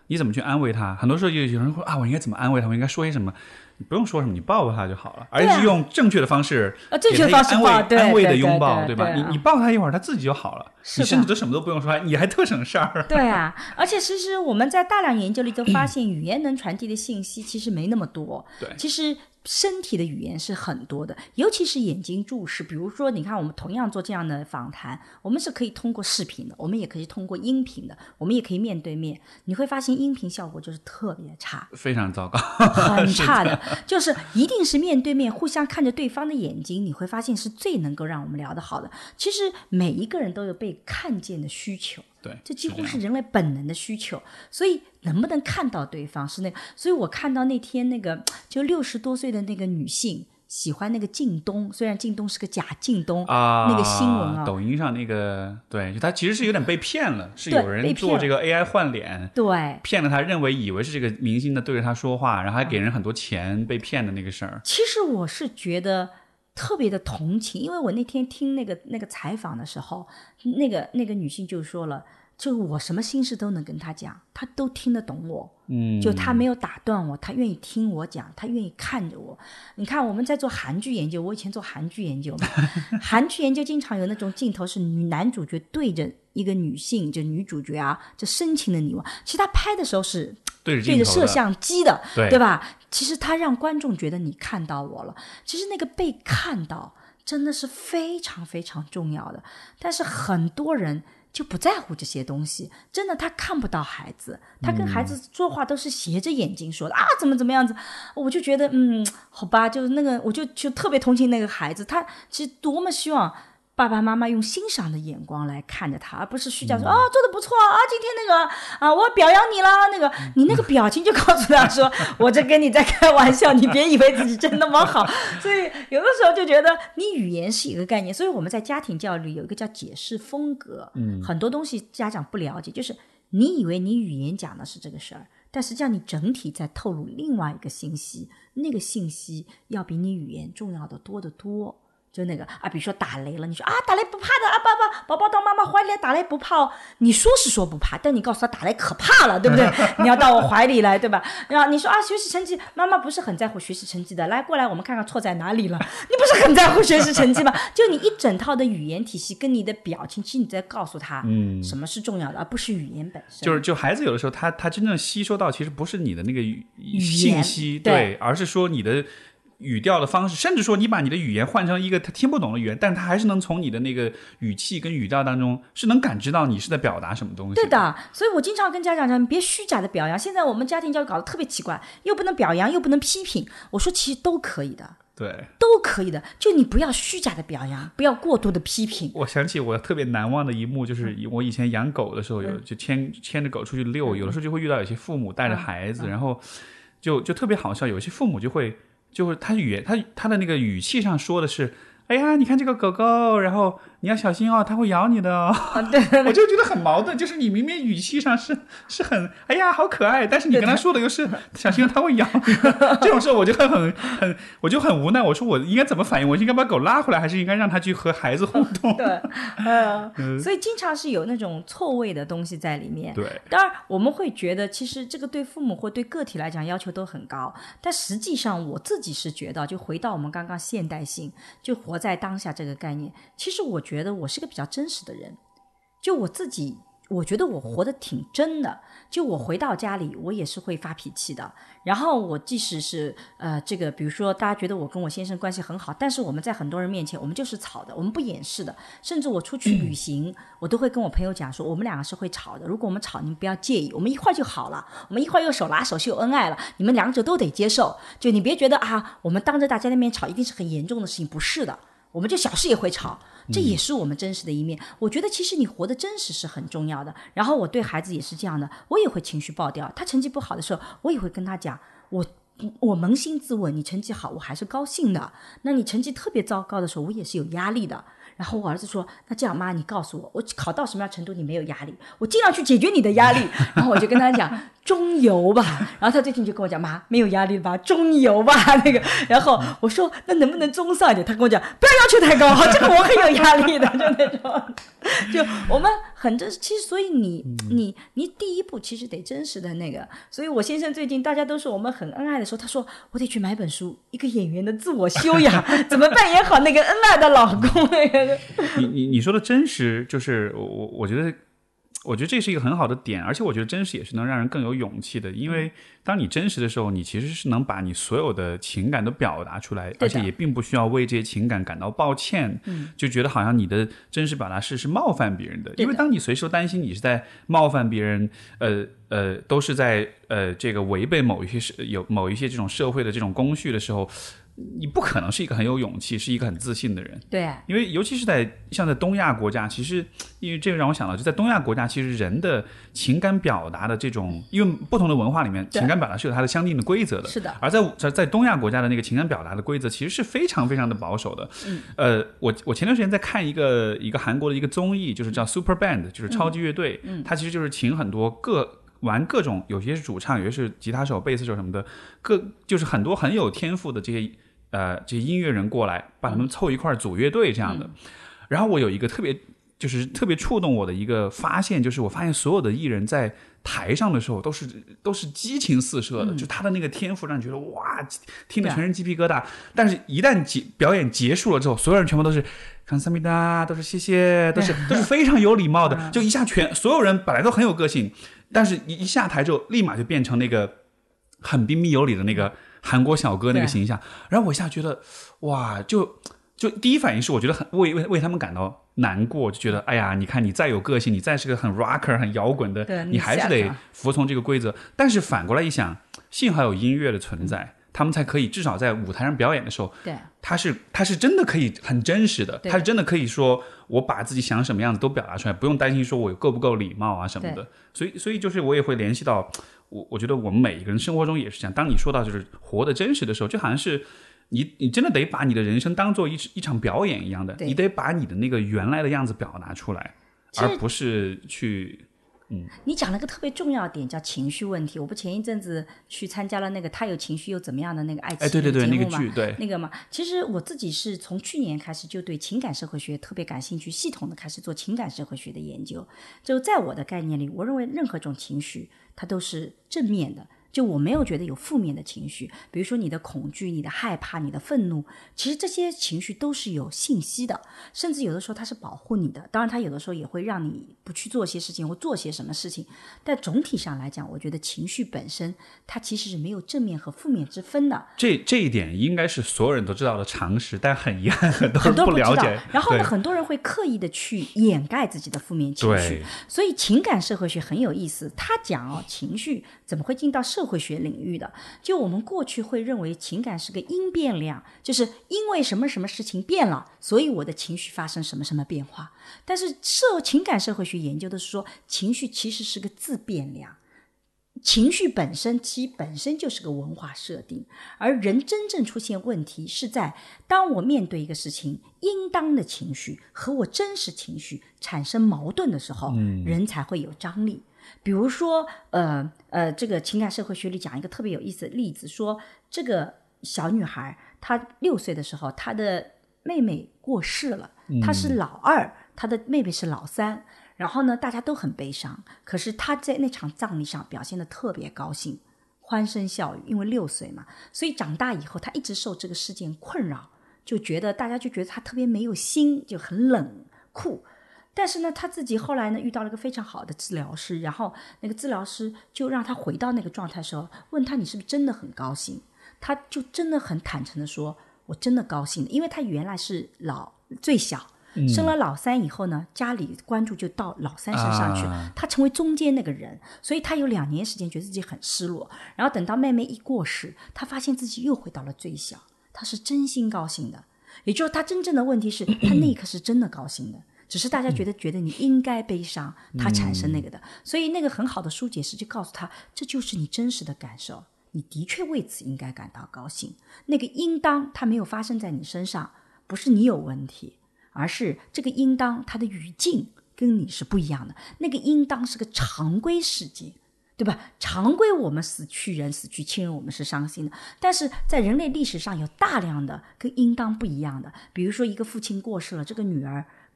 你怎么去安慰他？很多时候有有人说啊，我应该怎么安慰他？我应该说些什么？你不用说什么，你抱抱他就好了，而且是用正确的方式， 啊，正确的方式抱，对安慰的拥抱， 对吧？你你抱他一会儿，他自己就好了，你甚至都什么都不用说，你还特省事儿。 对啊，而且其实我们在大量研究里都发现，语言能传递的信息其实没那么多。 对， 其实身体的语言是很多的，尤其是眼睛注视。比如说，你看我们同样做这样的访谈，我们是可以通过视频的，我们也可以通过音频的，我们也可以面对面。你会发现音频效果就是特别差， 非常糟糕， 很差的，就是一定是面对面，互相看着对方的眼睛，你会发现是最能够让我们聊得好的。其实每一个人都有被看见的需求。 对， 这几乎是人类本能的需求，所以能不能看到对方是那个。所以我看到那天那个就六十多岁的那个女性喜欢那个靳东，虽然靳东是个假靳东啊， 那个新闻啊， 抖音上那个对，就他其实是有点被骗了，是有人做这个 A I 换脸， 对， 骗了他，认为以为是这个明星的对着他说话，然后还给人很多钱，嗯、被骗的那个事儿。 其实我是觉得特别的同情，因为我那天听那个那个采访的时候，那个那个女性就说了，就我什么心事都能跟她讲，她都听得懂我， 嗯， 就她没有打断我，她愿意听我讲，她愿意看着我。你看我们在做韩剧研究，我以前做韩剧研究嘛，韩剧研究经常有那种镜头是女男主角对着一个女性，就女主角啊，这深情的你我，其实他拍的时候是对着摄像机的， 对对吧？其实他让观众觉得你看到我了，其实那个被看到真的是非常非常重要的。但是很多人就不在乎这些东西，真的他看不到孩子，他跟孩子说话都是斜着眼睛说的、嗯、啊，怎么怎么样子，我就觉得嗯，好吧，就是那个，我就就特别同情那个孩子，他其实多么希望爸爸妈妈用欣赏的眼光来看着他，而不是虚假说、嗯、啊做得不错啊，今天那个啊我表扬你啦，那个你那个表情就告诉他说我这跟你在开玩笑，你别以为自己真那么好。所以有的时候就觉得你语言是一个概念，所以我们在家庭教育里有一个叫解释风格，嗯，很多东西家长不了解，就是你以为你语言讲的是这个事儿，但实际上你整体在透露另外一个信息，那个信息要比你语言重要的多得多。就那个啊，比如说打雷了，你说啊打雷不怕的啊，爸爸宝宝到妈妈怀里来打雷不怕哦，你说是说不怕，但你告诉他打雷可怕了，对不对？你要到我怀里来，对吧？然后你说啊学习成绩，妈妈不是很在乎学习成绩的，来过来我们看看错在哪里了，你不是很在乎学习成绩吗？就你一整套的语言体系跟你的表情，其实你在告诉他嗯什么是重要的，而不是语言本身。 就是就孩子有的时候他他真正吸收到其实不是你的那个信息，对，对，而是说你的语调的方式，甚至说你把你的语言换成一个他听不懂的语言，但他还是能从你的那个语气跟语调当中是能感知到你是在表达什么东西。 对的，所以我经常跟家长讲，别虚假的表扬。现在我们家庭教育搞得特别奇怪，又不能表扬又不能批评，我说其实都可以的， 对， 都可以的，就你不要虚假的表扬，不要过度的批评。 我想起我特别难忘的一幕，就是我以前养狗的时候，有就牵牵着狗出去遛，有的时候就会遇到有些父母带着孩子，然后就就特别好笑，有些父母就会就是他语言他他的那个语气上说的是，哎呀你看这个狗狗，然后你要小心哦，它会咬你的哦。啊、对对对，我就觉得很矛盾，就是你明明语气上是是很哎呀好可爱，但是你跟他说的又是小心它会咬你的。这种时候我就很很很我就很无奈，我说我应该怎么反应？我应该把狗拉回来，还是应该让它去和孩子互动？ 对，呃、嗯，所以经常是有那种错位的东西在里面。 对， 当然我们会觉得其实这个对父母或对个体来讲要求都很高，但实际上我自己是觉得，就回到我们刚刚现代性，就活在当下这个概念，其实我觉得我是个比较真实的人，就我自己我觉得我活得挺真的，就我回到家里我也是会发脾气的，然后我即使是呃这个比如说大家觉得我跟我先生关系很好，但是我们在很多人面前我们就是吵的，我们不掩饰的，甚至我出去旅行、嗯、我都会跟我朋友讲说我们两个是会吵的，如果我们吵你们不要介意，我们一块就好了，我们一块又手拉手秀恩爱了，你们两者都得接受，就你别觉得啊我们当着大家的面吵一定是很严重的事情，不是的，我们就小事也会吵，这也是我们真实的一面、嗯、我觉得其实你活得真实是很重要的。然后我对孩子也是这样的，我也会情绪爆掉，他成绩不好的时候我也会跟他讲，我我扪心自问，你成绩好我还是高兴的，那你成绩特别糟糕的时候我也是有压力的。然后我儿子说，那这样妈你告诉我，我考到什么样程度你没有压力，我尽量去解决你的压力。然后我就跟他讲中游吧，然后他最近就跟我讲，妈没有压力吧，中游吧那个。然后我说那能不能中上一点，他跟我讲不要要求太高，这个我很有压力的，就那种。 就我们很真，其实所以你、嗯、你你第一步其实得真实的那个。所以我先生最近大家都说我们很恩爱的时候，他说我得去买本书，一个演员的自我修养，怎么扮演好那个恩爱的老公。 你你你说的真实，就是我我觉得。我觉得这是一个很好的点，而且我觉得真实也是能让人更有勇气的，因为当你真实的时候，你其实是能把你所有的情感都表达出来，而且也并不需要为这些情感感到抱歉，就觉得好像你的真实表达是是冒犯别人的，因为当你随时都担心你是在冒犯别人，呃呃，都是在呃这个违背某一些有某一些这种社会的这种公序的时候。你不可能是一个很有勇气是一个很自信的人， 对、啊， 因为尤其是在像在东亚国家，其实因为这个让我想到就在东亚国家，其实人的情感表达的这种，因为不同的文化里面情感表达是有它的相应的规则的， 是的， 而在在东亚国家的那个情感表达的规则其实是非常非常的保守的。 嗯， 呃，我我前段时间在看一个一个韩国的一个综艺，就是叫 Super Band， 就是超级乐队，嗯，它其实就是请很多各玩各种，有些是主唱，有些是吉他手、贝斯手什么的，各就是很多很有天赋的这些。呃，这些音乐人过来把他们凑一块组乐队这样的、嗯、然后我有一个特别就是特别触动我的一个发现，就是我发现所有的艺人在台上的时候都是都是激情四射的、嗯、就他的那个天赋让你觉得哇听得全身鸡皮疙瘩，但是一旦结表演结束了之后，所有人全部都是감사합니다，都是谢谢，都是都是非常有礼貌的，就一下全所有人本来都很有个性，但是一下台之后立马就变成那个很彬彬有礼的那个韩国小哥那个形象，然后我一下觉得哇，就就第一反应是我觉得很为为为他们感到难过，就觉得哎呀，你看你再有个性，你再是个很 rocker 很摇滚的，你还是得服从这个规则。但是反过来一想，幸好有音乐的存在、嗯、他们才可以至少在舞台上表演的时候， 对， 他是他是真的可以很真实的，他是真的可以说我把自己想什么样子都表达出来，不用担心说我够不够礼貌啊什么的。所以所以就是我也会联系到我我觉得我们每一个人生活中也是这样，当你说到就是活得真实的时候，就好像是你你真的得把你的人生当做一一场表演一样的，你得把你的那个原来的样子表达出来，而不是去嗯， 你讲了个特别重要的点，叫情绪问题。我不前一阵子去参加了那个他有情绪又怎么样的那个爱情节目嘛， 哎，对对对，那个剧，对， 那个嘛。其实我自己是从去年开始就对情感社会学特别感兴趣，系统的开始做情感社会学的研究。就在我的概念里，我认为任何种情绪它都是正面的。就我没有觉得有负面的情绪，比如说你的恐惧、你的害怕、你的愤怒，其实这些情绪都是有信息的，甚至有的时候它是保护你的，当然它有的时候也会让你不去做些事情或做些什么事情，但总体上来讲，我觉得情绪本身它其实是没有正面和负面之分的。 这这一点应该是所有人都知道的常识，但很遗憾很多人不了解， 然后呢，很多人会刻意的去掩盖自己的负面情绪，所以情感社会学很有意思，他讲哦，情绪怎么会进到社会学领域的？就我们过去会认为情感是个因变量，就是因为什么什么事情变了，所以我的情绪发生什么什么变化。但是社情感社会学研究的是说，情绪其实是个自变量，情绪本身其本身就是个文化设定，而人真正出现问题是在当我面对一个事情应当的情绪和我真实情绪产生矛盾的时候、嗯、人才会有张力。比如说呃呃，这个情感社会学里讲一个特别有意思的例子，说这个小女孩她六岁的时候，她的妹妹过世了，她是老二，她的妹妹是老三，然后呢大家都很悲伤，可是她在那场葬礼上表现得特别高兴，欢声笑语，因为六岁嘛，所以长大以后她一直受这个事件困扰，就觉得大家就觉得她特别没有心，就很冷酷。但是呢，他自己后来呢遇到了一个非常好的治疗师，然后那个治疗师就让他回到那个状态的时候，问他你是不是真的很高兴？他就真的很坦诚的说，我真的高兴，因为他原来是老最小，生了老三以后呢，家里关注就到老三身上去、啊、他成为中间那个人，所以他有两年时间觉得自己很失落，然后等到妹妹一过世，他发现自己又回到了最小，他是真心高兴的，也就是他真正的问题是他那一刻是真的高兴的，只是大家觉得觉得你应该悲伤，他产生那个的、嗯、所以那个很好的书解释就告诉他，这就是你真实的感受，你的确为此应该感到高兴，那个应当它没有发生在你身上，不是你有问题，而是这个应当它的语境跟你是不一样的，那个应当是个常规事件，对吧？常规我们死去人死去亲人我们是伤心的，但是在人类历史上有大量的跟应当不一样的，比如说一个父亲过世了，这个女儿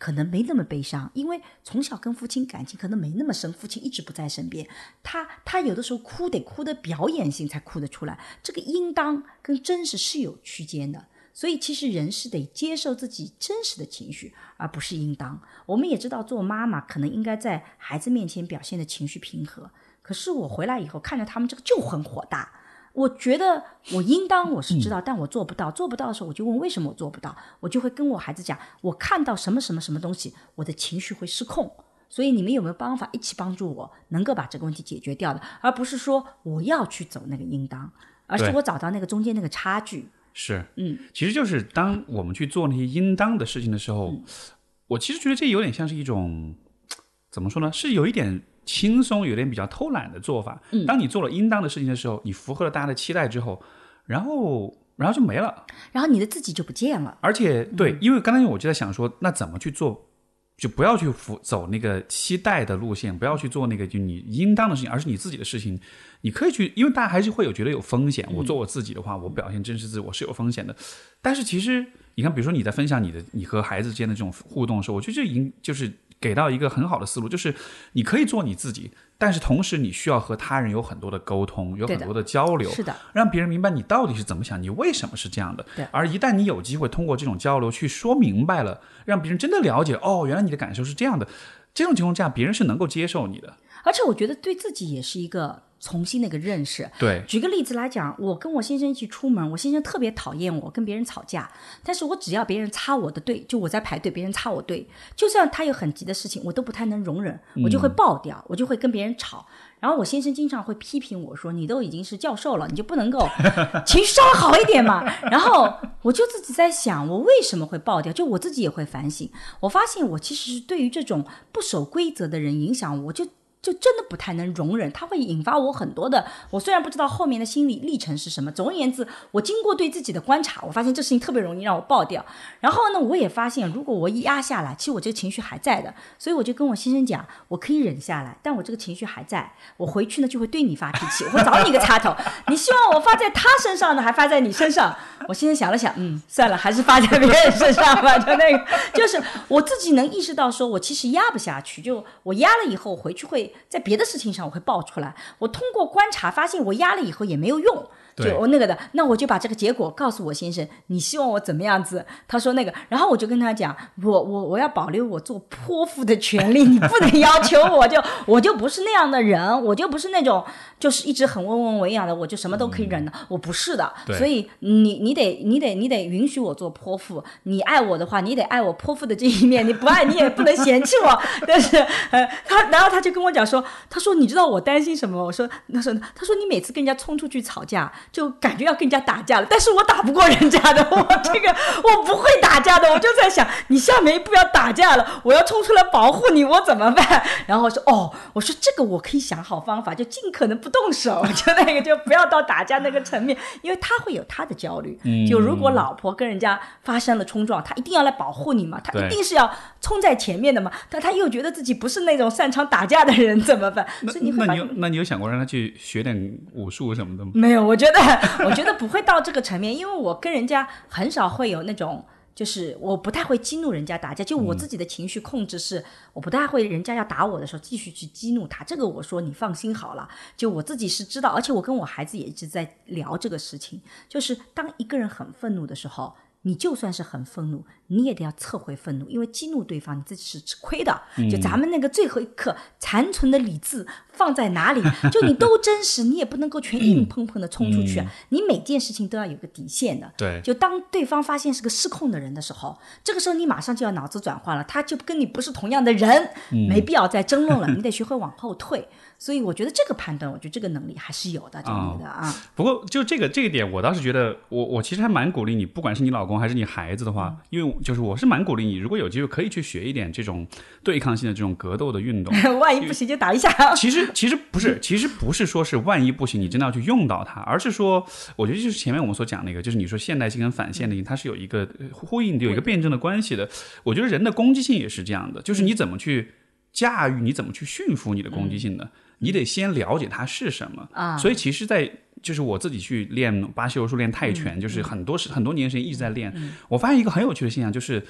可能没那么悲伤，因为从小跟父亲感情可能没那么深，父亲一直不在身边，他他有的时候哭得哭的表演性才哭得出来，这个应当跟真实是有区间的。所以其实人是得接受自己真实的情绪，而不是应当。我们也知道做妈妈可能应该在孩子面前表现的情绪平和，可是我回来以后看着他们这个就很火大，我觉得我应当我是知道，但我做不到，做不到的时候我就问为什么我做不到，我就会跟我孩子讲，我看到什么什么什么东西，我的情绪会失控，所以你们有没有办法一起帮助我能够把这个问题解决掉的，而不是说我要去走那个应当，而是我找到那个中间那个差距。 是， 嗯， 其实就是当我们去做那些应当的事情的时候、嗯、我其实觉得这有点像是一种怎么说呢，是有一点轻松有点比较偷懒的做法、嗯、当你做了应当的事情的时候，你符合了大家的期待之后，然后然后就没了， 然后你的自己就不见了。 而且对、嗯、因为刚才我就在想说那怎么去做，就不要去走那个期待的路线，不要去做那个就你应当的事情，而是你自己的事情，你可以去，因为大家还是会有觉得有风险、嗯、我做我自己的话，我表现真实自我是有风险的，但是其实你看比如说你在分享你的你和孩子之间的这种互动的时候，我觉得这已经就是给到一个很好的思路，就是你可以做你自己，但是同时你需要和他人有很多的沟通，有很多的交流， 是的， 让别人明白你到底是怎么想，你为什么是这样的。而一旦你有机会通过这种交流去说明白了，让别人真的了解，哦，原来你的感受是这样的，这种情况下别人是能够接受你的。 而且我觉得对自己也是一个重新的一个认识。 对， 举个例子来讲，我跟我先生一起出门，我先生特别讨厌我跟别人吵架，但是我只要别人插我的队，就我在排队，别人插我队，就算他有很急的事情，我都不太能容忍，我就会爆掉、嗯、我就会跟别人吵。然后我先生经常会批评我说，你都已经是教授了，你就不能够情绪稍微好一点嘛。然后我就自己在想，我为什么会爆掉，就我自己也会反省。我发现我其实是对于这种不守规则的人影响，我就就真的不太能容忍，它会引发我很多的，我虽然不知道后面的心理历程是什么，总而言之我经过对自己的观察，我发现这事情特别容易让我爆掉。然后呢我也发现如果我一压下来，其实我这个情绪还在的，所以我就跟我先生讲，我可以忍下来，但我这个情绪还在，我回去呢就会对你发脾气，我会找你一个插头你希望我发在他身上呢还发在你身上？我先生想了想，嗯，算了，还是发在别人身上吧。就那个就是我自己能意识到说我其实压不下去，就我压了以后回去会在别的事情上我会爆出来，我通过观察发现我压了以后也没有用，就我那个的，那我就把这个结果告诉我先生，你希望我怎么样子？他说那个，然后我就跟他讲，我我我要保留我做泼妇的权利，你不能要求我就我就不是那样的人，我就不是那种就是一直很温文文雅的，我就什么都可以忍的，嗯、我不是的，所以你你得你得你得允许我做泼妇，你爱我的话，你得爱我泼妇的这一面，你不爱你也不能嫌弃我。但是呃，他然后他就跟我讲说，他说你知道我担心什么？我说他说他说你每次跟人家冲出去吵架，就感觉要跟人家打架了，但是我打不过人家的，我这个我不会打架的，我就在想你下面一步要打架了，我要冲出来保护你，我怎么办？然后我说哦，我说这个我可以想好方法，就尽可能不动手，就那个就不要到打架那个层面，因为他会有他的焦虑，就如果老婆跟人家发生了冲撞，他一定要来保护你嘛，他一定是要冲在前面的嘛，但他又觉得自己不是那种擅长打架的人，怎么办？ 那所以你那你有那你有想过让他去学点武术什么的吗？ 没有，我觉得我觉得不会到这个层面，因为我跟人家很少会有那种，就是我不太会激怒人家打架，就我自己的情绪控制是、嗯、我不太会人家要打我的时候继续去激怒他，这个我说你放心好了，就我自己是知道，而且我跟我孩子也一直在聊这个事情，就是当一个人很愤怒的时候，你就算是很愤怒，你也得要撤回愤怒，因为激怒对方你自己是吃亏的、嗯、就咱们那个最后一刻残存的理智放在哪里，就你都真实你也不能够全硬碰碰的冲出去、嗯、你每件事情都要有个底线的。 对， 就当对方发现是个失控的人的时候，这个时候你马上就要脑子转换了，他就跟你不是同样的人、嗯、没必要再争论了，你得学会往后退。所以我觉得这个判断，我觉得这个能力还是有的，这个的啊。 不过就这个这个点，我倒是觉得，我我其实还蛮鼓励你，不管是你老公还是你孩子的话，嗯、因为就是我是蛮鼓励你，如果有机会可以去学一点这种对抗性的这种格斗的运动。 万一不行就打一下。 其实其实不是，其实不是说是万一不行你真的要去用到它，而是说，我觉得就是前面我们所讲那个，就是你说现代性跟反现代性，它是有一个呼应，有一个辩证的关系的。我觉得人的攻击性也是这样的，就是你怎么去驾驭，你怎么去驯服你的攻击性的。嗯，你得先了解它是什么、啊、所以其实在就是我自己去练巴西柔术练泰拳、嗯、就是很多很多年时间一直在练、嗯、我发现一个很有趣的现象，就是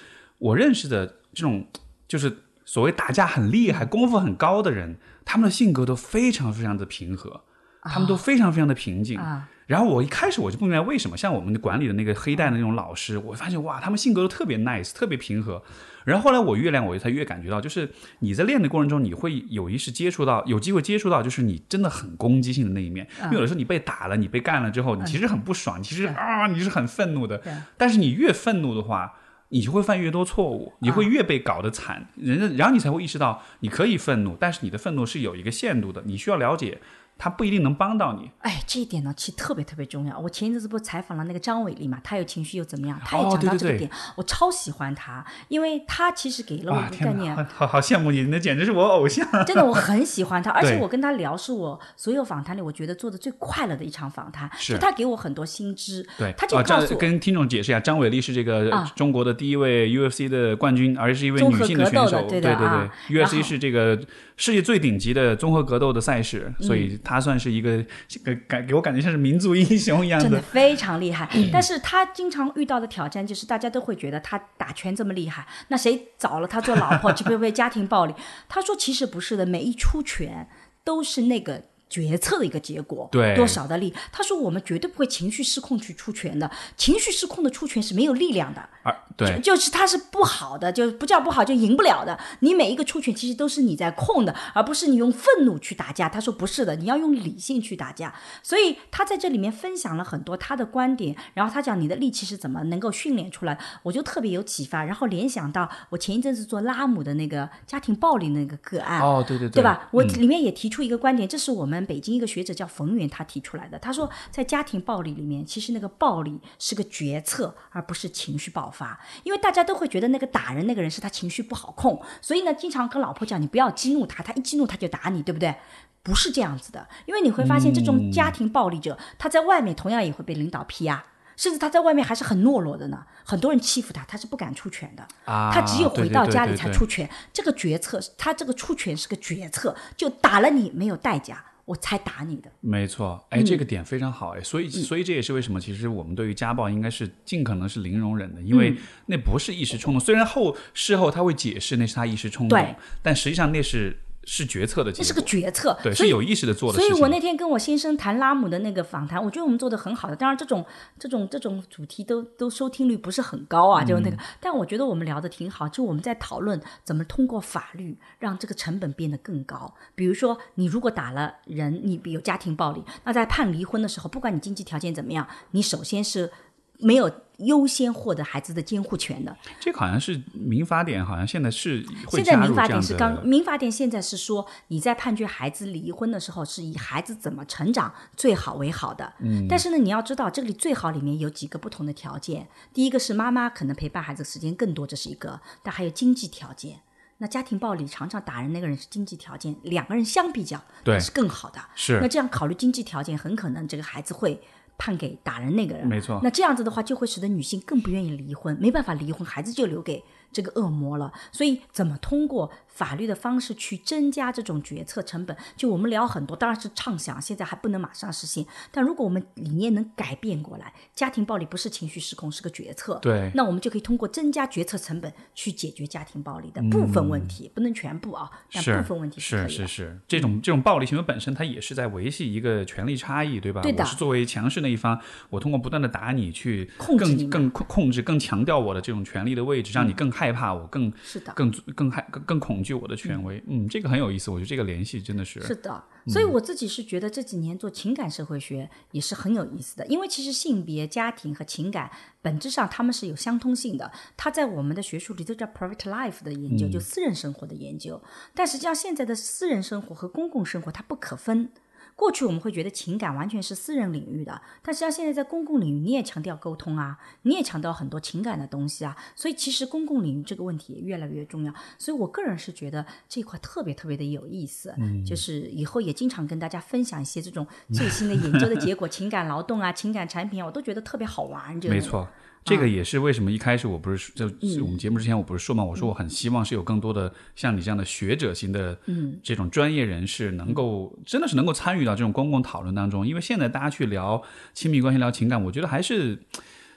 我认识的这种就是所谓打架很厉害、功夫很高的人，他们的性格都非常非常的平和，他们都非常非常的平静。 啊然后我一开始我就不明白为什么，像我们管理的那个黑带的那种老师，我发现哇，他们性格都特别 nice， 特别平和。然后后来我越练，我才越感觉到，就是你在练的过程中，你会有意识接触到，有机会接触到，就是你真的很攻击性的那一面。因为有的时候你被打了，你被干了之后，你其实很不爽，其实啊你是很愤怒的。但是你越愤怒的话，你就会犯越多错误，你会越被搞得惨。人家，然后你才会意识到，你可以愤怒，但是你的愤怒是有一个限度的，你需要了解。他不一定能帮到你。 哎，这一点呢，其实特别特别重要。我前一阵子不是采访了那个张伟丽嘛，他有情绪又怎么样？他也讲到这个点，哦、对对对，我超喜欢他，因为他其实给了我一个概念。 好好羡慕你，那简直是我偶像。 真的，我很喜欢他，而且我跟他聊是我所有访谈里我觉得做的最快乐的一场访谈，是他给我很多新知。 对， 他就告诉我、 啊、跟听众解释一下，张伟丽是这个中国的第一位 U F C 的冠军，而且是一位女性的选手。 对对对对、 啊、 ，U F C 是这个世界最顶级的综合格斗的赛事，嗯、所以他算是一个。给我感觉像是民族英雄一样的， 真的非常厉害。但是他经常遇到的挑战就是，大家都会觉得他打拳这么厉害，那谁找了他做老婆，就会不会家庭暴力？他说其实不是的，每一出拳都是那个决策的一个结果， 对多少的力。他说我们绝对不会情绪失控去出拳的，情绪失控的出拳是没有力量的。 啊，对， 就就是它是不好的，就不叫不好就赢不了的。你每一个出拳其实都是你在控的，而不是你用愤怒去打架。他说不是的，你要用理性去打架。所以他在这里面分享了很多他的观点，然后他讲你的力气是怎么能够训练出来，我就特别有启发。然后联想到我前一阵子做拉姆的那个家庭暴力那个个案， 哦，对对对， 对吧？我里面也提出一个观点，这是我们北京一个学者叫冯源他提出来的。他说在家庭暴力里面，其实那个暴力是个决策，而不是情绪爆发。因为大家都会觉得那个打人那个人是他情绪不好控，所以呢经常跟老婆讲你不要激怒他，他一激怒他就打你，对不对？不是这样子的。因为你会发现这种家庭暴力者、嗯、他在外面同样也会被领导批压，甚至他在外面还是很懦弱的呢，很多人欺负他，他是不敢出拳的、啊、他只有回到家里才出拳。 对对对对对， 这个决策，他这个出拳是个决策，就打了你没有代价我才打你的。 没错，哎，这个点非常好，哎，所以所以这也是为什么其实我们对于家暴应该是尽可能是零容忍的，因为那不是一时冲动，虽然后事后他会解释那是他一时冲动，但实际上那是是决策的结果， 那是个决策， 对，是有意识的做的事情。 所以我那天跟我先生谈拉姆的那个访谈，我觉得我们做的很好的。当然，这种这种这种主题都都收听率不是很高啊，就那个、嗯。但我觉得我们聊的挺好，就我们在讨论怎么通过法律让这个成本变得更高。比如说，你如果打了人，你有家庭暴力，那在判离婚的时候，不管你经济条件怎么样，你首先是没有优先获得孩子的监护权的。 这个好像是民法典，好像现在是会现在民法典是刚，民法典现在是说你在判决孩子离婚的时候，是以孩子怎么成长最好为好的。嗯，但是呢，你要知道这里最好里面有几个不同的条件。第一个是妈妈可能陪伴孩子时间更多，这是一个，但还有经济条件。那家庭暴力常常打人那个人是经济条件，两个人相比较对是更好的。 是， 那这样考虑经济条件，很可能这个孩子会判给打人那个人。 没错。 那这样子的话，就会使得女性更不愿意离婚，没办法离婚，孩子就留给这个恶魔了。所以怎么通过法律的方式去增加这种决策成本，就我们聊很多，当然是畅想，现在还不能马上实现。但如果我们理念能改变过来，家庭暴力不是情绪失控，是个决策， 对， 那我们就可以通过增加决策成本去解决家庭暴力的部分问题，嗯、不能全部啊，但部分问题是可以的。 是是是，这种这种暴力行为本身，它也是在维系一个权力差异，对吧？ 对的。 我是作为强势那一方，我通过不断的打你，去控制你更更控制、更强调我的这种权力的位置，让你更害怕我，更是的， 更更害更更恐惧我的权威。嗯嗯，这个很有意思，我觉得这个联系真的是是的。所以我自己是觉得这几年做情感社会学也是很有意思的，因为其实性别、家庭和情感本质上他们是有相通性的。它在我们的学术里都叫 private life 的研究，就私人生活的研究。但实际上现在的私人生活和公共生活它不可分。过去我们会觉得情感完全是私人领域的，但实际上现在在公共领域你也强调沟通啊，你也强调很多情感的东西啊，所以其实公共领域这个问题也越来越重要。所以我个人是觉得这块特别特别的有意思、嗯、就是以后也经常跟大家分享一些这种最新的研究的结果情感劳动啊情感产品啊，我都觉得特别好玩。这个没错，这个也是为什么一开始我不是就我们节目之前我不是说嘛、嗯、我说我很希望是有更多的像你这样的学者型的这种专业人士能够真的是能够参与到这种公共讨论当中。因为现在大家去聊亲密关系聊情感，我觉得还是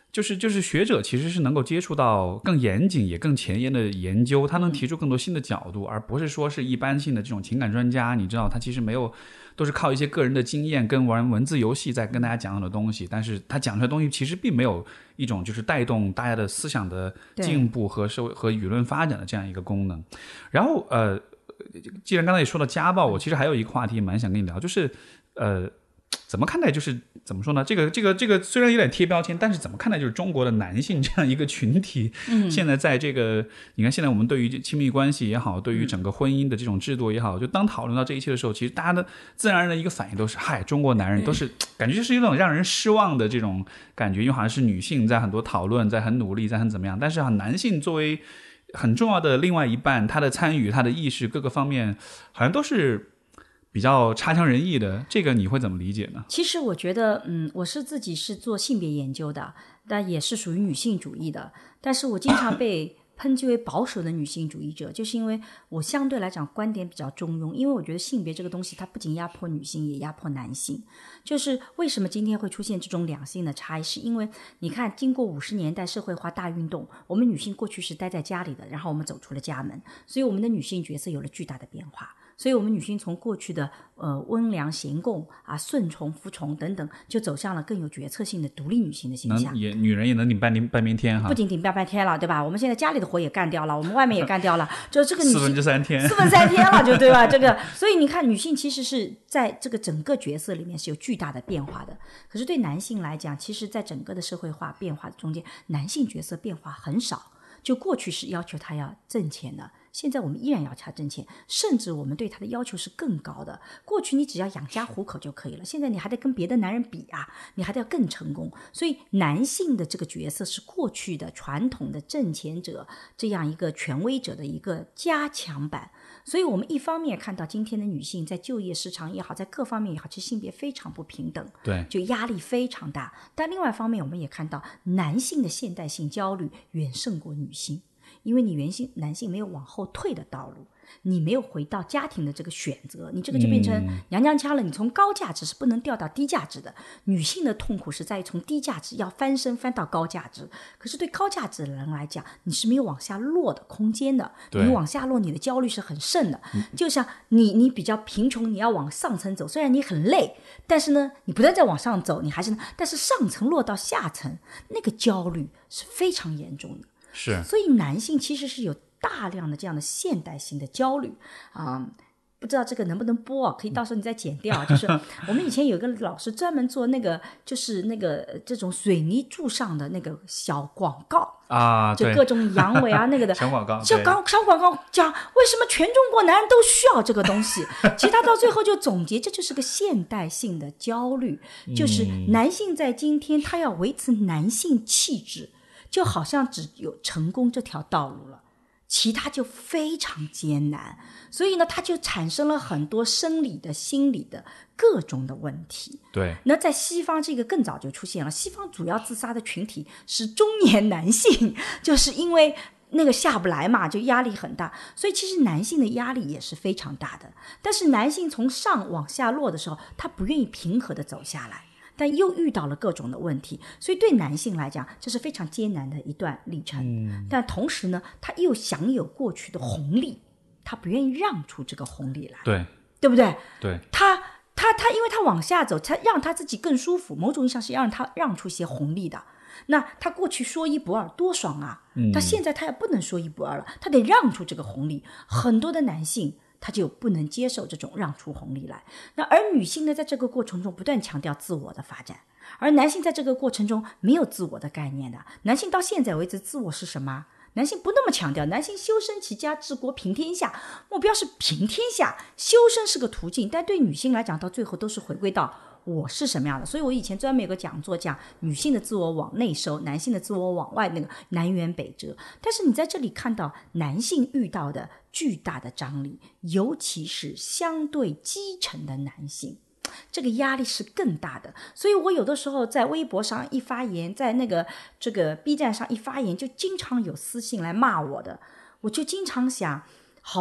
就是就是学者其实是能够接触到更严谨也更前沿的研究，他能提出更多新的角度，而不是说是一般性的这种情感专家。你知道他其实没有，都是靠一些个人的经验跟玩文字游戏在跟大家讲很多东西，但是他讲出来的东西其实并没有一种就是带动大家的思想的进步和社会和舆论发展的这样一个功能。然后呃，既然刚才也说到家暴，我其实还有一个话题蛮想跟你聊，就是呃。怎么看待就是怎么说呢？这个这个这个虽然有点贴标签，但是怎么看待就是中国的男性这样一个群体？嗯，现在在这个你看，现在我们对于亲密关系也好，对于整个婚姻的这种制度也好，就当讨论到这一切的时候，其实大家的自然而然的一个反应都是：嗨，中国男人都是感觉就是有种让人失望的这种感觉，因为好像是女性在很多讨论，在很努力，在很怎么样，但是啊，男性作为很重要的另外一半，他的参与、他的意识各个方面，好像都是比较差强人意的，这个你会怎么理解呢？ 其实我觉得，嗯，我是自己是做性别研究的，但也是属于女性主义的，但是我经常被抨击为保守的女性主义者，就是因为我相对来讲观点比较中庸，因为我觉得性别这个东西它不仅压迫女性也压迫男性。就是为什么今天会出现这种两性的差异，是因为你看经过五十年代社会化大运动，我们女性过去是待在家里的，然后我们走出了家门，所以我们的女性角色有了巨大的变化，所以我们女性从过去的呃温良贤恭啊、顺从服从等等，就走向了更有决策性的独立女性的形象。 能也女人也能顶半半边天哈， 不仅顶半半天了，对吧？我们现在家里的活也干掉了，我们外面也干掉了，就这个女性四分之三天， 四分三天了，就对吧？这个，所以你看，女性其实是在这个整个角色里面是有巨大的变化的。可是对男性来讲，其实在整个的社会化变化中间，男性角色变化很少。就过去是要求他要挣钱的，现在我们依然要求他挣钱，甚至我们对他的要求是更高的。过去你只要养家糊口就可以了，现在你还得跟别的男人比啊，你还得要更成功。所以男性的这个角色是过去的传统的挣钱者这样一个权威者的一个加强版。所以我们一方面看到今天的女性在就业市场也好，在各方面也好，其实性别非常不平等， 对， 就压力非常大。但另外一方面我们也看到男性的现代性焦虑远胜过女性，因为你原性男性没有往后退的道路，你没有回到家庭的这个选择，你这个就变成娘娘腔了。你从高价值是不能掉到低价值的。女性的痛苦是在于从低价值要翻身翻到高价值，可是对高价值的人来讲，你是没有往下落的空间的。你往下落，你的焦虑是很甚的。就像你你比较贫穷，你要往上层走，虽然你很累，但是呢，你不断在往上走，你还是，但是上层落到下层，那个焦虑是非常严重的。 是， 所以男性其实是有大量的这样的现代性的焦虑啊、嗯，不知道这个能不能播，可以到时候你再剪掉。就是我们以前有一个老师专门做那个，就是那个这种水泥柱上的那个小广告啊， 就各种阳痿啊那个的小广告， 小广小广告讲为什么全中国男人都需要这个东西。其实他到最后就总结，这就是个现代性的焦虑，就是男性在今天他要维持男性气质。就好像只有成功这条道路了，其他就非常艰难。所以呢，它就产生了很多生理的、心理的各种的问题。 对， 那在西方这个更早就出现了，西方主要自杀的群体是中年男性，就是因为那个下不来嘛，就压力很大。所以其实男性的压力也是非常大的，但是男性从上往下落的时候，他不愿意平和的走下来，但又遇到了各种的问题，所以对男性来讲，这是非常艰难的一段历程。嗯、但同时呢，他又享有过去的红利，他不愿意让出这个红利来， 对， 对不对？ 对， 他他他，因为他往下走，他让他自己更舒服，某种意义上是让他让出些红利的。那他过去说一不二，多爽啊！嗯、他现在他也不能说一不二了，他得让出这个红利。很多的男性他就不能接受这种让出红利来。那而女性呢，在这个过程中不断强调自我的发展，而男性在这个过程中没有自我的概念的。男性到现在为止，自我是什么？男性不那么强调，男性修身齐家治国平天下，目标是平天下，修身是个途径，但对女性来讲，到最后都是回归到我是什么样的。所以我以前专门有个讲座讲女性的自我往内收，男性的自我往外，那个南辕北辙。但是你在这里看到男性遇到的巨大的张力，尤其是相对基层的男性，这个压力是更大的。所以我有的时候在微博上一发言，在那个这个 B 站上一发言，就经常有私信来骂我的。我就经常想，好吧，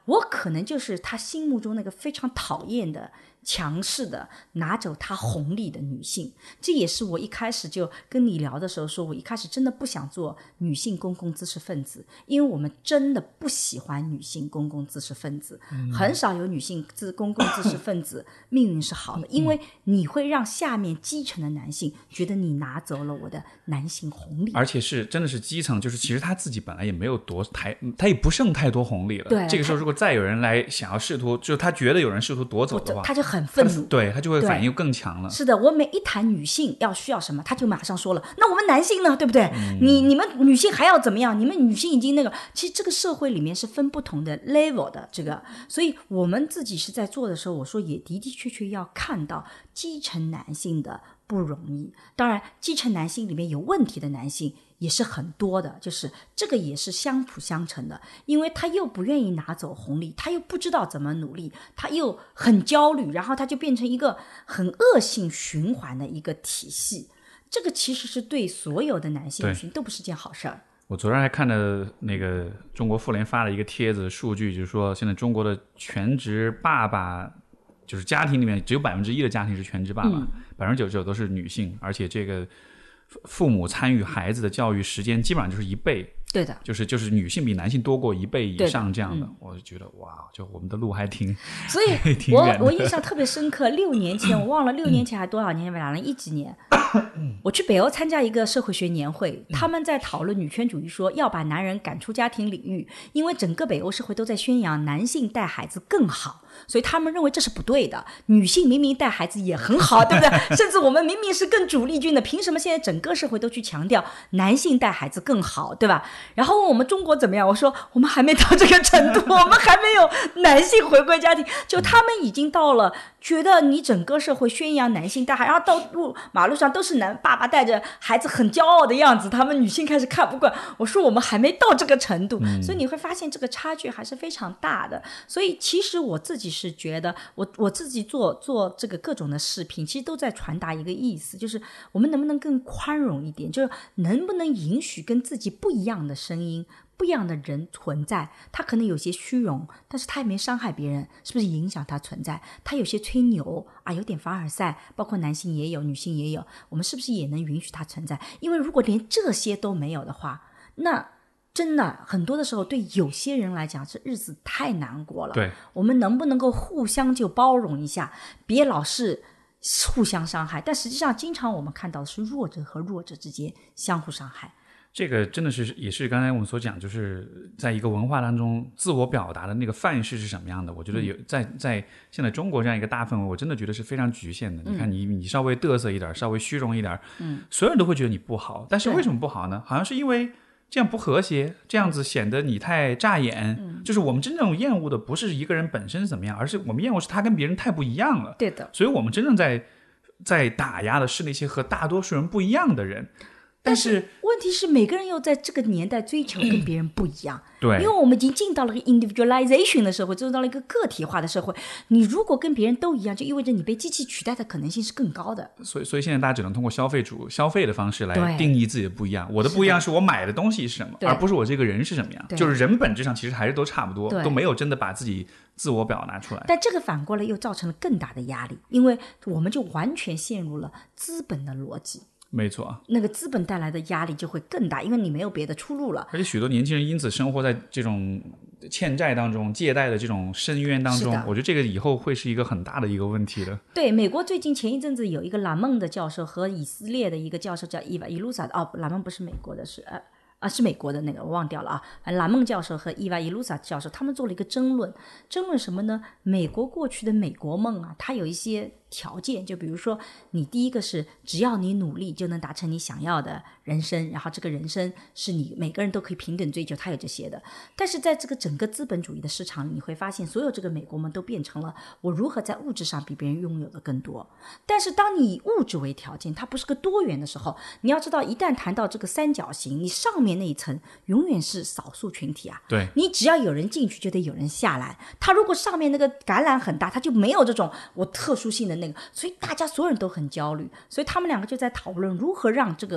我可能就是他心目中那个非常讨厌的强势的拿走他红利的女性。这也是我一开始就跟你聊的时候说，我一开始真的不想做女性公共知识分子，因为我们真的不喜欢女性公共知识分子、嗯、很少有女性公共知识分子命运是好的，因为你会让下面基层的男性觉得你拿走了我的男性红利， 而且是真的是基层，就是其实他自己本来也没有多太，他也不剩太多红利了。 对， 这个时候如果再有人来想要试图，就是他觉得有人试图夺走的话， 他就很愤怒， 对，他就会反应更强了。 是的，我每一谈女性要需要什么，他就马上说了，那我们男性呢，对不对？嗯、你你们女性还要怎么样？你们女性已经那个，其实这个社会里面是分不同的 level 的，这个，所以我们自己是在做的时候，我说也的的确确要看到基层男性的不容易。当然，基层男性里面有问题的男性也是很多的，就是这个也是相辅相成的，因为他又不愿意拿走红利，他又不知道怎么努力，他又很焦虑，然后他就变成一个很恶性循环的一个体系。这个其实是对所有的男性女性都不是件好事儿。 我昨天还看了那个中国妇联发了一个帖子数据，就是说现在中国的全职爸爸，就是家庭里面只有百分之一的家庭是全职爸爸，百分之九十九都是女性，而且这个父母参与孩子的教育时间基本上就是一倍。 对的， 就是就是女性比男性多过一倍以上这样的，的嗯、我就觉得哇，就我们的路还挺， 所以我我印象特别深刻。六年前我忘了，六年前还多少年前，两人一几年，我去北欧参加一个社会学年会，他们在讨论女权主义，说要把男人赶出家庭领域，因为整个北欧社会都在宣扬男性带孩子更好，所以他们认为这是不对的。女性明明带孩子也很好，对不对？甚至我们明明是更主力军的，凭什么现在整个社会都去强调男性带孩子更好，对吧？然后问我们中国怎么样，我说我们还没到这个程度，我们还没有男性回归家庭，就他们已经到了觉得你整个社会宣扬男性带孩子，然后到路马路上都是男爸爸带着孩子很骄傲的样子，他们女性开始看不惯。我说我们还没到这个程度，所以你会发现这个差距还是非常大的。所以其实我自己是觉得，我我自己做做这个各种的视频，其实都在传达一个意思，就是我们能不能更宽容一点，就是能不能允许跟自己不一样的声音，不一样的人存在。他可能有些虚荣，但是他也没伤害别人，是不是影响他存在？他有些吹牛啊，有点凡尔赛，包括男性也有，女性也有，我们是不是也能允许他存在？因为如果连这些都没有的话，那真的很多的时候对有些人来讲这日子太难过了。 对， 我们能不能够互相就包容一下，别老是互相伤害？但实际上经常我们看到的是弱者和弱者之间相互伤害。 这个真的是也是刚才我们所讲，就是在一个文化当中自我表达的那个范式是什么样的，我觉得有在在现在中国这样一个大氛围，我真的觉得是非常局限的。嗯、你看你你稍微嘚瑟一点，稍微虚荣一点，嗯，所有人都会觉得你不好。但是为什么不好呢？好像是因为这样不和谐，这样子显得你太扎眼。嗯、就是我们真正厌恶的不是一个人本身怎么样，而是我们厌恶是他跟别人太不一样了。 对的， 所以我们真正在在打压的是那些和大多数人不一样的人。但是问题是每个人又在这个年代追求跟别人不一样。 对， 因为我们已经进到了一个 individualization 的社会，进到了一个个体化的社会，你如果跟别人都一样，就意味着你被机器取代的可能性是更高的。 所以所以现在大家只能通过消费主消费的方式来定义自己的不一样。我的不一样是我买的东西是什么，而不是我这个人是什么样。就是人本质上其实还是都差不多，都没有真的把自己自我表达出来。 但这个反过来又造成了更大的压力，因为我们就完全陷入了资本的逻辑。 没错， 那个资本带来的压力就会更大，因为你没有别的出路了。 而且许多年轻人因此生活在这种欠债当中、借贷的这种深渊当中，我觉得这个以后会是一个很大的一个问题的。 对，美国最近前一阵子有一个拉蒙的教授和以色列的一个教授叫伊娃伊鲁萨，哦，拉蒙不是美国的，是呃啊，是美国的那个，我忘掉了啊。拉蒙教授和伊娃伊鲁萨教授他们做了一个争论，争论什么呢？美国过去的美国梦啊，它有一些条件，就比如说你第一个是只要你努力就能达成你想要的人生，然后这个人生是你每个人都可以平等追求，它有这些的。但是在这个整个资本主义的市场里，你会发现所有这个美国梦都变成了我如何在物质上比别人拥有的更多。但是当你以物质为条件，它不是个多元的时候，你要知道一旦谈到这个三角形，你上面那一层永远是少数群体啊。 对， 你只要有人进去就得有人下来，他如果上面那个橄榄很大，他就没有这种我特殊性的那个，所以大家所有人都很焦虑，所以他们两个就在讨论如何让这个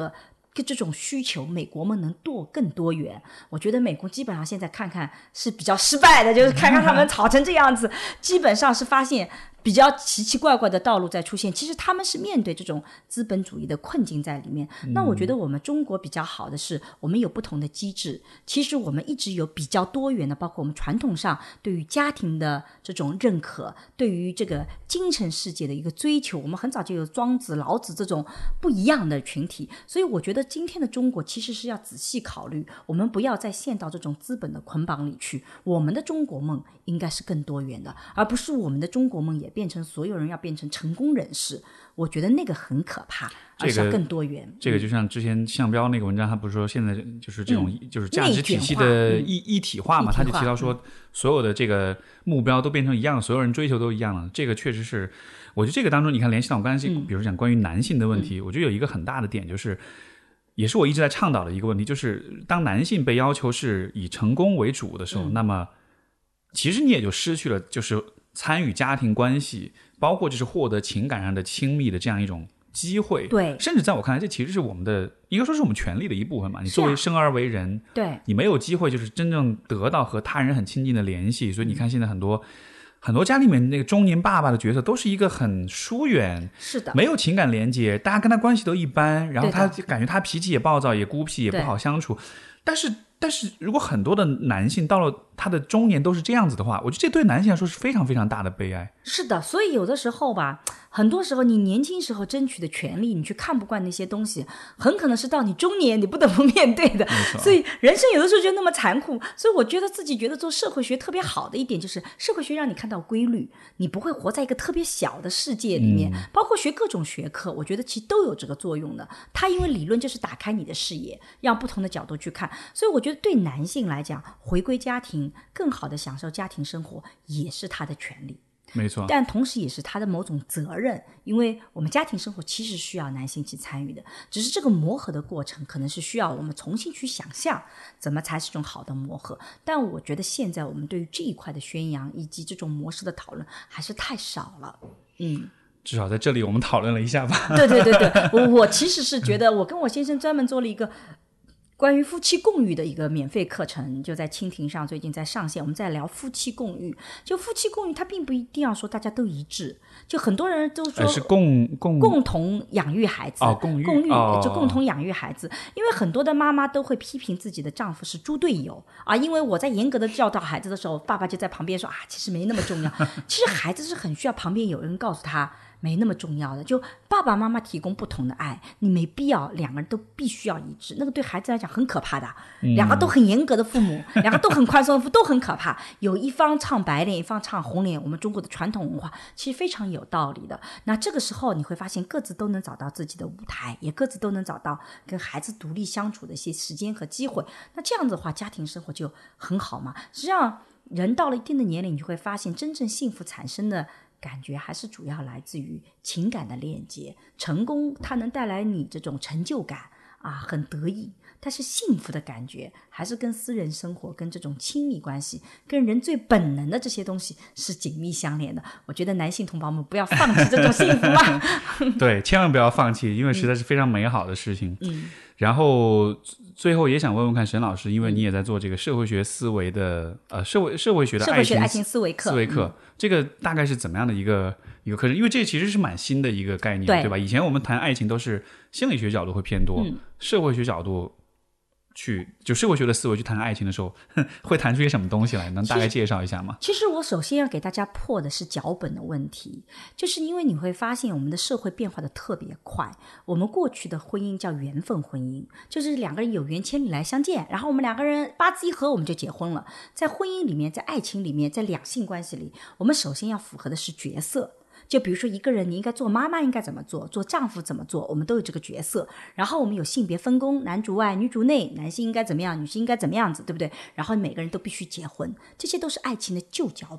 这种需求美国们能多更多元。我觉得美国基本上现在看看是比较失败的，就是看看他们吵成这样子基本上是发现比较奇奇怪怪的道路在出现，其实他们是面对这种资本主义的困境在里面、嗯、那我觉得我们中国比较好的是我们有不同的机制，其实我们一直有比较多元的，包括我们传统上对于家庭的这种认可，对于这个精神世界的一个追求，我们很早就有庄子老子这种不一样的群体，所以我觉得今天的中国其实是要仔细考虑，我们不要再陷到这种资本的捆绑里去，我们的中国梦应该是更多元的，而不是我们的中国梦也变成所有人要变成成功人士，我觉得那个很可怕，而且要更多元、这个、 这个就像之前项标那个文章，他不是说现在就是这种、嗯、就是价值体系的一、嗯、一体化嘛，他就提到说所有的这个目标都变成一样，所有人追求都一样了，这个确实是我觉得这个当中你看联系到我刚才、嗯、比如讲关于男性的问题、嗯、我觉得有一个很大的点，就是也是我一直在倡导的一个问题，就是当男性被要求是以成功为主的时候、嗯、那么其实你也就失去了就是参与家庭关系，包括就是获得情感上的亲密的这样一种机会。 对， 甚至在我看来这其实是我们的应该说是我们权利的一部分嘛，你作为生而为人、啊、 对， 你没有机会就是真正得到和他人很亲近的联系，所以你看现在很多、嗯、很多家里面那个中年爸爸的角色都是一个很疏远， 是的， 没有情感连接，大家跟他关系都一般，然后他感觉他脾气也暴躁也孤僻也不好相处，但是但是如果很多的男性到了他的中年都是这样子的话，我觉得这对男性来说是非常非常大的悲哀。 是的，所以有的时候吧，很多时候你年轻时候争取的权利，你去看不惯那些东西，很可能是到你中年你不得不面对的。所以人生有的时候就那么残酷，所以我觉得自己觉得做社会学特别好的一点就是社会学让你看到规律，你不会活在一个特别小的世界里面、嗯、包括学各种学科，我觉得其实都有这个作用的。它因为理论就是打开你的视野，让不同的角度去看，所以我觉得对男性来讲，回归家庭更好的享受家庭生活也是他的权利， 没错， 但同时也是他的某种责任，因为我们家庭生活其实需要男性去参与的，只是这个磨合的过程可能是需要我们重新去想象怎么才是一种好的磨合。但我觉得现在我们对于这一块的宣扬以及这种模式的讨论还是太少了。嗯， 至少在这里我们讨论了一下吧。 对对对对，我我其实是觉得我跟我先生专门做了一个关于夫妻共育的一个免费课程，就在蜻蜓上最近在上线，我们在聊夫妻共育。就夫妻共育它并不一定要说大家都一致，就很多人都说是共共共同养育孩子、 哦、共育共育、 哦、 就共同养育孩子。因为很多的妈妈都会批评自己的丈夫是猪队友啊，因为我在严格的教导孩子的时候，爸爸就在旁边说啊，其实没那么重要。其实孩子是很需要旁边有人告诉他没那么重要的，就爸爸妈妈提供不同的爱，你没必要两个人都必须要一致，那个对孩子来讲很可怕的、嗯、两个都很严格的父母两个都很宽松的父母都很可怕，有一方唱白脸一方唱红脸，我们中国的传统文化其实非常有道理的。那这个时候你会发现各自都能找到自己的舞台，也各自都能找到跟孩子独立相处的一些时间和机会，那这样子的话家庭生活就很好嘛。实际上人到了一定的年龄，你就会发现真正幸福产生的感觉还是主要来自于情感的链接。成功它能带来你这种成就感啊，很得意，但是幸福的感觉还是跟私人生活跟这种亲密关系跟人最本能的这些东西是紧密相连的。我觉得男性同胞们不要放弃这种幸福嘛对，千万不要放弃，因为实在是非常美好的事情。嗯，然后最后也想问问看沈老师，因为你也在做这个社会学思维的呃社会社会学的爱情社会学的爱情思维课思维课、嗯、这个大概是怎么样的一个一个课程？因为这其实是蛮新的一个概念， 对, 对吧？以前我们谈爱情都是心理学角度会偏多、嗯、社会学角度去就社会学的思维去谈爱情的时候会谈出些什么东西来，能大概介绍一下吗？ 其实, 其实我首先要给大家破的是脚本的问题，就是因为你会发现我们的社会变化的特别快。我们过去的婚姻叫缘分婚姻，就是两个人有缘千里来相见，然后我们两个人八字一合我们就结婚了。在婚姻里面，在爱情里面，在两性关系里，我们首先要符合的是角色。就比如说一个人你应该做妈妈应该怎么做，做丈夫怎么做，我们都有这个角色。然后我们有性别分工，男主外女主内，男性应该怎么样，女性应该怎么样子，对不对？然后每个人都必须结婚，这些都是爱情的旧脚本。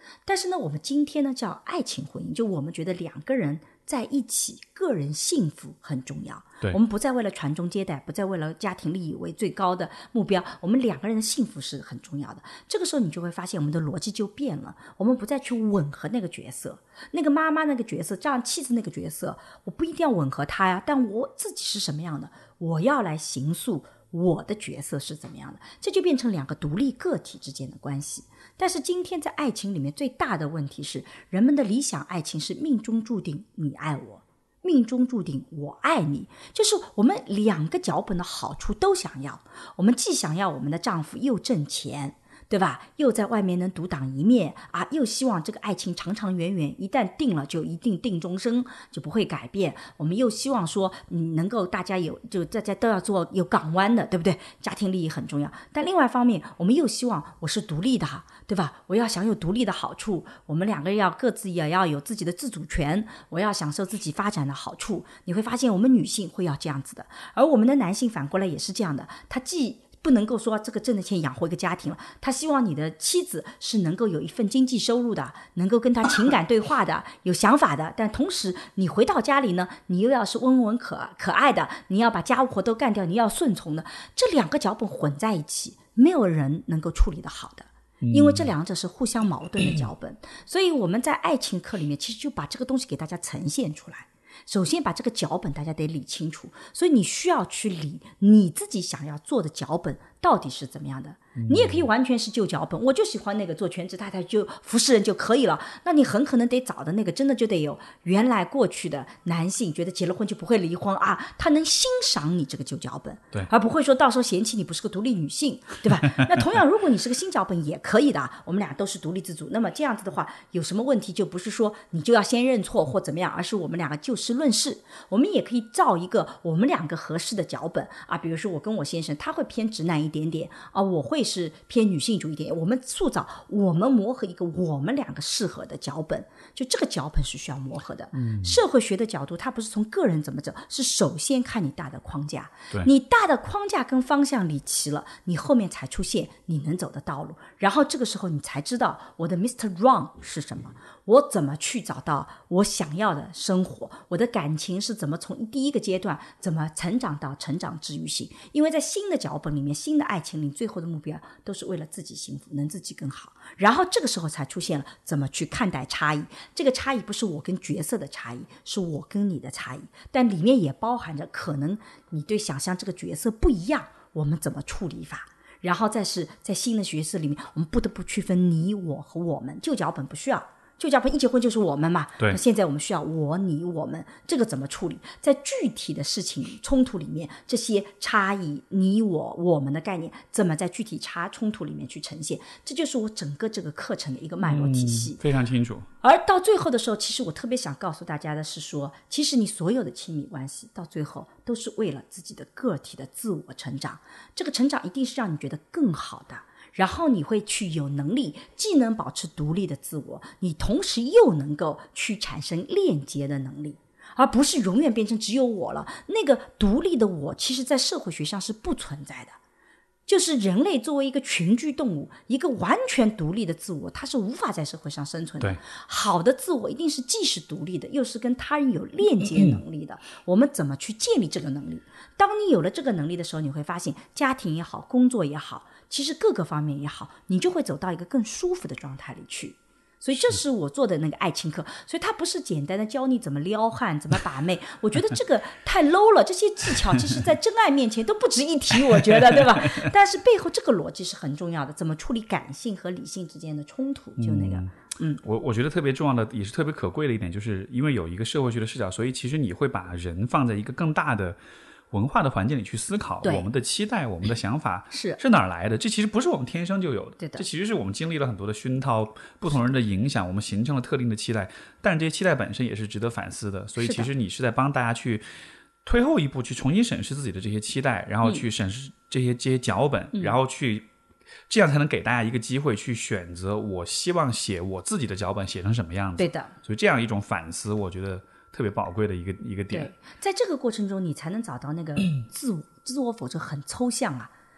但是呢，我们今天呢叫爱情婚姻，就我们觉得两个人在一起，个人幸福很重要。 对， 我们不再为了传宗接代，不再为了家庭利益为最高的目标，我们两个人的幸福是很重要的。这个时候你就会发现我们的逻辑就变了，我们不再去吻合那个角色，那个妈妈那个角色，这样妻子那个角色，我不一定要吻合他呀，但我自己是什么样的，我要来形塑我的角色是怎么样的，这就变成两个独立个体之间的关系。但是今天在爱情里面最大的问题是，人们的理想爱情是命中注定你爱我，命中注定我爱你，就是我们两个脚本的好处都想要，我们既想要我们的丈夫又挣钱，对吧？又在外面能独当一面啊，又希望这个爱情长长远远，一旦定了就一定定终生，就不会改变。我们又希望说，嗯，能够大家有就大家都要做有港湾的，对不对？家庭利益很重要，但另外一方面，我们又希望我是独立的，对吧？我要享有独立的好处，我们两个要各自也要有自己的自主权，我要享受自己发展的好处。你会发现，我们女性会要这样子的，而我们的男性反过来也是这样的，他既不能够说这个挣的钱养活一个家庭了，他希望你的妻子是能够有一份经济收入的，能够跟他情感对话的，有想法的，但同时你回到家里呢，你又要是温文可可爱的，你要把家务活都干掉，你要顺从的，这两个脚本混在一起，没有人能够处理得好的，因为这两者是互相矛盾的脚本。所以我们在爱情课里面其实就把这个东西给大家呈现出来，首先把这个脚本大家得理清楚，所以你需要去理你自己想要做的脚本到底是怎么样的。你也可以完全是旧脚本，我就喜欢那个做全职太太就服侍人就可以了，那你很可能得找的那个真的就得有原来过去的男性觉得结了婚就不会离婚啊，他能欣赏你这个旧脚本， 对， 而不会说到时候嫌弃你不是个独立女性，对吧？那同样如果你是个新脚本也可以的，我们俩都是独立自主，那么这样子的话有什么问题就不是说你就要先认错或怎么样，而是我们两个就事论事，我们也可以造一个我们两个合适的脚本啊，比如说我跟我先生他会偏直男一点点啊，我会是偏女性主义一点，我们塑造我们磨合一个我们两个适合的脚本，就这个脚本是需要磨合的。嗯，社会学的角度它不是从个人怎么走，是首先看你大的框架，你大的框架跟方向理齐了，你后面才出现你能走的道路，然后这个时候你才知道我的 mister Wrong 是什么，我怎么去找到我想要的生活，我的感情是怎么从第一个阶段怎么成长到成长治愈性。因为在新的脚本里面，新的爱情里最后的目标都是为了自己幸福，能自己更好，然后这个时候才出现了怎么去看待差异。这个差异不是我跟角色的差异，是我跟你的差异，但里面也包含着可能你对想象这个角色不一样，我们怎么处理法，然后再是在新的角色里面我们不得不区分你我和我们，旧脚本不需要，旧脚本一结婚就是我们嘛， 对， 那现在我们需要我你我们，这个怎么处理，在具体的事情冲突里面，这些差异你我我们的概念怎么在具体差冲突里面去呈现，这就是我整个这个课程的一个脉络体系、 嗯、非常清楚。 而到最后的时候，其实我特别想告诉大家的是说，其实你所有的亲密关系到最后都是为了自己的个体的自我成长，这个成长一定是让你觉得更好的，然后你会去有能力既能保持独立的自我，你同时又能够去产生链接的能力，而不是永远变成只有我了。那个独立的我其实在社会学上是不存在的，就是人类作为一个群居动物，一个完全独立的自我它是无法在社会上生存的。好的自我一定是既是独立的又是跟他人有链接能力的、嗯、我们怎么去建立这个能力，当你有了这个能力的时候，你会发现家庭也好，工作也好，其实各个方面也好，你就会走到一个更舒服的状态里去。所以这是我做的那个爱情课，所以它不是简单的教你怎么撩汉怎么把妹，我觉得这个太 low 了，这些技巧其实在真爱面前都不值一提，我觉得对吧？但是背后这个逻辑是很重要的，怎么处理感性和理性之间的冲突，就那个嗯嗯，我我觉得特别重要的也是特别可贵的一点，就是因为有一个社会学的视角，所以其实你会把人放在一个更大的文化的环境里去思考，我们的期待我们的想法是是哪儿来的，这其实不是我们天生就有 的, 对的， 这其实是我们经历了很多的熏陶，不同人的影响，我们形成了特定的期待，但是这些期待本身也是值得反思的，所以其实你是在帮大家去退后一步，去重新审视自己的这些期待，然后去审视这些这些脚本、嗯、然后去这样才能给大家一个机会去选择我希望写我自己的脚本写成什么样子。 对的， 所以这样一种反思我觉得特别宝贵的一个一个点。 对，在这个过程中你才能找到那个自我、嗯、自我否则很抽象啊，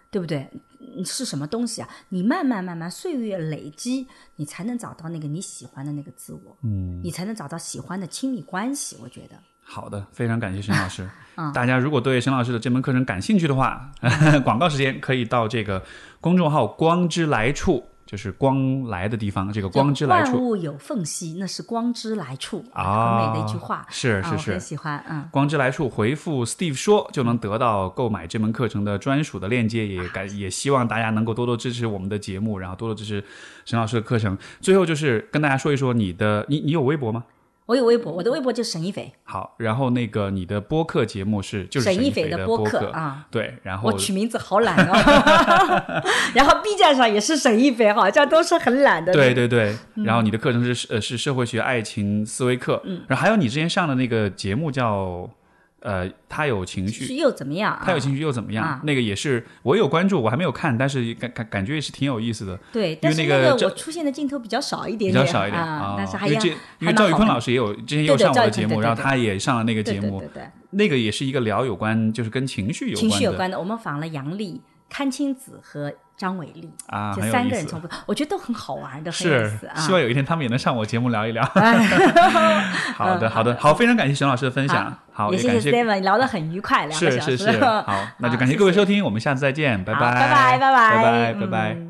对不对？是什么东西啊？你慢慢慢慢岁月累积，你才能找到那个你喜欢的那个自我，嗯，你才能找到喜欢的亲密关系。我觉得好的，非常感谢沈老师。嗯、大家如果对沈老师的这门课程感兴趣的话，广告时间可以到这个公众号光之来处，就是光来的地方，这个光之来处。 万物有缝隙，那是光之来处，啊、很美的一句话。 是是是、啊， 我很喜欢。嗯， 光之来处回复 Steve 说就能得到购买这门课程的专属的链接，也感也希望大家能够多多支持我们的节目，然后多多支持沈老师的课程。最后就是跟大家说一说你的，你你有微博吗？ 我有微博，我的微博就是沈一斐。 好，然后那个你的播客节目是就是沈一斐的播客啊， 对，然后我取名字好懒哦，然后 B 站上也是沈一斐，好像都是很懒的。 对对对，嗯、然后你的课程是呃是社会学爱情思维课，嗯，然后还有你之前上的那个节目叫。呃，他有情绪又怎么样、啊？ 他有情绪又怎么样？啊、那个也是我有关注，我还没有看，但是感感感觉也是挺有意思的。 对， 但是那个我出现的镜头比较少一点点， 比较少一点啊。 但是还要因为因为赵宇坤老师也有之前也有上我的节目，然后他也上了那个节目， 对对对对， 那个也是一个聊有关，就是跟情绪有关的。 情绪有关的，我们访了杨丽、阚清子和张伟丽啊， 就三个人重复，我觉得都很好玩的，很有意思啊。 希望有一天他们也能上我节目聊一聊。好的，好的，好，非常感谢沈老师的分享。好， 也谢谢 Steven 聊得很愉快，两个小时。 是是是，好，那就感谢各位收听，我们下次再见，拜拜， 拜拜，拜拜， 拜拜，拜拜。